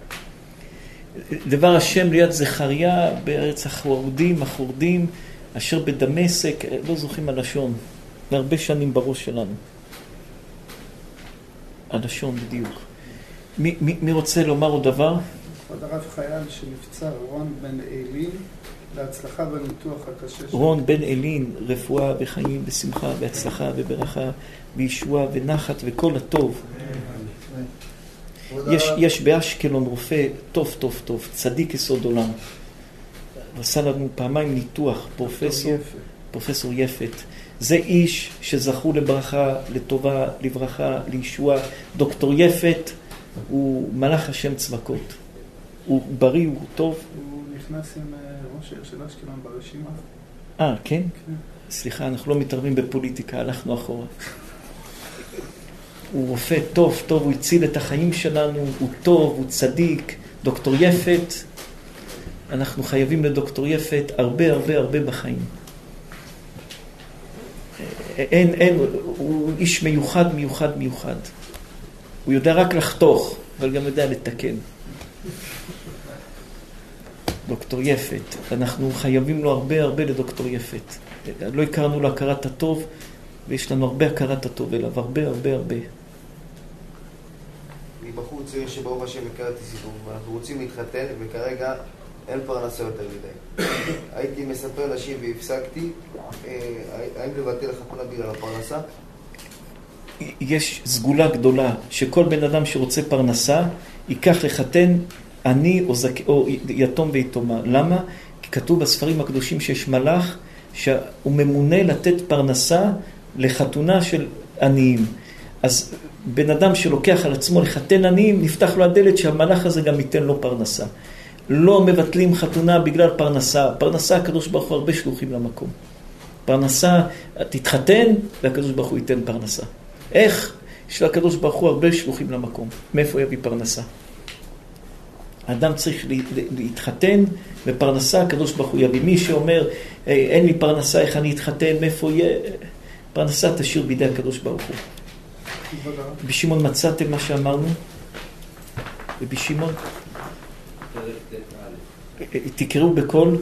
דבר השם ליד זכריה בארץ החורדים, החורדים, אשר בדמשק, לא זוכרים הלשון, להרבה שנים בראש שלנו. הלשון בדיוק. מי, מי, מי רוצה לומר עוד דבר? עוד הרב חייל שנפצע, רון בן אלין, להצלחה בניתוח הקשה. רון בן אלין, רפואה וחיים ושמחה והצלחה וברכה וישועה ונחת וכל הטוב. יש, יש באשקלון רופא טוב טוב טוב, צדיק יסוד עולם. ועשה לנו פעמיים ניתוח, פרופסור, פרופסור יפת. זה איש שזכו לברכה, לטובה, לברכה, לישועה. דוקטור יפת הוא מלאך השם צבקות. הוא בריא, הוא טוב. הוא נכנס עם ראש העיר של אשקלון ברשימה. אה, כן? כן? סליחה, אנחנו לא מתערבים בפוליטיקה, הלכנו אחורה. הוא רופא טוב, טוב, הוא הציל את החיים שלנו, הוא טוב, הוא צדיק. דוקטור יפת, אנחנו חייבים לדוקטור יפת הרבה הרבה הרבה בחיים. אין, אין, הוא איש מיוחד, מיוחד, מיוחד. הוא יודע רק לחתוך, אבל גם יודע לתקן. דוקטור יפת, אנחנו חייבים לו הרבה הרבה לדוקטור יפת. לא הכרנו לו הכרת הטוב, ויש לנו הרבה הכרת הטוב אליו, הרבה הרבה הרבה. מבחוץ יש שברוך השם הכרתי סיפור, ואנחנו רוצים להתחתן, וכרגע אין פרנסה יותר מדי. הייתי מספר לשיר והפסקתי, האם לבטל לחתונה בגלל הפרנסה? יש סגולה גדולה, שכל בן אדם שרוצה פרנסה, ייקח לחתן עני או, זק... או יתום ויתומה. למה? כי כתוב בספרים הקדושים שיש מלאך, שהוא ממונה לתת פרנסה לחתונה של עניים. אז בן אדם שלוקח על עצמו לחתן עניים, נפתח לו הדלת שהמלאך הזה גם ייתן לו פרנסה. לא מבטלים חתונה בגלל פרנסה. פרנסה, הקדוש ברוך הוא הרבה שלוחים למקום. פרנסה, תתחתן, והקדוש ברוך הוא ייתן פרנסה. איך? יש לקדוש ברוך הוא הרבה שלוחים למקום. מאיפה יביא פרנסה? האדם צריך להתחתן, ופרנסה, הקדוש ברוך הוא יביא. מי שאומר, אין לי פרנסה, איך אני אתחתן, מאיפה יהיה? פרנסה תשאיר בידי הקדוש ברוך הוא. בשמעון מצאתם מה שאמרנו? ובשמעון? תקראו בכל.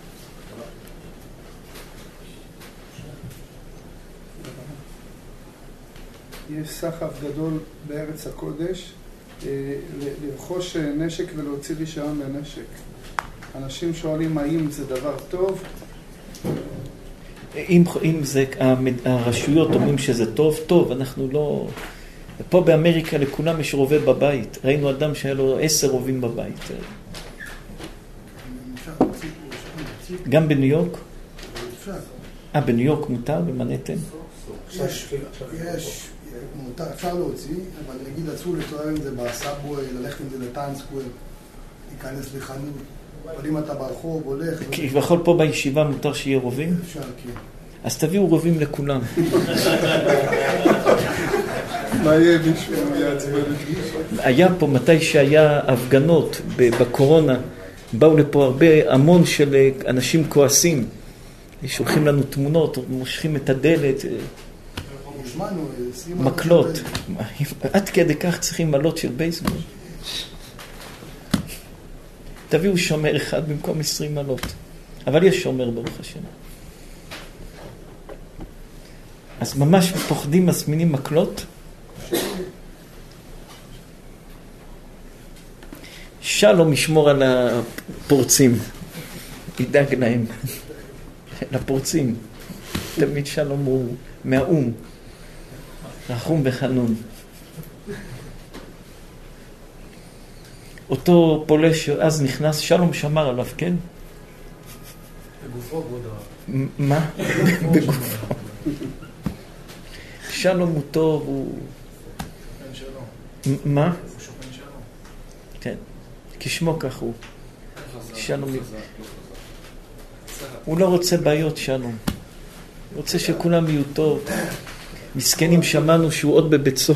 יש סחף גדול בארץ הקודש לרכוש נשק ולהוציא רישיון לנשק. אנשים שואלים האם זה דבר טוב? אם, אם זה, הרשויות אומרים שזה טוב, טוב, אנחנו לא... פה באמריקה לכולם יש רובה בבית. ראינו אדם שהיה לו עשר רובים בבית. גם בניו יורק? אה, בניו יורק מותר במנהטן? יש, יש, מותר, אפשר להוציא, אבל נגיד אסור לתואר עם זה בסאבווי, ללכת עם זה לטיים סקוואר, להיכנס לחנות, אבל אם אתה ברחוב הולך... כי בכל פה בישיבה מותר שיהיה רובים? אפשר, כן. אז תביאו רובים לכולם. מה יהיה מישהו יעצבן את מישהו? היה פה מתי שהיה הפגנות בקורונה, באו לפה הרבה, המון של אנשים כועסים, שולחים לנו תמונות, מושכים את הדלת, מקלות. עד כדי כך צריכים מלות של בייסבול. תביאו שומר אחד במקום עשרים מלות. אבל יש שומר ברוך השם. אז ממש פוחדים, מזמינים מקלות. שלום ישמור על הפורצים. ידאג להם. לפורצים. תמיד שלום הוא מהאום. רחום וחנון. אותו פולש אז נכנס, שלום שמר עליו, כן? בגופו כבודו. מה? בגופו. שלום הוא טוב, הוא... מה? הוא שוכן שלום. כן. כשמו כך הוא. שלום. הוא לא רוצה בעיות שלום. הוא רוצה שכולם יהיו טוב. מסכנים שמענו שהוא עוד בבית סוהר.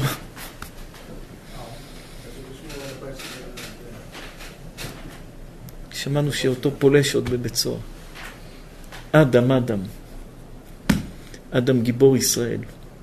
שמענו שאותו פולש עוד בבית סוהר. אדם, אדם. אדם גיבור ישראל.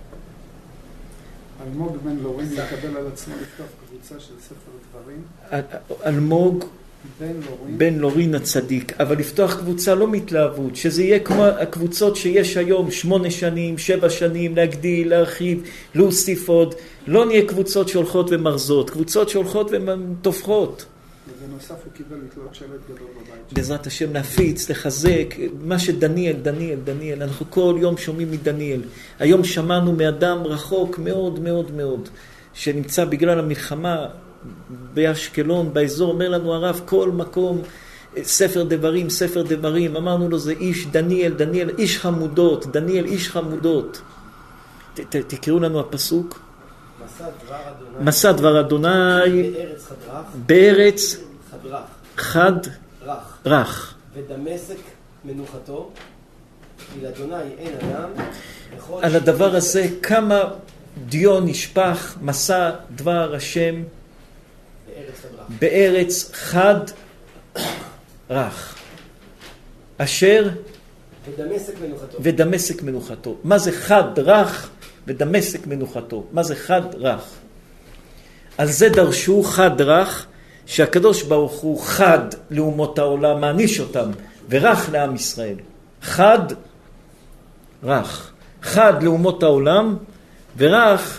אלמוג בן לורין יקבל על עצמו לפתוח קבוצה של ספר דברים. אלמוג בן לורין. בן לורין הצדיק. אבל לפתוח קבוצה לא מתלהבות, שזה יהיה כמו הקבוצות שיש היום, שמונה שנים, שבע שנים, להגדיל, להרחיב, להוסיף עוד. לא נהיה קבוצות שהולכות ומרזות, קבוצות שהולכות ומתופחות. ובנוסף הוא קיבל לתלות שלט גדול בבית. בעזרת השם נפיץ, לחזק, מה שדניאל, דניאל, דניאל, אנחנו כל יום שומעים מדניאל. היום שמענו מאדם רחוק מאוד מאוד מאוד, שנמצא בגלל המלחמה באשקלון, באזור, אומר לנו הרב, כל מקום, ספר דברים, ספר דברים, אמרנו לו זה איש דניאל, דניאל, איש חמודות, דניאל, איש חמודות. ת, ת, תקראו לנו הפסוק. מסע דבר אדוני. מסע דבר אדוני. בארץ חדרך. בארץ חדרך. חד רך. רך. ודמשק מנוחתו, כי לאדוני אין אדם. על הדבר הזה כמה דיו נשפך מסע דבר השם בארץ חדרך. בארץ חד רך. אשר ודמשק מנוחתו. ודמשק מנוחתו. מה זה חד רך ודמשק מנוחתו? מה זה חד רך? על זה דרשו חד רך, שהקדוש ברוך הוא חד לאומות העולם, מעניש אותם, ורך לעם ישראל. חד רך. חד לאומות העולם, ורך,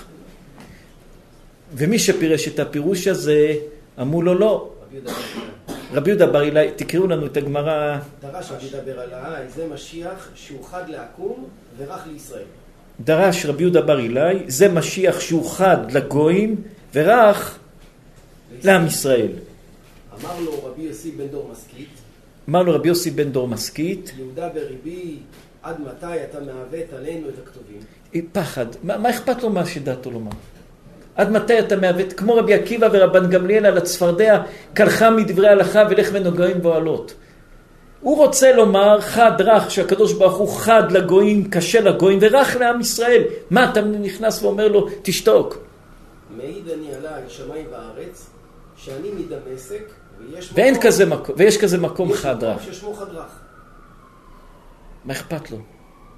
ומי שפירש את הפירוש הזה, אמרו לו לא. רבי יהודה בר אילאי, תקראו לנו את הגמרא. דרש רבי יהודה בר אילאי, זה משיח שהוא חד לעקום ורך לישראל. דרש רבי יהודה בר אילאי, זה משיח שהוא חד לגויים ורך לעם ישראל. אמר לו רבי יוסי בן דור מסכית. אמר לו רבי יוסי בן דור מסכית. יהודה בריבי, עד מתי אתה מעוות עלינו את הכתובים? פחד. מה, מה אכפת לו מה שדעתו לומר? עד מתי אתה מעוות? כמו רבי עקיבא ורבן גמליאל על הצפרדע, קלחה מדברי הלכה ולך ונוגעים בועלות. הוא רוצה לומר חד רך, שהקדוש ברוך הוא חד לגויים, קשה לגויים, ורך לעם ישראל. מה אתה נכנס ואומר לו, תשתוק? מעיד אני עליי שמיים בארץ, שאני מדמשק, ויש ואין מקום, כזה מקום, ויש כזה מקום חד רך. יש מקום ששמו חד רך. מה אכפת לו?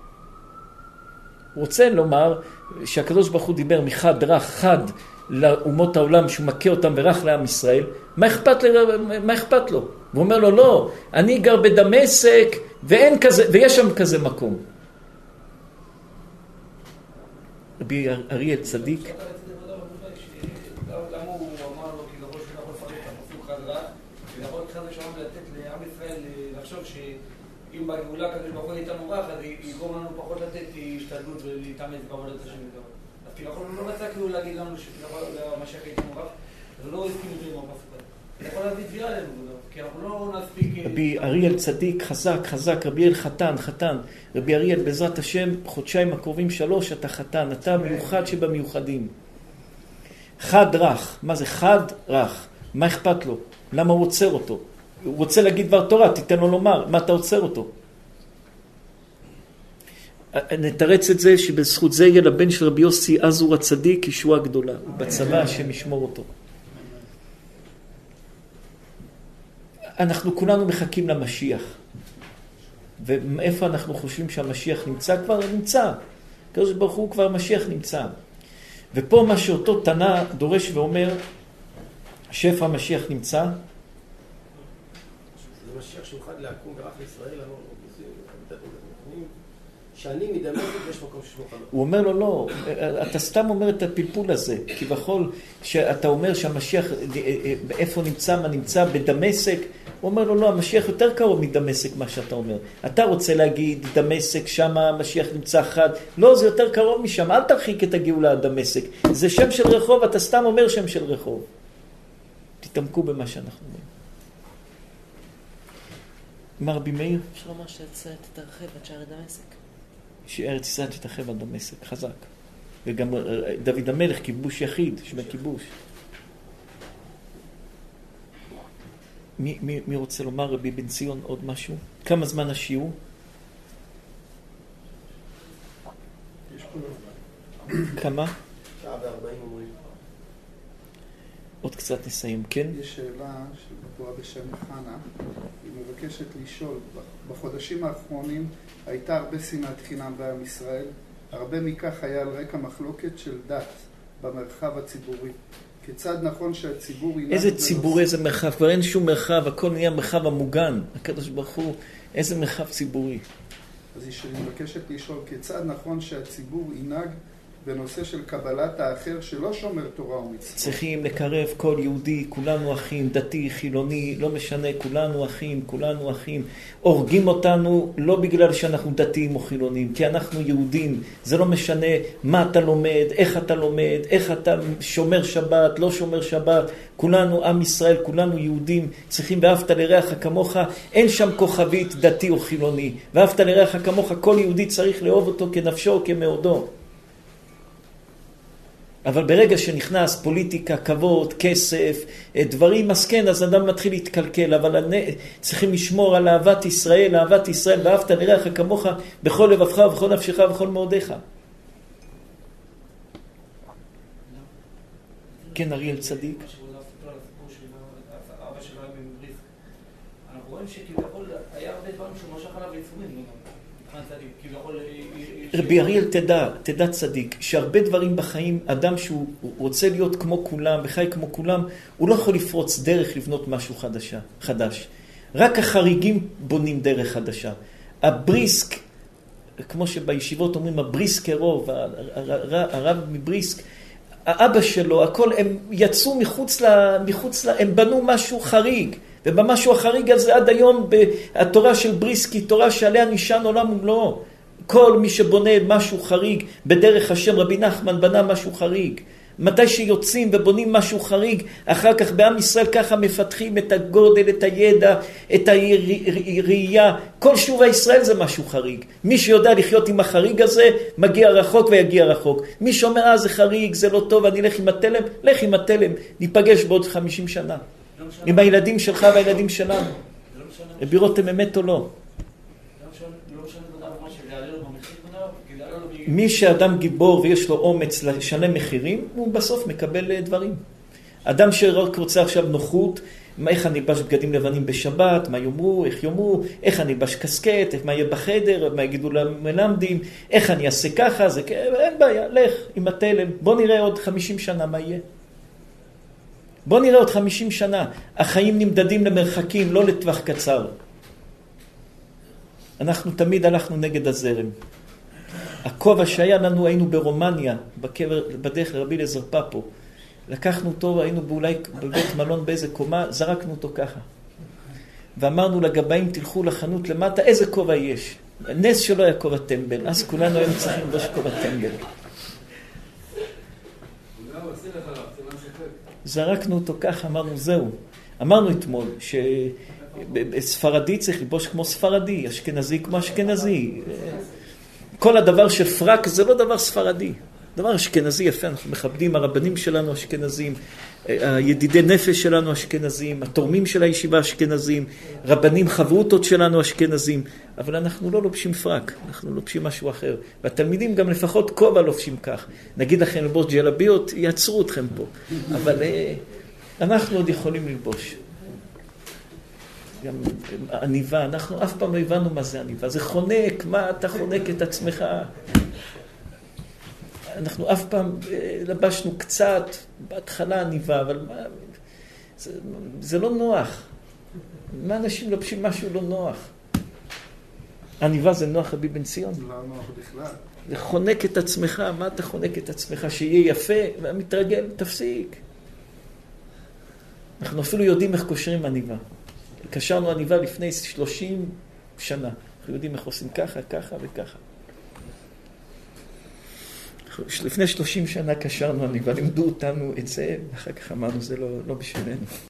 הוא רוצה לומר שהקדוש ברוך הוא דיבר מחד רך, חד לאומות העולם, שהוא מכה אותם ורך לעם ישראל. מה אכפת, מה אכפת לו? הוא אומר לו, לא, אני גר בדמשק, ואין כזה, ויש שם כזה מקום. רבי אריאל צדיק. למה הוא אמר לו, כי לבוא שאתה יכול לפרט את הפסוק חד רך, ולבוא את חד ושלום לתת לעם ישראל לחשוב שאם בגאולה כזה ברוך הוא איתנו רך, אז יגרום לנו פחות לתת השתדלות ולהתאמץ בעבודת השם יותר. אז כאילו לא רצה כאילו להגיד לנו שהמשיח איתנו רך, אז לא הסכים את זה עם הפסוק הזה. זה יכול להביא תביעה עלינו, כי אנחנו לא נספיק... רבי אריאל צדיק, חזק, חזק, רבי אריאל חתן, חתן. רבי אריאל, בעזרת השם, חודשיים הקרובים שלוש, אתה חתן, אתה מיוחד שבמיוחדים. חד רך, מה זה חד רך? מה אכפת לו? למה הוא עוצר אותו? הוא רוצה להגיד דבר תורה, תיתן לו לומר, מה אתה עוצר אותו? נתרץ את זה שבזכות זה יהיה לבן של רבי יוסי עזור הצדיק ישועה גדולה, בצבא השם ישמור אותו. אנחנו כולנו מחכים למשיח. ואיפה אנחנו חושבים שהמשיח נמצא? כבר נמצא. הקדוש ברוך הוא כבר משיח נמצא. ופה מה שאותו תנא דורש ואומר, שאיפה המשיח נמצא? זה משיח שהוא חד לעקום ורח לישראל, שאני מדמשק יש מקום ששמו חד. הוא אומר לו, לא, אתה סתם אומר את הפלפול הזה, כי בכל שאתה אומר שהמשיח, איפה נמצא, מה נמצא, בדמשק, הוא אומר לו, לא, המשיח יותר קרוב מדמשק מה שאתה אומר. אתה רוצה להגיד, דמשק, שם המשיח נמצא חד. לא, זה יותר קרוב משם, אל תרחיק את הגאולה דמשק. זה שם של רחוב, אתה סתם אומר שם של רחוב. תתעמקו במה שאנחנו אומרים. מה רבי מאיר? אפשר לומר שישראל תתרחב עד שערי דמשק. שארץ ישראל תתרחב עד דמשק, חזק. וגם דוד המלך, כיבוש יחיד, שמה כיבוש. מי, מי, מי רוצה לומר, רבי בן ציון, עוד משהו? כמה זמן השיעור? כמה? שעה וארבעים אומרים. עוד קצת נסיים, כן? יש שאלה של בחורה בשם חנה, היא מבקשת לשאול, בחודשים האחרונים הייתה הרבה שנאת חינם בעם ישראל, הרבה מכך היה על רקע מחלוקת של דת במרחב הציבורי. כיצד נכון שהציבור... איזה ציבור, איזה מרחב? כבר אין שום מרחב, הכל נהיה מרחב המוגן. הקדוש ברוך הוא, איזה מרחב ציבורי? אז היא מבקשת לשאול, כיצד נכון שהציבור ינהג בנושא של קבלת האחר שלא שומר תורה ומצוות. צריכים לקרב כל יהודי, כולנו אחים, דתי, חילוני, לא משנה, כולנו אחים, כולנו אחים. הורגים אותנו לא בגלל שאנחנו דתיים או חילונים, כי אנחנו יהודים. זה לא משנה מה אתה לומד, איך אתה לומד, איך אתה שומר שבת, לא שומר שבת. כולנו עם ישראל, כולנו יהודים, צריכים ואהבת לרעך כמוך. אין שם כוכבית דתי או חילוני. ואהבת לרעך כמוך, כל יהודי צריך לאהוב אותו כנפשו או כמאודו. אבל ברגע שנכנס פוליטיקה, כבוד, כסף, דברים מסכן, אז אדם מתחיל להתקלקל. אבל צריכים לשמור על אהבת ישראל, אהבת ישראל, ואהבת לרעך כמוך בכל לבבך ובכל נפשך ובכל מאודיך. כן, אריאל צדיק. אנחנו רואים שכביכול היה הרבה דברים שהוא משך עליו ליצורים. כביכול... רבי אריאל תדע, תדע צדיק, שהרבה דברים בחיים, אדם שהוא רוצה להיות כמו כולם, וחי כמו כולם, הוא לא יכול לפרוץ דרך לבנות משהו חדשה, חדש. רק החריגים בונים דרך חדשה. הבריסק, כמו שבישיבות אומרים, הבריסק הרוב, הרב מבריסק, האבא שלו, הכל, הם יצאו מחוץ ל, מחוץ ל, הם בנו משהו חריג. ובמשהו החריג הזה עד היום, התורה של בריסק היא תורה שעליה נשען עולם ומלואו. כל מי שבונה משהו חריג בדרך השם, רבי נחמן בנה משהו חריג. מתי שיוצאים ובונים משהו חריג, אחר כך בעם ישראל ככה מפתחים את הגודל, את הידע, את הראייה. כל שובה ישראל זה משהו חריג. מי שיודע לחיות עם החריג הזה, מגיע רחוק ויגיע רחוק. מי שאומר, אה זה חריג, זה לא טוב, אני אלך עם התלם, לך עם התלם, ניפגש בעוד חמישים שנה. עם הילדים שלך והילדים שלנו. לראות אם אמת או לא. מי שאדם גיבור ויש לו אומץ לשלם מחירים, הוא בסוף מקבל דברים. אדם שרק רוצה עכשיו נוחות, איך אני אלבש בגדים לבנים בשבת, מה יאמרו, איך יאמרו, איך אני אלבש קסקט, מה יהיה בחדר, מה יגידו למלמדים, איך אני אעשה ככה, זה, אין בעיה, לך עם התלם, בוא נראה עוד חמישים שנה מה יהיה. בוא נראה עוד חמישים שנה, החיים נמדדים למרחקים, לא לטווח קצר. אנחנו תמיד הלכנו נגד הזרם. הכובע שהיה לנו, היינו ברומניה, בקבר, בדרך לרבי אליעזר פאפו. לקחנו אותו, היינו באולי בבית מלון באיזה קומה, זרקנו אותו ככה. ואמרנו לגבאים, תלכו לחנות למטה, איזה כובע יש? נס שלא היה כובע טמבל, אז כולנו היינו צריכים לבוש כובע טמבל. זרקנו אותו ככה, אמרנו זהו. אמרנו אתמול שספרדי צריך לבוש כמו ספרדי, אשכנזי כמו אשכנזי. כל הדבר של פרק זה לא דבר ספרדי. דבר אשכנזי יפה, אנחנו מכבדים, הרבנים שלנו אשכנזים, הידידי נפש שלנו אשכנזים, התורמים של הישיבה אשכנזים, רבנים חברותות שלנו אשכנזים, אבל אנחנו לא לובשים פרק, אנחנו לובשים משהו אחר. והתלמידים גם לפחות כובע לובשים כך. נגיד לכם ללבוש ג'לביות, יעצרו אתכם פה. אבל אנחנו עוד יכולים ללבוש. גם עניבה, אנחנו אף פעם לא הבנו מה זה עניבה. זה חונק, מה אתה חונק את עצמך? אנחנו אף פעם לבשנו קצת, בהתחלה עניבה, אבל מה, זה, זה לא נוח. מה אנשים לובשים משהו לא נוח? עניבה זה נוח רבי בן ציון? לא נוח בכלל. זה חונק את עצמך, מה אתה חונק את עצמך? שיהיה יפה והמתרגל, תפסיק. אנחנו אפילו יודעים איך קושרים עניבה. קשרנו עניבה לפני שלושים שנה. אנחנו יודעים איך עושים ככה, ככה וככה. לפני שלושים שנה קשרנו עניבה, לימדו אותנו את זה, ואחר כך אמרנו זה לא, לא בשבילנו.